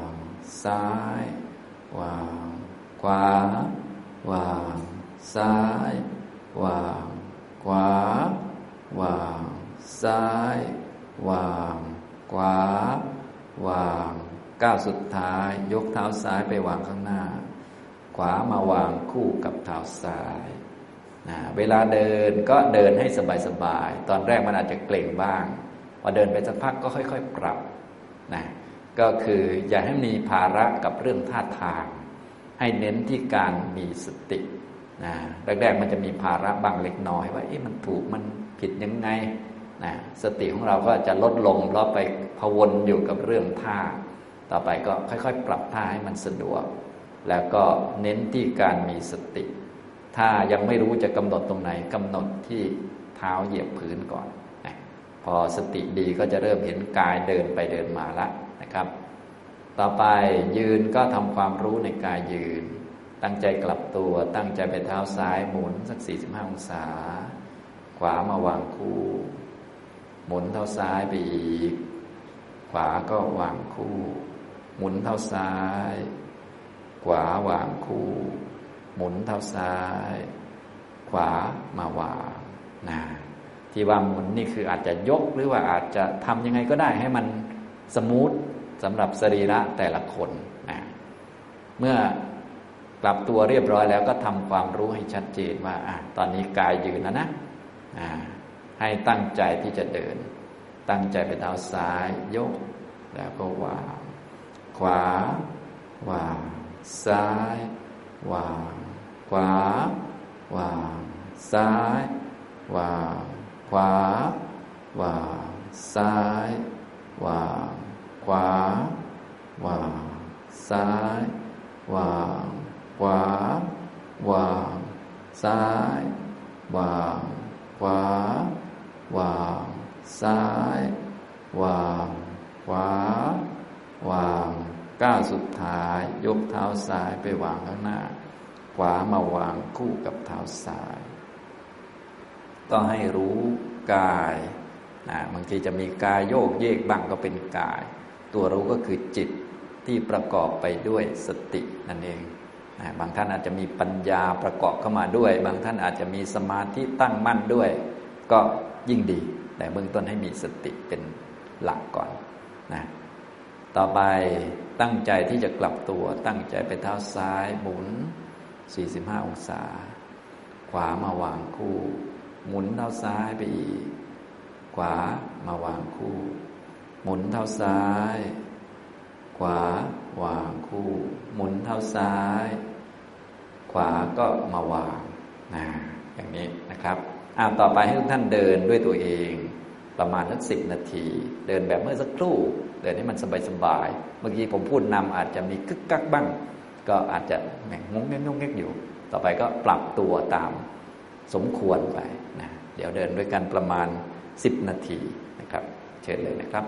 ซ้ายวางขวาวางซ้ายวางขวาวางซ้ายวางขวาวางก้าวสุดท้ายยกเท้าซ้ายไปวางข้างหน้าขวามาวางคู่กับเท้าซ้ายนะเวลาเดินก็เดินให้สบายๆตอนแรกมันอาจจะเกร็งบ้างพอเดินไปสักพักก็ค่อยๆปรับนะก็คืออย่าให้มีภาระกับเรื่องท่าทางให้เน้นที่การมีสตินะแรกๆมันจะมีภาระบางเล็กน้อยว่าเอ๊ะมันถูกมันผิดยังไงนะสติของเราก็จะลดลงเพราะไปพะวนอยู่กับเรื่องท่าต่อไปก็ค่อยๆปรับท่าให้มันสะดวกแล้วก็เน้นที่การมีสติถ้ายังไม่รู้จะกำหนดตรงไหนกำหนดที่เท้าเหยียบพื้นก่อนนะพอสติดีก็จะเริ่มเห็นกายเดินไปเดินมาละนะครับต่อไปยืนก็ทำความรู้ในกายยืนตั้งใจกลับตัวตั้งใจไปเท้าซ้ายหมุนสักสี่สิบห้าองศาขวามาวางคู่หมุนเท้าซ้ายไปอีกขวาก็วางคู่หมุนเท้าซ้ายขวาวางคู่หมุนเท้าซ้ายขวามาวางนะที่ว่าหมุนนี่คืออาจจะยกหรือว่าอาจจะทำยังไงก็ได้ให้มันสมูทสำหรับสรีระแต่ละคนนะเมื่อกลับตัวเรียบร้อยแล้วก็ทำความรู้ให้ชัดเจนว่าอ่ะตอนนี้กายยืนแล้วนะอ่าให้ตั้งใจที่จะเดินตั้งใจไปเท้าซ้ายยกแล้วก็วางขวาวางซ้ายวางขวาวางซ้ายวางขวาวางซ้ายวางขวาวางซ้ายวางขวาวางซ้ายวางขวาวางซ้ายวางขวาวางก้าวสุดท้ายยกเท้าซ้ายไปวางข้างหน้าขวามาวางคู่กับเท้าซ้ายก็ให้รู้กายนะบางทีจะมีกายโยกเยกบ้างก็เป็นกายตัวรู้ก็คือจิตที่ประกอบไปด้วยสตินั่นเองนะบางท่านอาจจะมีปัญญาประกอบเข้ามาด้วยบางท่านอาจจะมีสมาธิตั้งมั่นด้วยก็ยิ่งดีแต่เบื้องต้นให้มีสติเป็นหลักก่อนนะต่อไปตั้งใจที่จะกลับตัวตั้งใจไปเท้าซ้ายหมุนสี่สิบห้าองศาขวามาวางคู่หมุนเท้าซ้ายไปอีกขวามาวางคู่หมุนเท้าซ้ายขวาวางคู่หมุนเท้าซ้ายขวาก็มาวางนะอย่างนี้นะครับอ่าต่อไปให้ทุกท่านเดินด้วยตัวเองประมาณสักสิบนาทีเดินแบบเมื่อสักครู่เดินให้มันสบายๆเมื่อกี้ผมพูดนำอาจจะมีกึกกักบ้างก็อาจจะแหม่งงงแงงงงอยู่ต่อไปก็ปรับตัวตามสมควรไปนะเดี๋ยวเดินด้วยกันประมาณสิบนาทีนะครับเชิญเลยนะครับ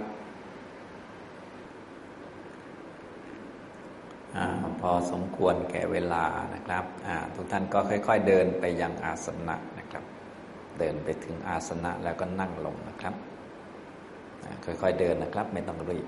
อ่าพอสมควรแก่เวลานะครับอ่าทุกท่านก็ค่อยๆเดินไปยังอาสนะนะครับเดินไปถึงอาสนะแล้วก็นั่งลงนะครับค่อยๆเดินนะครับไม่ต้องรีบ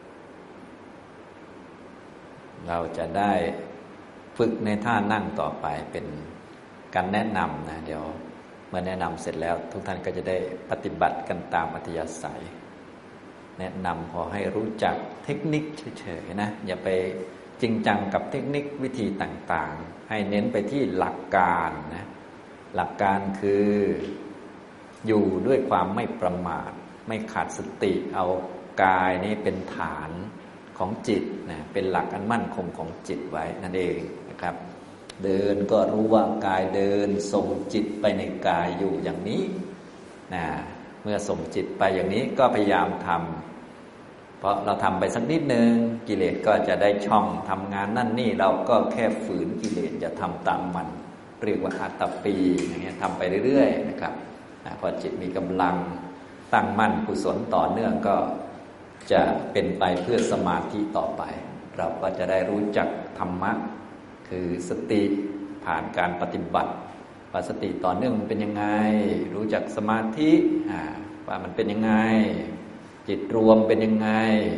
เราจะได้ฝึกในท่านั่งต่อไปเป็นการแนะนำนะเดี๋ยวเมื่อแนะนำเสร็จแล้วทุกท่านก็จะได้ปฏิบัติกันตามอัธยาศัยแนะนำพอให้รู้จักเทคนิคเฉยๆนะอย่าไปจริงจังกับเทคนิควิธีต่างๆให้เน้นไปที่หลักการนะหลักการคืออยู่ด้วยความไม่ประมาทไม่ขาดสติเอากายนี้เป็นฐานของจิตนะเป็นหลักอันมั่นคงของจิตไว้นั่นเองนะครับเดินก็รู้ว่ากายเดินส่งจิตไปในกายอยู่อย่างนี้นะเมื่อส่งจิตไปอย่างนี้ก็พยายามทำเพราะเราทำไปสักนิดนึงกิเลสก็จะได้ช่องทำงานนั่นนี่เราก็แค่ฝืนกิเลสจะทำตามมันเรียกว่าอัตตปีอย่างเงี้ยทำไปเรื่อยๆนะครับพอจิตมีกำลังตั้งมั่นกุศลต่อเนื่องก็จะเป็นไปเพื่อสมาธิต่อไปเราก็จะได้รู้จักธรรมะคือสติผ่านการปฏิบัติว่าสติต่อเนื่องมันเป็นยังไงรู้จักสมาธิว่ามันเป็นยังไงจิตรวมเป็นยังไงพ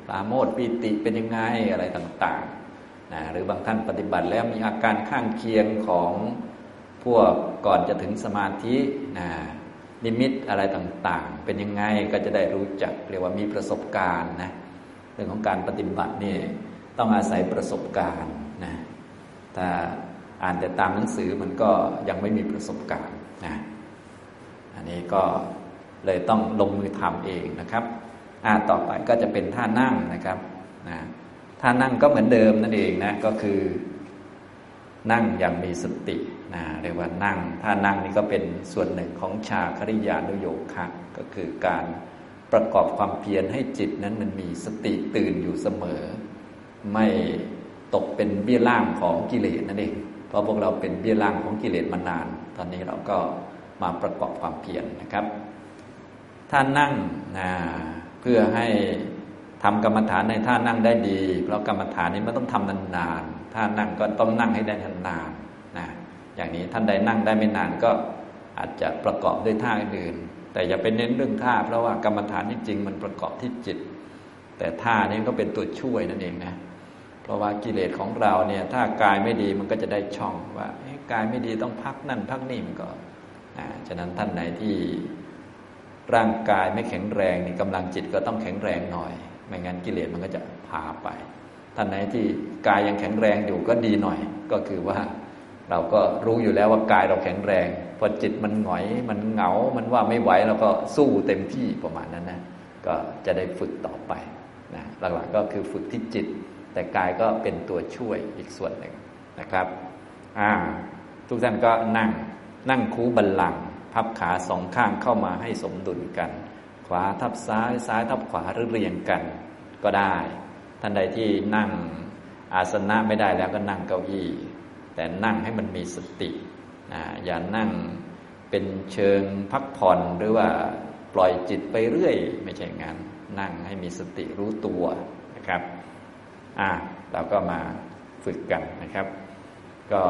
ปราโมทย์ปีติเป็นยังไงอะไรต่างๆนะหรือบางท่านปฏิบัติแล้วมีอาการข้างเคียงของพวกก่อนจะถึงสมาธินะนิมิตอะไรต่างๆเป็นยังไงก็จะได้รู้จักเรียกว่ามีประสบการณ์นะเรื่องของการปฏิบัตินี่ต้องอาศัยประสบการณ์นะถ้าอ่านแต่ตามหนังสือมันก็ยังไม่มีประสบการณ์นะอันนี้ก็เลยต้องลงมือทำเองนะครับอ่าต่อไปก็จะเป็นท่านั่งนะครับนะท่านั่งก็เหมือนเดิมนั่นเองนะก็คือนั่งอย่างมีสตินะเรียกว่านั่งท่านั่งนี่ก็เป็นส่วนหนึ่งของชาคริยานุโยคะก็คือการประกอบความเพียรให้จิตนั้นมันมีสติตื่นอยู่เสมอไม่ตกเป็นเบี้ยล่างของกิเลสนั่นเองเพราะพวกเราเป็นเบี้ยล่างของกิเลสมานานตอนนี้เราก็มาประกอบความเพียรนะครับท่านั่งนะเพื่อให้ทำกรรมฐานในท่านั่งได้ดีเพราะกรรมฐานนี้มันต้องทำนานๆท่านั่งก็ต้องนั่งให้ได้นานๆนะอย่างนี้ท่านใดนั่งได้ไม่นานก็อาจจะประกอบด้วยท่าอื่นแต่อย่าไปเน้นเรื่องท่าเพราะว่ากรรมฐานที่จริงมันประกอบที่จิตแต่ท่านี้ก็เป็นตัวช่วยนั่นเองนะเพราะว่ากิเลสของเราเนี่ยถ้ากายไม่ดีมันก็จะได้ช่องว่ากายไม่ดีต้องพักนั่นพักนี่มันก็อ่าฉะนั้นท่านไหนที่ร่างกายไม่แข็งแรงนี่กำลังจิตก็ต้องแข็งแรงหน่อยไม่งั้นกิเลสมันก็จะพาไปท่านไหนที่กายยังแข็งแรงอยู่ก็ดีหน่อยก็คือว่าเราก็รู้อยู่แล้วว่ากายเราแข็งแรงพอจิตมันหงอยมันเหงามันว่าไม่ไหวเราก็สู้เต็มที่ประมาณนั้นนะก็จะได้ฝึกต่อไปนะหลักๆก็คือฝึกที่จิตแต่กายก็เป็นตัวช่วยอีกส่วนหนึ่งนะครับอ่าทุกท่านก็นั่งนั่งคูบัลลังก์พับขาสองข้างเข้ามาให้สมดุลกันขวาทับซ้ายซ้ายทับขวาหรือเรียงกันก็ได้ท่านใดที่นั่งอาสนะไม่ได้แล้วก็นั่งเก้าอี้แต่นั่งให้มันมีสตินะอย่านั่งเป็นเชิงพักผ่อนหรือว่าปล่อยจิตไปเรื่อยไม่ใช่งั้นนั่งให้มีสติรู้ตัวนะครับอ่ะเราก็มาฝึกกันนะครับก็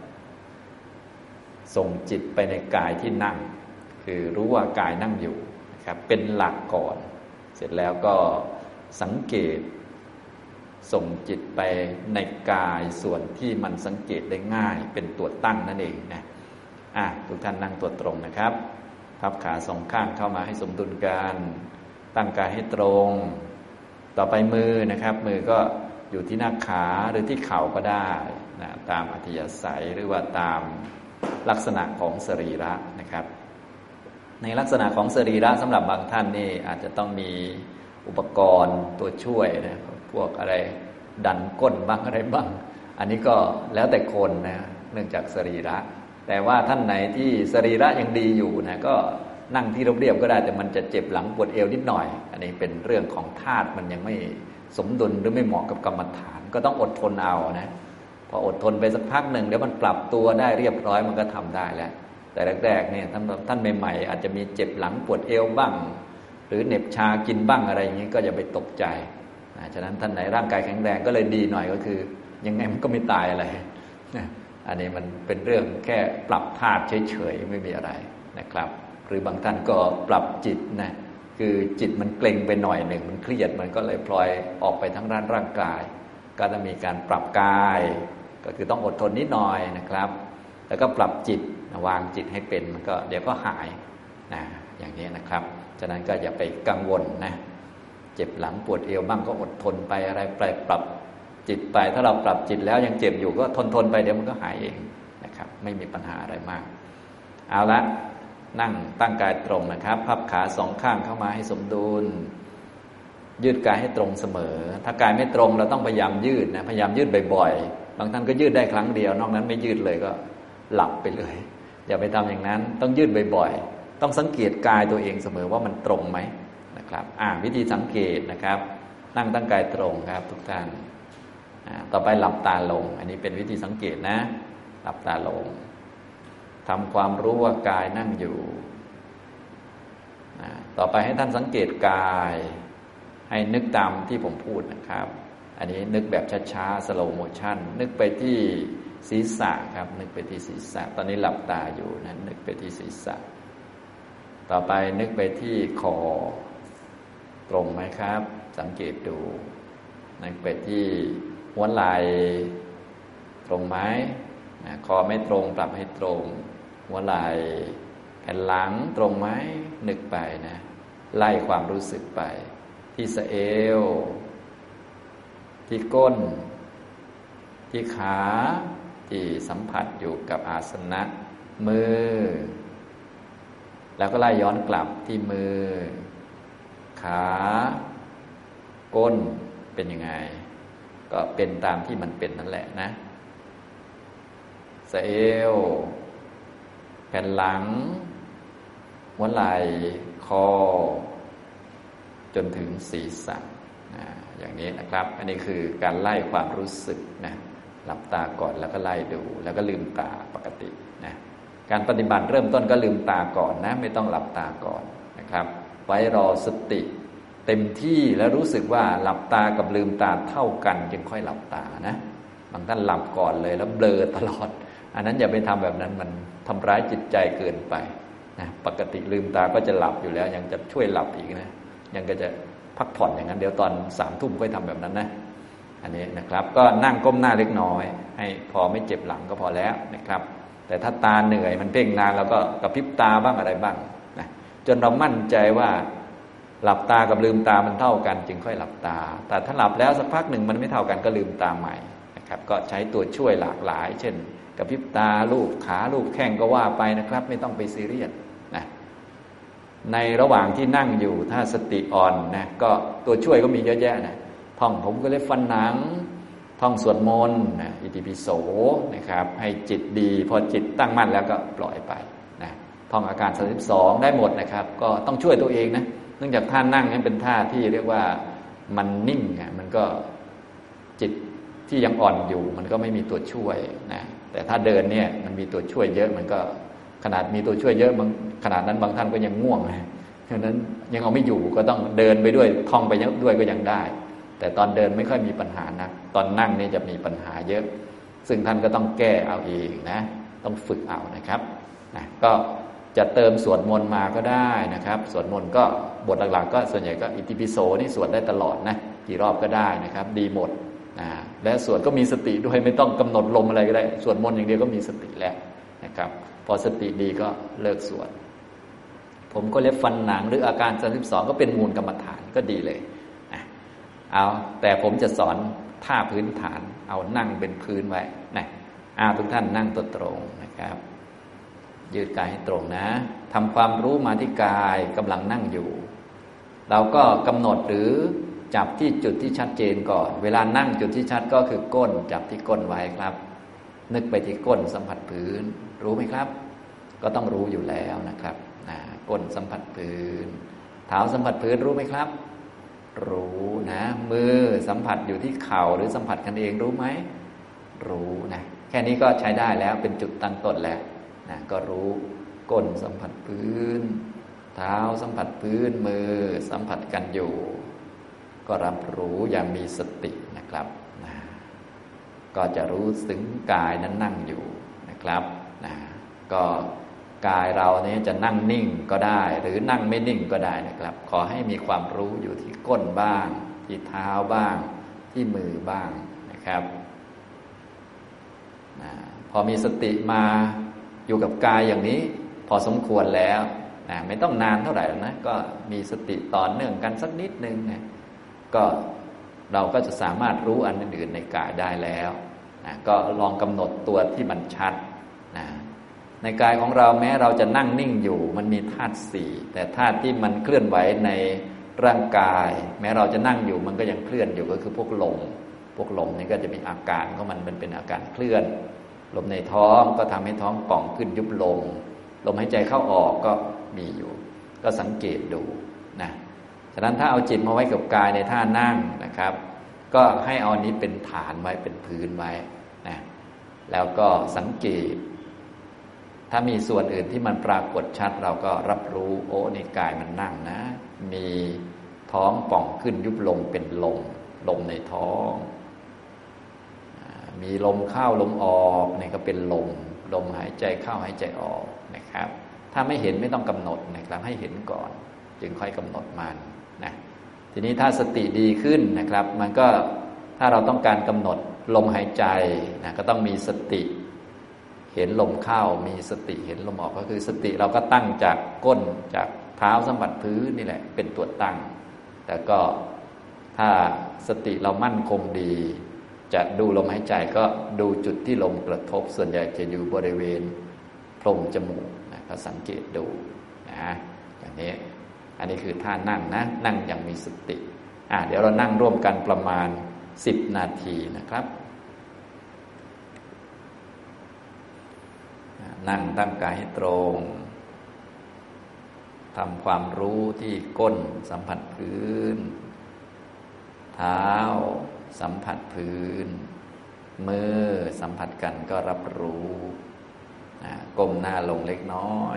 ส่งจิตไปในกายที่นั่งคือรู้ว่ากายนั่งอยู่นะครับเป็นหลักก่อนเสร็จแล้วก็สังเกตส่งจิตไปในกายส่วนที่มันสังเกตได้ง่ายเป็นตัวตั้งนั่นเองนะอ่ะทุกท่านนั่งตัวตรงนะครับพับขาสองข้างเข้ามาให้สมดุลกันตั้งกายให้ตรงต่อไปมือนะครับมือก็อยู่ที่หน้าขาหรือที่เข่าก็ได้นะตามอัธยาศัยหรือว่าตามลักษณะของสรีระนะครับในลักษณะของสรีระสำหรับบางท่านนี่อาจจะต้องมีอุปกรณ์ตัวช่วยนะพวกอะไรดันก้นบ้างอะไรบ้างอันนี้ก็แล้วแต่คนนะเนื่องจากสรีระแต่ว่าท่านไหนที่สรีระยังดีอยู่นะก็นั่งที่เรียบๆก็ได้แต่มันจะเจ็บหลังปวดเอวนิดหน่อยอันนี้เป็นเรื่องของธาตุมันยังไม่สมดุลหรือไม่เหมาะกับกรรมฐานก็ต้องอดทนเอานะพออดทนไปสักพักหนึ่งเดี๋ยวมันปรับตัวได้เรียบร้อยมันก็ทำได้แล้วแต่แรกๆเนี่ยท่านท่านใหม่ๆอาจจะมีเจ็บหลังปวดเอวบ้างหรือเหน็บชากินบ้างอะไรอย่างนี้ก็อย่าไปตกใจนะฉะนั้นท่านไหนร่างกายแข็งแรงก็เลยดีหน่อยก็คือยังไงมันก็ไม่ตายอะไรนะอันนี้มันเป็นเรื่องแค่ปรับธาตุเฉยๆไม่มีอะไรนะครับหรือบางท่านก็ปรับจิตนะคือจิตมันเกร็งไปหน่อยหนึ่งมันเครียดมันก็เลยพลอยออกไปทั้งร่างร่างกายก็จะมีการปรับกายก็คือต้องอดทนนิดหน่อยนะครับแล้วก็ปรับจิตวางจิตให้เป็นมันก็เดี๋ยวก็หายนะอย่างนี้นะครับฉะนั้นก็อย่าไปกังวลนะเจ็บหลังปวดเอวบ้างก็อดทนไปอะไรไปปรับจิตไปถ้าเราปรับจิตแล้วยังเจ็บอยู่ก็ทนทนไปเดี๋ยวมันก็หายเองนะครับไม่มีปัญหาอะไรมากเอาละนั่งตั้งกายตรงนะครับพับขาสองข้างเข้ามาให้สมดุลยืดกายให้ตรงเสมอถ้ากายไม่ตรงเราต้องพยายามยืดนะพยายามยืดบ่อยๆบางท่านก็ยืดได้ครั้งเดียวนอกนั้นไม่ยืดเลยก็หลับไปเลยอย่าไปทำอย่างนั้นต้องยืดบ่อยๆต้องสังเกตกายตัวเองเสมอว่ามันตรงไหมนะครับอ่าวิธีสังเกตนะครับนั่งตั้งกายตรงครับทุกท่านอ่าต่อไปหลับตาลงอันนี้เป็นวิธีสังเกตนะหลับตาลงทำความรู้ว่ากายนั่งอยู่อ่าต่อไปให้ท่านสังเกตกายให้นึกตามที่ผมพูดนะครับอันนี้นึกแบบช้าๆ slow motion นึกไปที่ศีรษะครับนึกไปที่ศีรษะตอนนี้หลับตาอยู่นั้นนึกไปที่ศีรษะต่อไปนึกไปที่คอตรงไหมครับสังเกตดูในเป็ดที่หัวไหล่ตรงไหมนะคอไม่ตรงปรับให้ตรงหัวไหล่แผ่นหลังตรงไหมนึกไปนะไล่ความรู้สึกไปที่สะเอวที่ก้นที่ขาที่สัมผัสอยู่กับอาสนะมือแล้วก็ไล่ย้อนกลับที่มือขาก้นเป็นยังไงก็เป็นตามที่มันเป็นนั่นแหละนะสะเอวแผ่นหลังหัวไหล่คอจนถึงศีรษะนะอย่างนี้นะครับอันนี้คือการไล่ความรู้สึกนะหลับตาก่อนแล้วก็ไล่ดูแล้วก็ลืมตาปกตินะการปฏิบัติเริ่มต้นก็ลืมตาก่อนนะไม่ต้องหลับตาก่อนนะครับไว้รอสติเต็มที่แล้วรู้สึกว่าหลับตากับลืมตาเท่ากันจึงค่อยหลับตานะบางท่านหลับก่อนเลยแล้วเบลอตลอดอันนั้นอย่าไปทำแบบนั้นมันทำร้ายจิตใจเกินไปนะปกติลืมตาก็จะหลับอยู่แล้วยังจะช่วยหลับอีกนะยังก็จะพักผ่อนอย่างนั้นเดี๋ยวตอนสามทุ่มค่อยทำแบบนั้นนะอันนี้นะครับก็นั่งก้มหน้าเล็กน้อยให้พอไม่เจ็บหลังก็พอแล้วนะครับแต่ถ้าตาเหนื่อยมันเพ่งนานแล้วก็กระพริบตาบ้างอะไรบ้างนะจนเรามั่นใจว่าหลับตากับลืมตามันเท่ากันจึงค่อยหลับตาแต่ถ้าหลับแล้วสักพักหนึ่งมันไม่เท่ากันก็ลืมตาใหม่นะครับก็ใช้ตัวช่วยหลากหลายเช่นกระพริบตาลูบขาลูบแข้งก็ว่าไปนะครับไม่ต้องไปซีเรียสนะในระหว่างที่นั่งอยู่ถ้าสติอ่อนนะก็ตัวช่วยก็มีเยอะแยะนะท่องผมก็เลยฟันหนังท่องสวดมนต์นะอิติปิโสนะครับให้จิตดีพอจิตตั้งมั่นแล้วก็ปล่อยไปนะท่องอาการสามสิบสองได้หมดนะครับก็ต้องช่วยตัวเองนะเนื่องจากท่านั่งนั้นเป็นท่าที่เรียกว่ามันนิ่งอ่ะมันก็จิตที่ยังอ่อนอยู่มันก็ไม่มีตัวช่วยนะแต่ถ้าเดินเนี่ยมันมีตัวช่วยเยอะมันก็ขนาดมีตัวช่วยเยอะบางขนาดนั้นบางท่านก็ยังง่วงนะเพราะนั้นยังเอาไม่อยู่ก็ต้องเดินไปด้วยท่องไปด้วยก็ยังได้แต่ตอนเดินไม่ค่อยมีปัญหานะตอนนั่งนี่จะมีปัญหาเยอะซึ่งท่านก็ต้องแก้เอาเองนะต้องฝึกเอานะครับนะก็จะเติมสวดมนต์มาก็ได้นะครับสวดมนต์ก็บทหลักๆก็ส่วนใหญ่ก็อิติปิโสนี่สวดได้ตลอดนะกี่รอบก็ได้นะครับดีหมดนะและสวดก็มีสติด้วยไม่ต้องกำหนดลมอะไรก็ได้สวดมนต์อย่างเดียวก็มีสติแล้วนะครับพอสติดีก็เลิกสวดผมก็เล็บฟันหนังหรืออาการสามสิบสองก็เป็นมูลกรรมฐานก็ดีเลยนะเอาแต่ผมจะสอนท่าพื้นฐานเอานั่งเป็นพื้นไว้นะเอาทุกท่านนั่งตัวตรงนะครับยืดกายให้ตรงนะทำความรู้มาที่กายกำลังนั่งอยู่เราก็กำหนดหรือจับที่จุดที่ชัดเจนก่อนเวลานั่งจุดที่ชัดก็คือก้นจับที่ก้นไว้ครับนึกไปที่ก้นสัมผัสพื้นรู้ไหมครับก็ต้องรู้อยู่แล้วนะครับก้นสัมผัสพื้นเท้าสัมผัสพื้นรู้ไหมครับรู้นะมือสัมผัสอยู่ที่เข่าหรือสัมผัสกันเองรู้ไหมรู้นะแค่นี้ก็ใช้ได้แล้วเป็นจุดตั้งต้นแล้วนะก็รู้ก้นสัมผัสพื้นเท้าสัมผัสพื้นมือสัมผัสกันอยู่ก็รับรู้อย่างมีสตินะครับนะก็จะรู้ถึงกายนั้นนั่งอยู่นะครับนะก็กายเราเนี่ยจะนั่งนิ่งก็ได้หรือนั่งไม่นิ่งก็ได้นะครับขอให้มีความรู้อยู่ที่ก้นบ้างที่เท้าบ้างที่มือบ้างนะครับนะพอมีสติมาอยู่กับกายอย่างนี้พอสมควรแล้วนะไม่ต้องนานเท่าไหร่นะก็มีสติต่อเนื่องกันสักนิดนึงนะก็เราก็จะสามารถรู้อันอื่นๆในกายได้แล้วนะก็ลองกำหนดตัวที่มันชัดนะในกายของเราแม้เราจะนั่งนิ่งอยู่มันมีธาตุสี่แต่ธาตุที่มันเคลื่อนไหวในร่างกายแม้เราจะนั่งอยู่มันก็ยังเคลื่อนอยู่ก็คือพวกลมพวกลมนี่ก็จะมีอาการของมันมันเป็นอาการเคลื่อนลมในท้องก็ทำให้ท้องป่องขึ้นยุบลงลมหายใจเข้าออกก็มีอยู่ก็สังเกตดูนะฉะนั้นถ้าเอาจิตมาไว้กับกายในท่านั่งนะครับก็ให้เอานี้เป็นฐานไว้เป็นพื้นไว้นะแล้วก็สังเกตถ้ามีส่วนอื่นที่มันปรากฏชัดเราก็รับรู้โอ้ในกายมันนั่งนะมีท้องป่องขึ้นยุบลงเป็นลมลมในท้องมีลมเข้าลมออกนี่ก็เป็นลมลมหายใจเข้าหายใจออกนะครับถ้าไม่เห็นไม่ต้องกำหนดนะครับให้เห็นก่อนจึงค่อยกำหนดมันนะทีนี้ถ้าสติดีขึ้นนะครับมันก็ถ้าเราต้องการกำหนดลมหายใจนะก็ต้องมีสติเห็นลมเข้ามีสติเห็นลมออกก็คือสติเราก็ตั้งจากก้นจากเท้าสัมผัสพื้นนี่แหละเป็นตัวตั้งแต่ก็ถ้าสติเรามั่นคงดีจะดูลมหายใจก็ดูจุดที่ลมกระทบส่วนใหญ่จะอยู่บริเวณโพรงจมูกนะก็สังเกตดูนะอย่างนี้อันนี้คือท่านั่งนะนั่งอย่างมีสติอ่ะเดี๋ยวเรานั่งร่วมกันประมาณสิบนาทีนะครับนั่งตั้งกายให้ตรงทำความรู้ที่ก้นสัมผัสพื้นเท้าสัมผัสพื้นมือสัมผัสกันก็รับรู้ก้มหน้าลงเล็กน้อย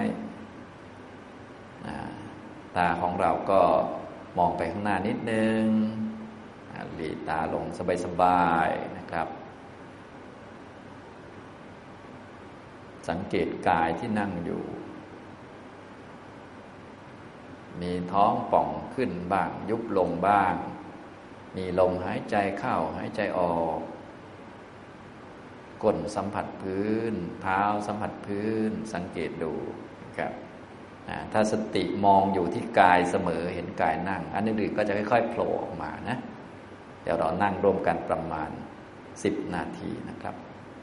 ตาของเราก็มองไปข้างหน้านิดนึงหลีตาลงสบายๆนะครับสังเกตกายที่นั่งอยู่มีท้องป่องขึ้นบ้างยุบลงบ้างมีลมหายใจเข้าหายใจออกก้นสัมผัสพื้นเท้าสัมผัสพื้นสังเกตดูนะครับถ้าสติมองอยู่ที่กายเสมอเห็นกายนั่งอันอื่นๆก็จะค่อยๆโผล่ออกมานะเดี๋ยวเรานั่งร่วมกันประมาณสิบนาทีนะครับ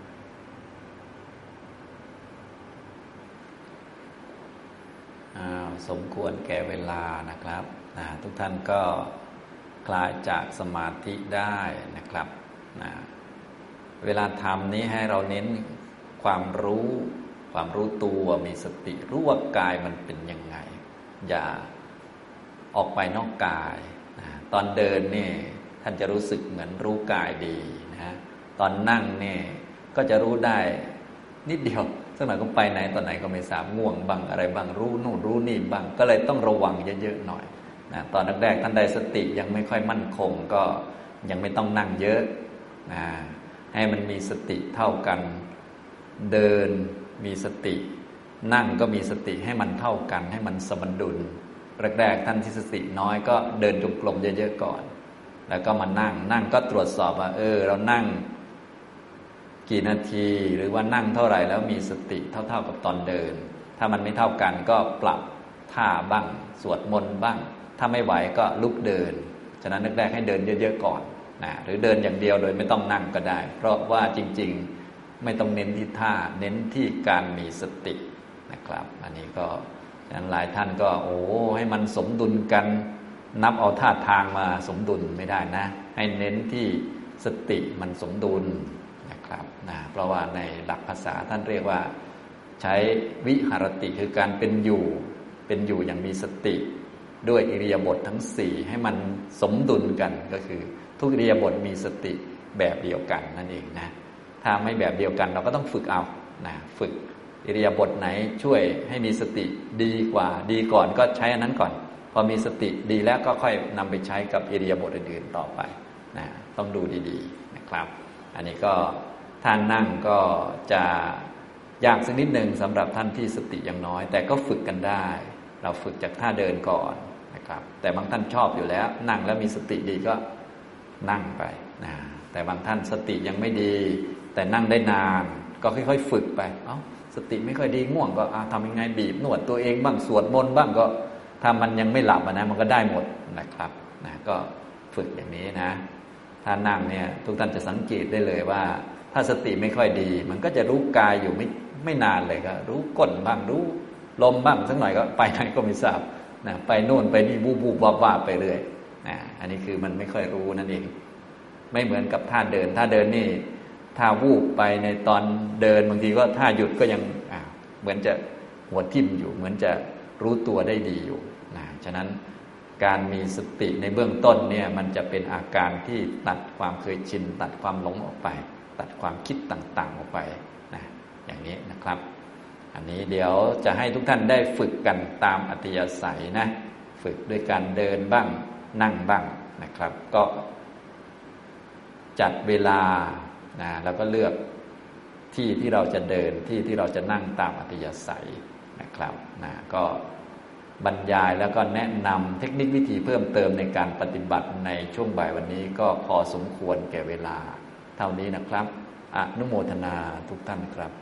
สมควรแก่เวลานะครับทุกท่านก็คลายจากสมาธิได้นะครับนะเวลาทำนี้ให้เราเน้นความรู้ความรู้ตัวมีสติรู้ว่ากายมันเป็นยังไงอย่าออกไปนอกกายนะตอนเดินนี่ท่านจะรู้สึกเหมือนรู้กายดีนะตอนนั่งนี่ก็จะรู้ได้นิดเดียวสักหน่อยก็ไปไหนตอนไหนก็ไม่ทราบง่วงบ้างอะไรบ้างรู้นู่นรู้นี่บ้างก็เลยต้องระวังเยอะๆหน่อยนะตอนแรกๆท่านใดสติยังไม่ค่อยมั่นคงก็ยังไม่ต้องนั่งเยอะนะให้มันมีสติเท่ากันเดินมีสตินั่งก็มีสติให้มันเท่ากันให้มันสมดุลแรกๆท่านที่สติน้อยก็เดินจงกรมเยอะๆก่อนแล้วก็มานั่งนั่งก็ตรวจสอบว่าเออเรานั่งกี่นาทีหรือว่านั่งเท่าไหร่แล้วมีสติเท่าๆกับตอนเดินถ้ามันไม่เท่ากันก็ปรับท่าบ้างสวดมนต์บ้างถ้าไม่ไหวก็ลุกเดินฉะนั้นแรกๆให้เดินเยอะๆก่อนนะหรือเดินอย่างเดียวโดยไม่ต้องนั่งก็ได้เพราะว่าจริงๆไม่ต้องเน้นที่ท่าเน้นที่การมีสตินะครับอันนี้ก็ฉะนั้นหลายท่านก็โอ้ให้มันสมดุลกันนับเอาท่าทางมาสมดุลไม่ได้นะให้เน้นที่สติมันสมดุลนะครับนะเพราะว่าในหลักภาษาท่านเรียกว่าใช้วิหารติคือการเป็นอยู่เป็นอยู่อย่างมีสติด้วยอิริยาบถททั้งสี่ให้มันสมดุลกันก็คือทุกอิริยาบถมีสติแบบเดียวกันนั่นเองนะถ้าไม่แบบเดียวกันเราก็ต้องฝึกเอานะฝึกอิริยาบถไหนช่วยให้มีสติดีกว่าดีก่อนก็ใช้อันนั้นก่อนพอมีสติดีแล้วก็ค่อยนำไปใช้กับอิริยาบถอื่นๆต่อไปนะต้องดูดีๆนะครับอันนี้ก็ท่านนั่งก็จะยากสักนิดหนึ่งสำหรับท่านที่สติยังน้อยแต่ก็ฝึกกันได้เราฝึกจากท่าเดินก่อนนะครับแต่บางท่านชอบอยู่แล้วนั่งแล้วมีสติดีก็นั่งไปนะแต่บางท่านสติยังไม่ดีแต่นั่งได้นานก็ค่อยๆฝึกไปเอ้าสติไม่ค่อยดีง่วงก็ทำยังไงบีบนวดตัวเองบ้างสวดมนต์บ้างก็ถ้ามันยังไม่หลับนะมันก็ได้หมดนะครับนะก็ฝึกอย่างนี้นะถ้านั่งเนี่ยทุกท่านจะสังเกตได้เลยว่าถ้าสติไม่ค่อยดีมันก็จะรู้กายอยู่ไม่ไม่นานเลยก็รู้ก้นบ้างรู้ลมบ้างสักหน่อยก็ไปไหนก็ไม่ทราบนะไปโน่นไปนี่บูบูบวาบไปเรื่อยนะอันนี้คือมันไม่ค่อยรู้นั่นเองไม่เหมือนกับท่าเดินท่าเดินนี่ถ้าวูบไปในตอนเดินบางทีก็ท่าหยุดก็ยังเหมือนจะหัวทิ่มอยู่เหมือนจะรู้ตัวได้ดีอยู่นะฉะนั้นการมีสติในเบื้องต้นเนี่ยมันจะเป็นอาการที่ตัดความเคยชินตัดความหลงออกไปตัดความคิดต่างๆออกไปนะอย่างนี้นะครับอันนี้เดี๋ยวจะให้ทุกท่านได้ฝึกกันตามอัธยาศัยนะฝึกด้วยการเดินบ้างนั่งบ้างนะครับก็จัดเวลานะแล้วก็เลือกที่ที่เราจะเดินที่ที่เราจะนั่งตามอัธยาศัยนะครับนะก็บรรยายแล้วก็แนะนำเทคนิควิธีเพิ่มเติมในการปฏิบัติในช่วงบ่ายวันนี้ก็พอสมควรแก่เวลาเท่านี้นะครับอนุโมทนาทุกท่านครับ